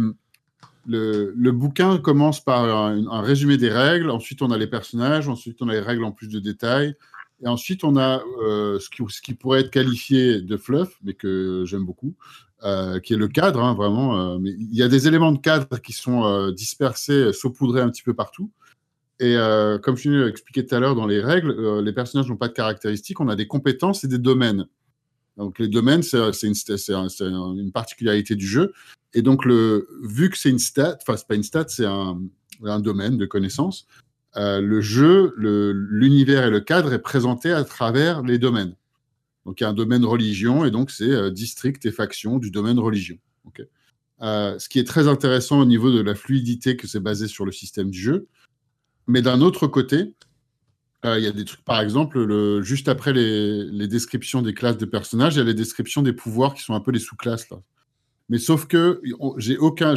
le bouquin commence par un résumé des règles, ensuite on a les personnages, ensuite on a les règles en plus de détails, et ensuite on a ce qui pourrait être qualifié de fluff, mais que j'aime beaucoup, qui est le cadre, vraiment. Mais il y a des éléments de cadre qui sont dispersés, saupoudrés un petit peu partout. Et comme je l'ai expliqué tout à l'heure dans les règles, les personnages n'ont pas de caractéristiques, on a des compétences et des domaines. Donc les domaines, c'est une particularité du jeu. Et donc, vu que c'est une stat, enfin c'est pas une stat, c'est un domaine de connaissances, le jeu, l'univers et le cadre est présenté à travers les domaines. Donc il y a un domaine religion, et donc c'est district et faction du domaine religion. Okay. Ce qui est très intéressant au niveau de la fluidité que c'est basé sur le système du jeu. Mais d'un autre côté, il y a des trucs, par exemple, juste après les descriptions des classes de personnages, il y a les descriptions des pouvoirs qui sont un peu les sous-classes, là. Mais sauf que je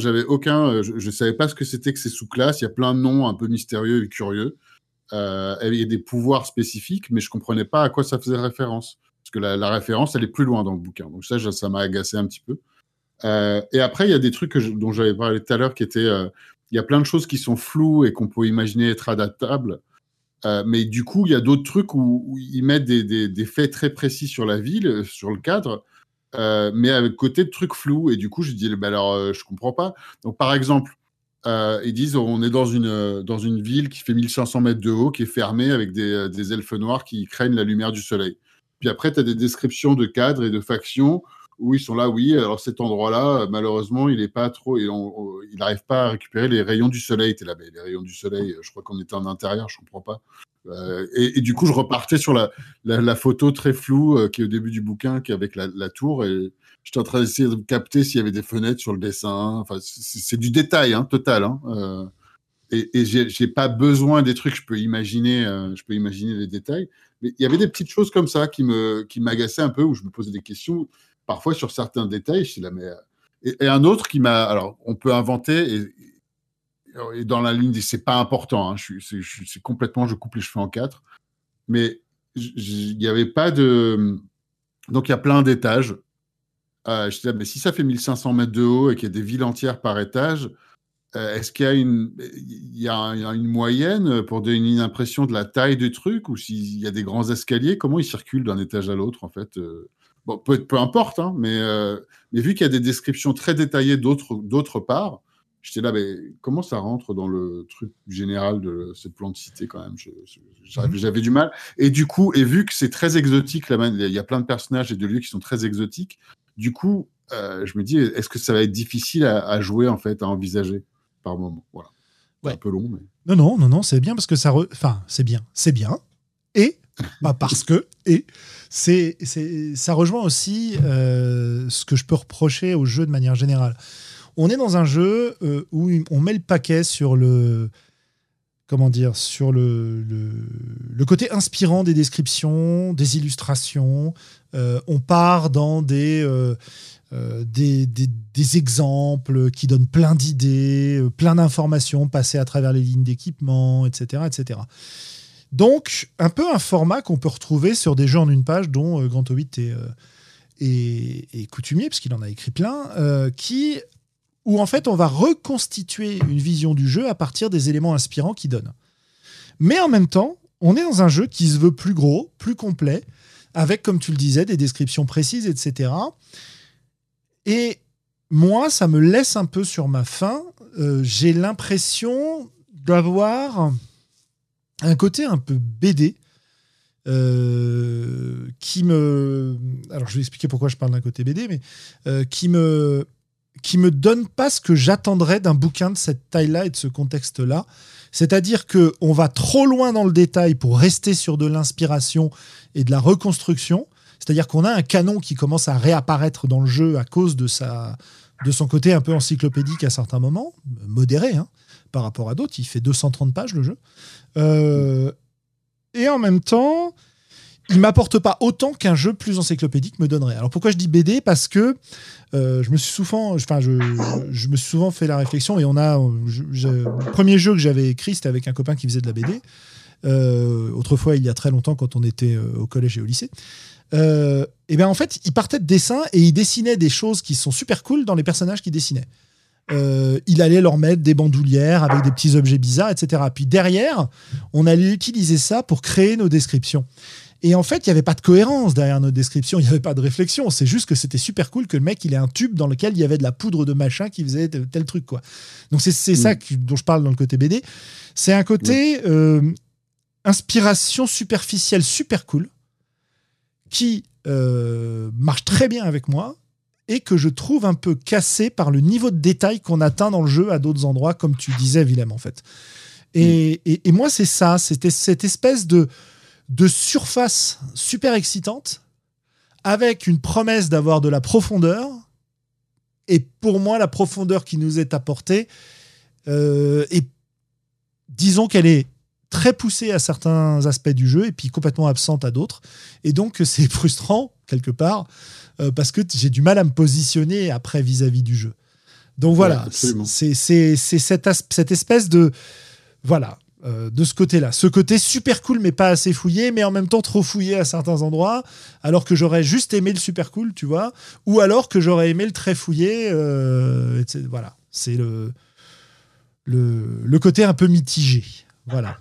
ne savais pas ce que c'était que ces sous-classes. Il y a plein de noms un peu mystérieux et curieux. Il y a des pouvoirs spécifiques, mais je ne comprenais pas à quoi ça faisait référence. Parce que la référence, elle est plus loin dans le bouquin. Donc ça m'a agacé un petit peu. Et après, il y a des trucs dont j'avais parlé tout à l'heure qui étaient... il y a plein de choses qui sont floues et qu'on peut imaginer être adaptables. Mais du coup, il y a d'autres trucs où ils mettent des faits très précis sur la ville, sur le cadre, mais avec côté de trucs flous. Et du coup, je dis, je comprends pas. Donc, par exemple, ils disent, on est dans une ville qui fait 1500 mètres de haut, qui est fermée avec des elfes noirs qui craignent la lumière du soleil. Puis après, tu as des descriptions de cadres et de factions où ils sont là, oui, alors cet endroit-là, malheureusement, il est pas trop, il n'arrive pas à récupérer les rayons du soleil. T'es là, mais les rayons du soleil, je crois qu'on était en intérieur, je comprends pas. Et du coup, je repartais sur la photo très floue qui est au début du bouquin, qui est avec la tour, et j'étais en train d'essayer de capter s'il y avait des fenêtres sur le dessin. Enfin, c'est du détail, total. Et j'ai pas besoin des trucs, je peux imaginer les détails. Mais il y avait des petites choses comme ça qui m'agaçaient un peu, où je me posais des questions. Parfois sur certains détails, je suis là, mais... Et un autre qui m'a... Alors, on peut inventer, et dans la ligne, c'est pas important. Hein, c'est complètement, je coupe les cheveux en quatre. Mais il n'y avait pas de. Donc, il y a plein d'étages. Je disais, mais si ça fait 1500 mètres de haut et qu'il y a des villes entières par étage, est-ce qu'il y a une moyenne pour donner une impression de la taille du truc, ou s'il y a des grands escaliers, comment ils circulent d'un étage à l'autre, en fait? Bon, peu importe, hein, mais vu qu'il y a des descriptions très détaillées d'autre part, j'étais là, mais comment ça rentre dans le truc général de cette plan de cité, quand même? J'avais du mal. Et du coup, et vu que c'est très exotique, là, il y a plein de personnages et de lieux qui sont très exotiques, du coup, je me dis, est-ce que ça va être difficile à jouer, en fait, à envisager par moment? Voilà. C'est un peu long, mais... Non, c'est bien parce que c'est bien. Et, parce que, et, ça rejoint aussi ce que je peux reprocher au jeu de manière générale. On est dans un jeu où on met le paquet sur le côté inspirant des descriptions, des illustrations. On part dans des exemples qui donnent plein d'idées, plein d'informations passées à travers les lignes d'équipement, etc., etc. Donc, un peu un format qu'on peut retrouver sur des jeux en une page, dont Grand 8 est coutumier, parce qu'il en a écrit plein, où en fait on va reconstituer une vision du jeu à partir des éléments inspirants qu'il donne. Mais en même temps, on est dans un jeu qui se veut plus gros, plus complet, avec, comme tu le disais, des descriptions précises, etc. Et moi, ça me laisse un peu sur ma faim. J'ai l'impression d'avoir un côté un peu BD qui me... Alors, je vais expliquer pourquoi je parle d'un côté BD, mais qui me donne pas ce que j'attendrais d'un bouquin de cette taille-là et de ce contexte-là. C'est-à-dire qu'on va trop loin dans le détail pour rester sur de l'inspiration et de la reconstruction. C'est-à-dire qu'on a un canon qui commence à réapparaître dans le jeu à cause de son côté un peu encyclopédique à certains moments, modéré par rapport à d'autres. Il fait 230 pages, le jeu. Et en même temps, il m'apporte pas autant qu'un jeu plus encyclopédique me donnerait. Alors pourquoi je dis BD ? Parce que je me suis souvent fait la réflexion, et le premier jeu que j'avais écrit, c'était avec un copain qui faisait de la BD. Autrefois, il y a très longtemps, quand on était au collège et au lycée. Et bien en fait, il partait de dessins et il dessinait des choses qui sont super cool dans les personnages qu'il dessinait. Il allait leur mettre des bandoulières avec des petits objets bizarres, etc. Puis derrière, on allait utiliser ça pour créer nos descriptions. Et en fait, il n'y avait pas de cohérence derrière nos descriptions, il n'y avait pas de réflexion. C'est juste que c'était super cool que le mec, il ait un tube dans lequel il y avait de la poudre de machin qui faisait tel truc, quoi. Donc c'est ça dont je parle dans le côté BD. C'est un côté inspiration superficielle super cool qui marche très bien avec moi et que je trouve un peu cassé par le niveau de détail qu'on atteint dans le jeu à d'autres endroits, comme tu disais, Willem, en fait. Et moi, c'est ça, c'était cette espèce de surface super excitante avec une promesse d'avoir de la profondeur. Et pour moi, la profondeur qui nous est apportée, disons qu'elle est très poussée à certains aspects du jeu et puis complètement absente à d'autres. Et donc, c'est frustrant, quelque part, parce que j'ai du mal à me positionner après vis-à-vis du jeu. Donc voilà, c'est cette espèce de... Voilà, de ce côté-là. Ce côté super cool, mais pas assez fouillé, mais en même temps trop fouillé à certains endroits, alors que j'aurais juste aimé le super cool, tu vois, ou alors que j'aurais aimé le très fouillé. Voilà, c'est le côté un peu mitigé. Voilà.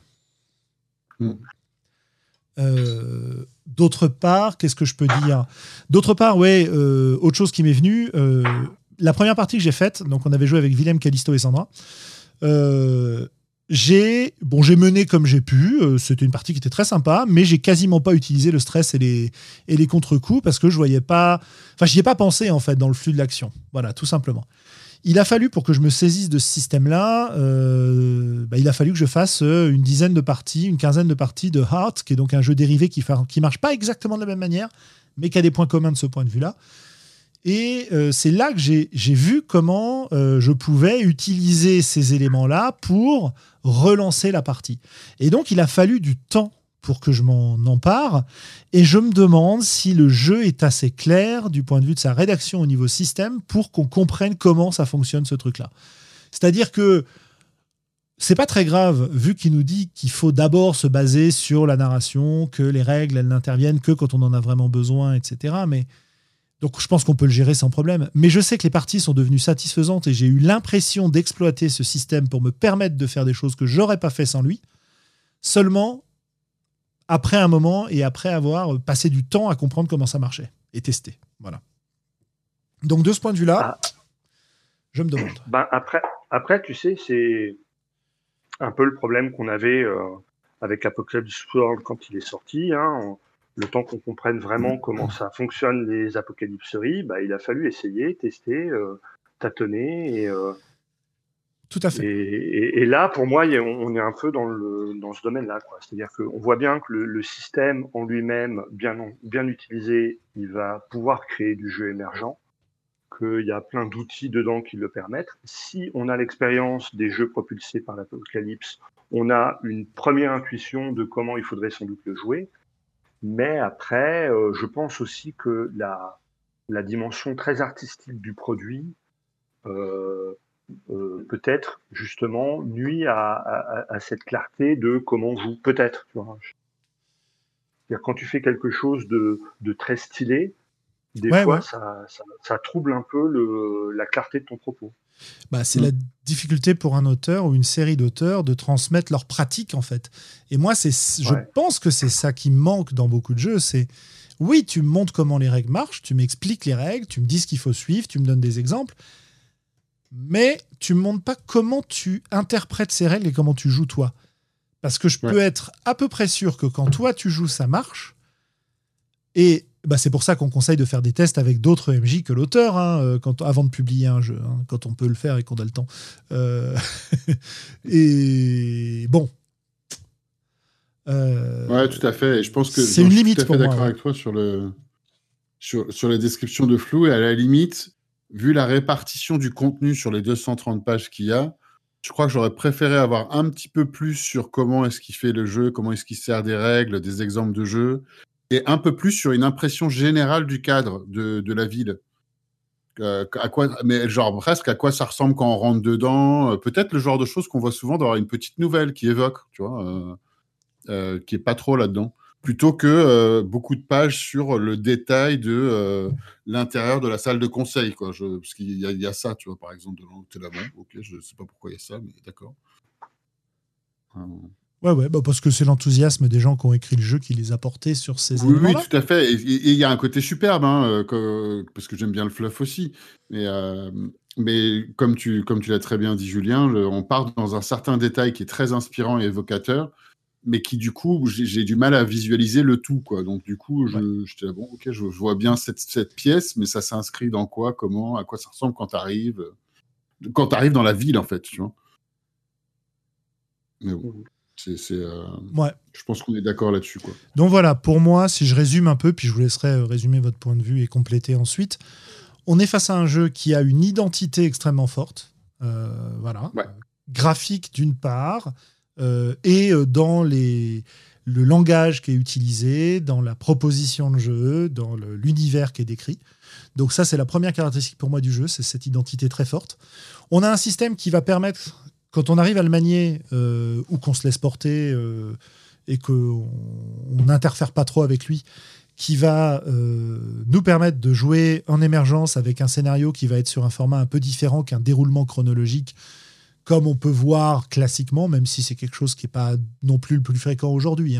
D'autre part, qu'est-ce que je peux dire ? D'autre part, autre chose qui m'est venue, la première partie que j'ai faite, donc on avait joué avec Willem, Callisto et Sandra, j'ai mené comme j'ai pu, c'était une partie qui était très sympa, mais j'ai quasiment pas utilisé le stress et les contre-coups parce que je voyais pas, j'y ai pas pensé en fait dans le flux de l'action. Voilà, tout simplement. Il a fallu, pour que je me saisisse de ce système-là, il a fallu que je fasse une quinzaine de parties de Heart, qui est donc un jeu dérivé qui marche pas exactement de la même manière, mais qui a des points communs de ce point de vue-là. Et c'est là que j'ai vu comment je pouvais utiliser ces éléments-là pour relancer la partie. Et donc, il a fallu du temps pour que je m'en empare. Et je me demande si le jeu est assez clair du point de vue de sa rédaction au niveau système pour qu'on comprenne comment ça fonctionne, ce truc-là. C'est-à-dire que c'est pas très grave, vu qu'il nous dit qu'il faut d'abord se baser sur la narration, que les règles, elles n'interviennent que quand on en a vraiment besoin, etc. Mais donc, je pense qu'on peut le gérer sans problème. Mais je sais que les parties sont devenues satisfaisantes et j'ai eu l'impression d'exploiter ce système pour me permettre de faire des choses que j'aurais pas fait sans lui. Seulement, après un moment et après avoir passé du temps à comprendre comment ça marchait et tester. Voilà. Donc, de ce point de vue-là, je me demande. Après, tu sais, c'est un peu le problème qu'on avait avec Apocalypse World quand il est sorti. Le temps qu'on comprenne vraiment comment ça fonctionne les apocalypseries, il a fallu essayer, tester, tâtonner. Tout à fait. Et là, pour moi, on est un peu dans ce domaine-là, quoi. C'est-à-dire qu'on voit bien que le système en lui-même, bien utilisé, il va pouvoir créer du jeu émergent, qu'il y a plein d'outils dedans qui le permettent. Si on a l'expérience des jeux propulsés par l'Apocalypse, on a une première intuition de comment il faudrait sans doute le jouer. Mais après, je pense aussi que la dimension très artistique du produit peut-être justement nuit à cette clarté de comment on joue. Peut-être, tu vois. C'est-à-dire, quand tu fais quelque chose de très stylé, des fois, ça trouble un peu la clarté de ton propos. C'est la difficulté pour un auteur ou une série d'auteurs de transmettre leur pratique, en fait. Et moi, je pense que c'est ça qui manque dans beaucoup de jeux. C'est, oui, tu me montres comment les règles marchent, tu m'expliques les règles, tu me dis ce qu'il faut suivre, tu me donnes des exemples, mais tu me montres pas comment tu interprètes ces règles et comment tu joues toi. Parce que je peux être à peu près sûr que quand toi tu joues, ça marche. Et c'est pour ça qu'on conseille de faire des tests avec d'autres MJ que l'auteur, avant de publier un jeu, quand on peut le faire et qu'on a le temps. Et bon. Ouais, tout à fait. Et je pense que c'est une limite je suis tout à fait pour moi. D'accord avec toi sur la description de flou. Et à la limite, vu la répartition du contenu sur les 230 pages qu'il y a, je crois que j'aurais préféré avoir un petit peu plus sur comment est-ce qu'il fait le jeu, comment est-ce qu'il sert des règles, des exemples de jeu, et un peu plus sur une impression générale du cadre de la ville. Mais genre presque à quoi ça ressemble quand on rentre dedans. Peut-être le genre de choses qu'on voit souvent d'avoir une petite nouvelle qui évoque, tu vois, qui est pas trop là-dedans. Plutôt que beaucoup de pages sur le détail de l'intérieur de la salle de conseil, quoi. Parce qu'il y a ça, tu vois, par exemple, devant où t'es là, bon, ok, je sais pas pourquoi il y a ça, mais d'accord. Ouais, parce que c'est l'enthousiasme des gens qui ont écrit le jeu qui les a portés sur ces éléments-là. Oui, tout à fait. Et il y a un côté superbe, parce que j'aime bien le fluff aussi. Mais comme tu l'as très bien dit, Julien, on part dans un certain détail qui est très inspirant et évocateur, mais qui, du coup, j'ai du mal à visualiser le tout, quoi. Donc, du coup, j'étais là, bon, ok, je vois bien cette pièce, mais ça s'inscrit dans quoi, comment, à quoi ça ressemble quand t'arrives dans la ville, en fait, tu vois. Mais bon. Je pense qu'on est d'accord là-dessus, quoi. Donc voilà, pour moi, si je résume un peu, puis je vous laisserai résumer votre point de vue et compléter ensuite, on est face à un jeu qui a une identité extrêmement forte, graphique d'une part, et dans le langage qui est utilisé, dans la proposition de jeu, dans l'univers qui est décrit. Donc ça, c'est la première caractéristique pour moi du jeu, c'est cette identité très forte. On a un système qui va permettre, quand on arrive à le manier, ou qu'on se laisse porter et qu'on n'interfère pas trop avec lui, qui va nous permettre de jouer en émergence avec un scénario qui va être sur un format un peu différent qu'un déroulement chronologique, comme on peut voir classiquement, même si c'est quelque chose qui n'est pas non plus le plus fréquent aujourd'hui.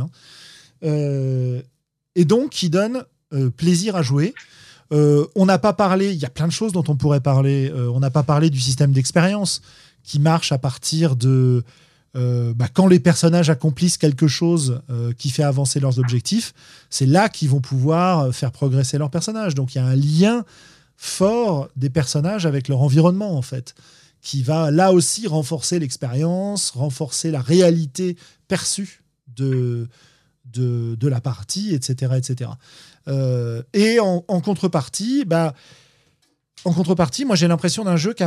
Et donc, qui donne plaisir à jouer. On n'a pas parlé, il y a plein de choses dont on pourrait parler. On n'a pas parlé du système d'expérience qui marche à partir de quand les personnages accomplissent quelque chose qui fait avancer leurs objectifs, c'est là qu'ils vont pouvoir faire progresser leurs personnages. Donc il y a un lien fort des personnages avec leur environnement, en fait, qui va là aussi renforcer l'expérience, renforcer la réalité perçue de la partie, etc. etc. Et en contrepartie, moi j'ai l'impression d'un jeu qui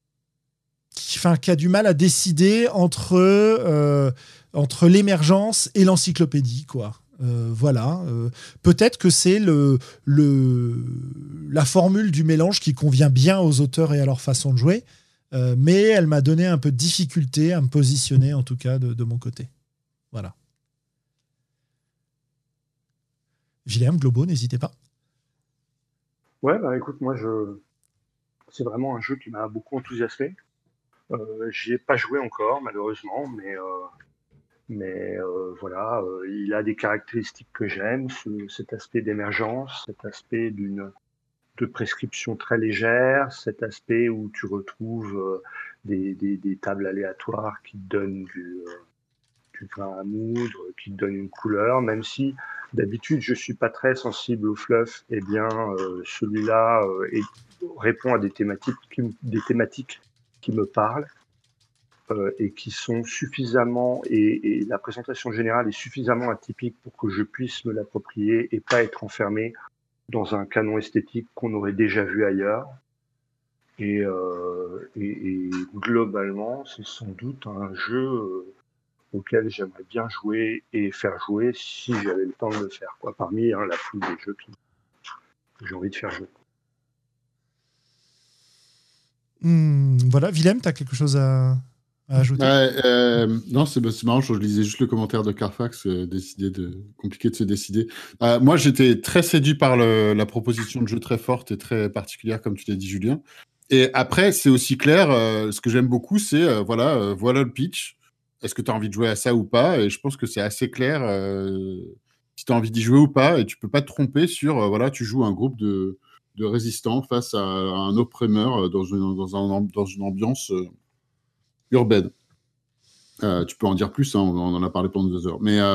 a du mal à décider entre l'émergence et l'encyclopédie, quoi. Peut-être que c'est la formule du mélange qui convient bien aux auteurs et à leur façon de jouer. Mais elle m'a donné un peu de difficulté à me positionner, en tout cas, de mon côté. Voilà. Willem, Globo, n'hésitez pas. Ouais, bah écoute, c'est vraiment un jeu qui m'a beaucoup enthousiasmé. J'y ai pas joué encore, malheureusement, mais voilà, il a des caractéristiques que j'aime, cet aspect d'émergence, cet aspect de prescription très légère, cet aspect où tu retrouves des tables aléatoires qui te donnent du grain à moudre, qui te donnent une couleur, même si d'habitude je suis pas très sensible au fluff, eh bien celui-là répond à des thématiques qui me parlent et qui sont suffisamment, et la présentation générale est suffisamment atypique pour que je puisse me l'approprier et pas être enfermé dans un canon esthétique qu'on aurait déjà vu ailleurs. Et globalement, c'est sans doute un jeu auquel j'aimerais bien jouer et faire jouer si j'avais le temps de le faire, quoi, parmi la foule des jeux que j'ai envie de faire jouer. Voilà, Willem, tu as quelque chose à ajouter? Non, c'est marrant, je lisais juste le commentaire de Carfax, compliqué de se décider. Moi, j'étais très séduit par la proposition de jeu très forte et très particulière, comme tu l'as dit, Julien. Et après, c'est aussi clair, ce que j'aime beaucoup, c'est, voilà le pitch. Est-ce que tu as envie de jouer à ça ou pas? Et je pense que c'est assez clair si tu as envie d'y jouer ou pas. Et tu peux pas te tromper sur, voilà, tu joues un groupe de résistants face à un opprimeur dans une ambiance urbaine. Tu peux en dire plus, hein, on en a parlé pendant 2 heures. Mais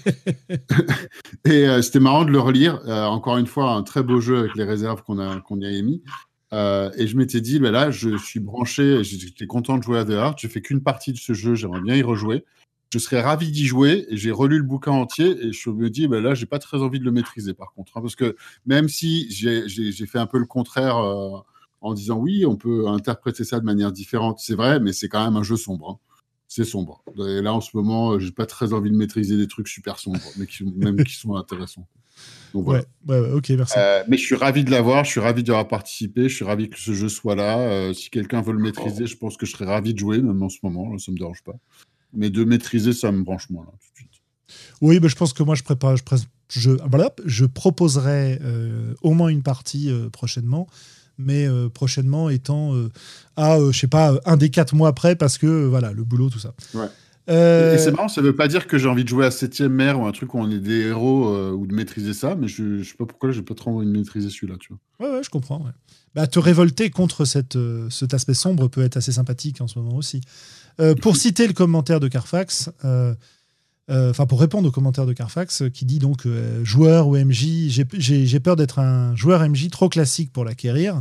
c'était marrant de le relire. Encore une fois, un très beau jeu avec les réserves qu'on y a émis. Et je m'étais dit, bah là, je suis branché, j'étais content de jouer à The Heart. J'ai fait qu'une partie de ce jeu, j'aimerais bien y rejouer. Je serais ravi d'y jouer. Et j'ai relu le bouquin entier et je me dis, bah là, j'ai pas très envie de le maîtriser par contre, hein, parce que même si j'ai fait un peu le contraire en disant oui, on peut interpréter ça de manière différente, c'est vrai, mais c'est quand même un jeu sombre. Hein. C'est sombre. Et là, en ce moment, j'ai pas très envie de maîtriser des trucs super sombres, mais qui sont intéressants. Donc voilà. Ouais, ok, merci. Mais je suis ravi de l'avoir, je suis ravi d'y avoir participé, je suis ravi que ce jeu soit là. Si quelqu'un veut le maîtriser, je pense que je serais ravi de jouer, même en ce moment, là, ça me dérange pas. Mais de maîtriser, ça me branche moins, là, tout de suite. Oui, je pense que moi, je proposerai au moins une partie prochainement, mais prochainement étant je sais pas, 1 des 4 mois après, parce que voilà, le boulot, tout ça. Ouais. Et c'est marrant, ça veut pas dire que j'ai envie de jouer à 7ème mer ou un truc où on est des héros ou de maîtriser ça, mais je sais pas pourquoi j'ai pas trop envie de maîtriser celui-là, tu vois. Ouais, je comprends. Ouais. Bah, te révolter contre cet aspect sombre peut être assez sympathique en ce moment aussi. Pour citer le commentaire de Carfax, pour répondre au commentaire de Carfax, qui dit donc joueur ou MJ, j'ai peur d'être un joueur MJ trop classique pour l'acquérir.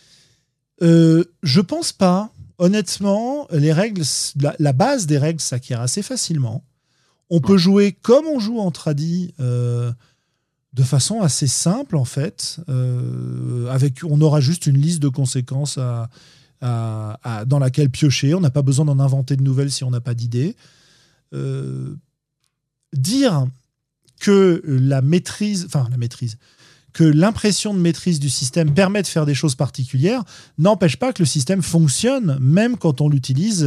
Je pense pas. Honnêtement, les règles, la base des règles s'acquiert assez facilement. On peut jouer comme on joue en tradi, de façon assez simple en fait. On aura juste une liste de conséquences dans laquelle piocher. On n'a pas besoin d'en inventer de nouvelles si on n'a pas d'idée. Dire que que l'impression de maîtrise du système permet de faire des choses particulières n'empêche pas que le système fonctionne, même quand on l'utilise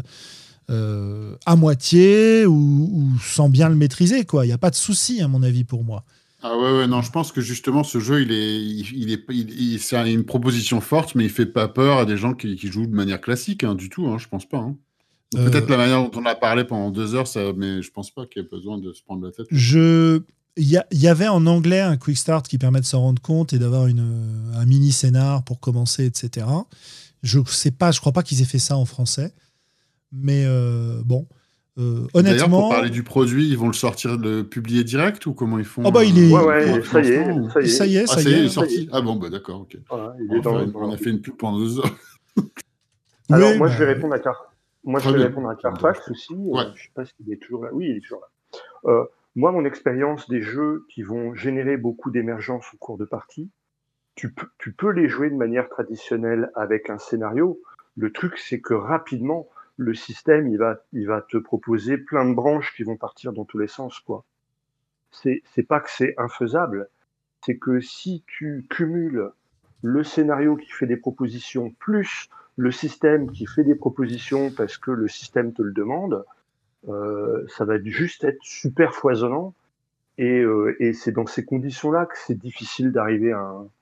à moitié ou sans bien le maîtriser, quoi. Il n'y a pas de souci, à mon avis, pour moi. Ah ouais, non, je pense que justement, ce jeu, c'est une proposition forte, mais il fait pas peur à des gens qui jouent de manière classique, hein, du tout, hein, je pense pas. Hein. Peut-être la manière dont on a parlé pendant 2 heures, mais je pense pas qu'il y ait besoin de se prendre la tête. Il y avait en anglais un quick start qui permet de s'en rendre compte et d'avoir un mini scénar pour commencer, etc. Je crois pas qu'ils aient fait ça en français. Mais bon, honnêtement... D'ailleurs, pour parler du produit, ils vont le sortir, le publier direct ou comment ils font? Oh bah il est... Ouais, ça y est, ça y est, il est sorti. Ah bon, bah d'accord, ok. Voilà, on a fait une pub pendant 2 heures. Alors, moi, je vais répondre à Carfax aussi. Ouais. Je sais pas s'il est toujours là. Oui, il est toujours là. Moi, mon expérience des jeux qui vont générer beaucoup d'émergence au cours de partie, tu peux les jouer de manière traditionnelle avec un scénario. Le truc, c'est que rapidement, le système, il va te proposer plein de branches qui vont partir dans tous les sens, quoi. C'est pas que c'est infaisable, c'est que si tu cumules le scénario qui fait des propositions plus le système qui fait des propositions parce que le système te le demande, ça va juste être super foisonnant. Et c'est dans ces conditions-là que c'est difficile d'arriver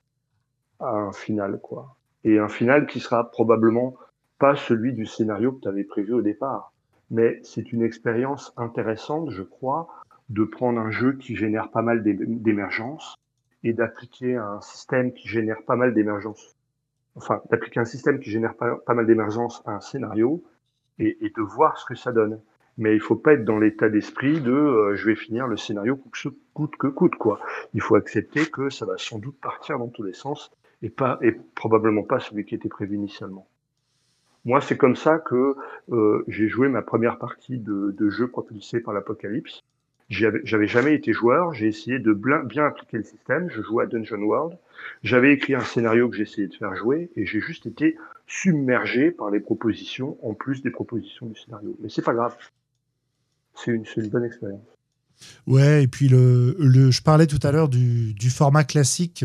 à un final, quoi. Et un final qui sera probablement pas celui du scénario que tu avais prévu au départ. Mais c'est une expérience intéressante, je crois, de prendre un jeu qui génère pas mal d'émergences et d'appliquer un système qui génère pas mal d'émergences. Enfin, d'appliquer un système qui génère pas mal d'émergences à un scénario et de voir ce que ça donne. Mais il faut pas être dans l'état d'esprit de je vais finir le scénario coûte que coûte, quoi. Il faut accepter que ça va sans doute partir dans tous les sens et probablement pas celui qui était prévu initialement. Moi, c'est comme ça que j'ai joué ma première partie de jeu propulsé par l'apocalypse. J'avais jamais été joueur, j'ai essayé de bien appliquer le système, je jouais à Dungeon World, j'avais écrit un scénario que j'essayais de faire jouer et j'ai juste été submergé par les propositions en plus des propositions du scénario. Mais c'est pas grave, c'est une bonne expérience. Ouais, et puis je parlais tout à l'heure du format classique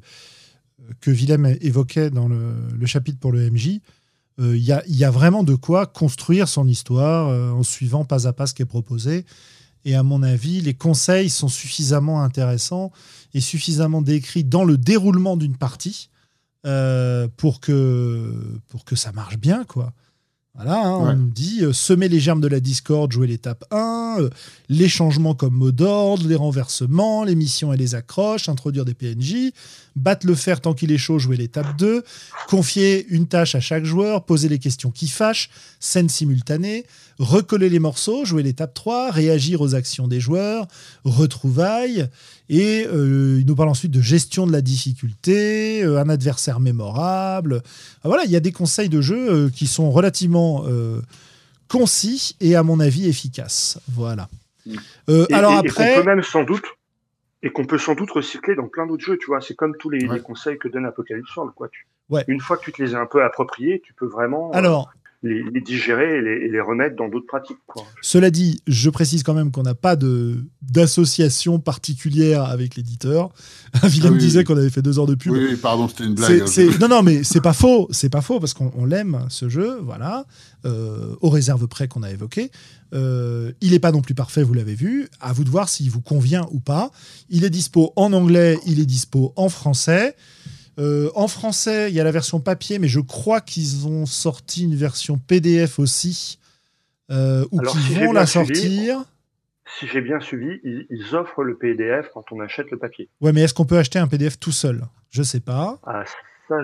que Willem évoquait dans le chapitre pour le MJ. Il y a vraiment de quoi construire son histoire en suivant pas à pas ce qui est proposé. Et à mon avis, les conseils sont suffisamment intéressants et suffisamment décrits dans le déroulement d'une partie pour que ça marche bien, quoi. Voilà, hein, Ouais. on nous dit semer les germes de la discorde, jouer l'étape 1, les changements comme mot d'ordre, les renversements, les missions et les accroches, introduire des PNJ, battre le fer tant qu'il est chaud, jouer l'étape 2, confier une tâche à chaque joueur, poser les questions qui fâchent, scène simultanée, recoller les morceaux, jouer l'étape 3, réagir aux actions des joueurs, retrouvailles, et il nous parle ensuite de gestion de la difficulté, un adversaire mémorable. Ah, voilà, il y a des conseils de jeu qui sont relativement concis et à mon avis efficaces. Voilà. Alors après, qu'on peut sans doute recycler dans plein d'autres jeux, tu vois. C'est comme tous les conseils que donne Apocalypse World, quoi. Une fois que tu te les as un peu appropriés, tu peux vraiment les digérer et les remettre dans d'autres pratiques, quoi. Cela dit, je précise quand même qu'on n'a pas d'association particulière avec l'éditeur. Willem disait qu'on avait fait 2 heures de pub. Oui, pardon, c'était une blague. Non, mais c'est pas faux. C'est pas faux parce qu'on l'aime, ce jeu, voilà, aux réserves près qu'on a évoquées. Il n'est pas non plus parfait, vous l'avez vu. À vous de voir s'il vous convient ou pas. Il est dispo en anglais, il est dispo en français. En français, il y a la version papier, mais je crois qu'ils ont sorti une version PDF aussi, ou qu'ils vont la sortir. Si j'ai bien suivi, ils offrent le PDF quand on achète le papier. Ouais, mais est-ce qu'on peut acheter un PDF tout seul ? Je sais pas. Ah, ça,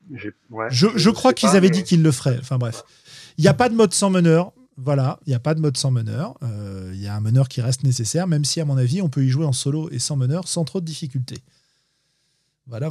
je crois qu'ils avaient dit qu'ils le feraient. Enfin bref. Il n'y a pas de mode sans meneur. Voilà, il n'y a pas de mode sans meneur. Il y a un meneur qui reste nécessaire, même si, à mon avis, on peut y jouer en solo et sans meneur sans trop de difficultés. Voilà.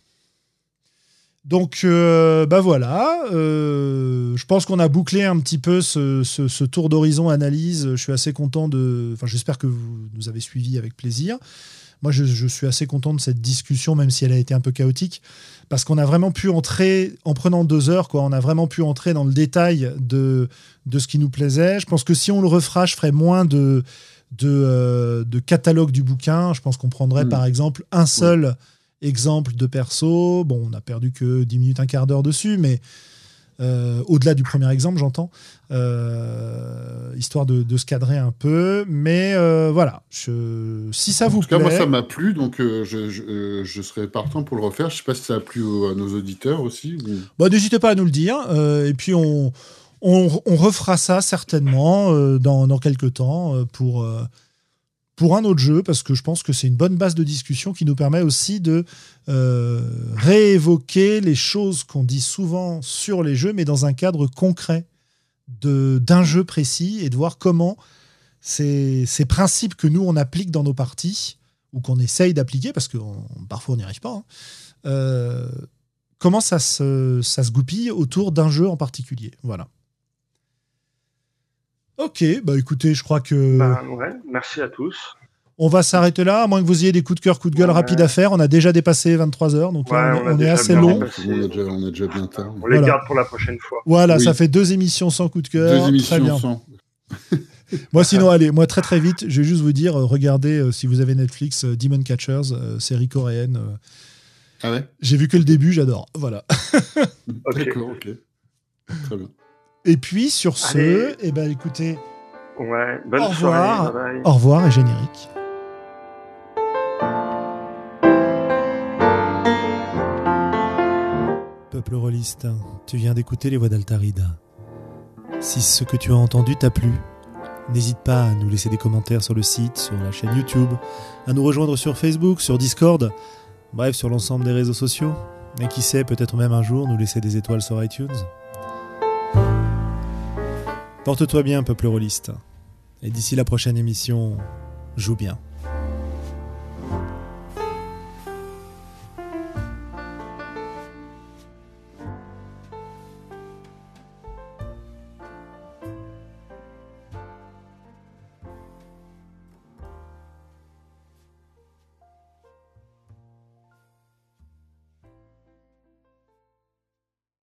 Donc, voilà. Je pense qu'on a bouclé un petit peu ce tour d'horizon analyse. Je suis assez content j'espère que vous nous avez suivis avec plaisir. Moi, je suis assez content de cette discussion, même si elle a été un peu chaotique, parce qu'on a vraiment pu entrer, en prenant 2 heures, quoi, on a vraiment pu entrer dans le détail de ce qui nous plaisait. Je pense que si on le refera, je ferai moins de catalogue du bouquin. Je pense qu'on prendrait, par exemple, un seul exemple de perso. Bon, on n'a perdu que 10 minutes, un quart d'heure dessus, mais au-delà du premier exemple, j'entends, histoire de se cadrer un peu. Mais voilà, si ça vous plaît... En tout cas, moi, ça m'a plu, donc je serais partant pour le refaire. Je ne sais pas si ça a plu à nos auditeurs aussi. Ou... Bah, n'hésitez pas à nous le dire. Et puis, on refera ça certainement dans quelques temps pour un autre jeu, parce que je pense que c'est une bonne base de discussion qui nous permet aussi de réévoquer les choses qu'on dit souvent sur les jeux, mais dans un cadre concret d'un jeu précis, et de voir comment ces principes que nous, on applique dans nos parties, ou qu'on essaye d'appliquer, parce que parfois on n'y arrive pas, comment ça se goupille autour d'un jeu en particulier. Voilà. Ok, bah écoutez, je crois que... merci à tous. On va s'arrêter là, à moins que vous ayez des coups de cœur, coups de gueule rapides à faire. On a déjà dépassé 23 heures, donc là, on est assez long. On est déjà bien tard. On les garde pour la prochaine fois. Voilà, ça fait 2 émissions sans coup de cœur. 2 émissions très bien. sans... Moi, sinon, allez, très très vite, je vais juste vous dire, regardez, si vous avez Netflix, Demon Catchers, série coréenne. Ah ouais ? J'ai vu que le début, j'adore. Voilà. Okay. D'accord, ok. Très bien. Et puis, sur Allez. ce, écoutez, Ouais, bonne au soirée. revoir. Bye bye. Au revoir et générique. Peuple rôliste, tu viens d'écouter les voix d'Altarida. Si ce que tu as entendu t'a plu, n'hésite pas à nous laisser des commentaires sur le site, sur la chaîne YouTube, à nous rejoindre sur Facebook, sur Discord, bref, sur l'ensemble des réseaux sociaux. Et qui sait, peut-être même un jour nous laisser des étoiles sur iTunes. Porte-toi bien, peuple rôliste. Et d'ici la prochaine émission, joue bien.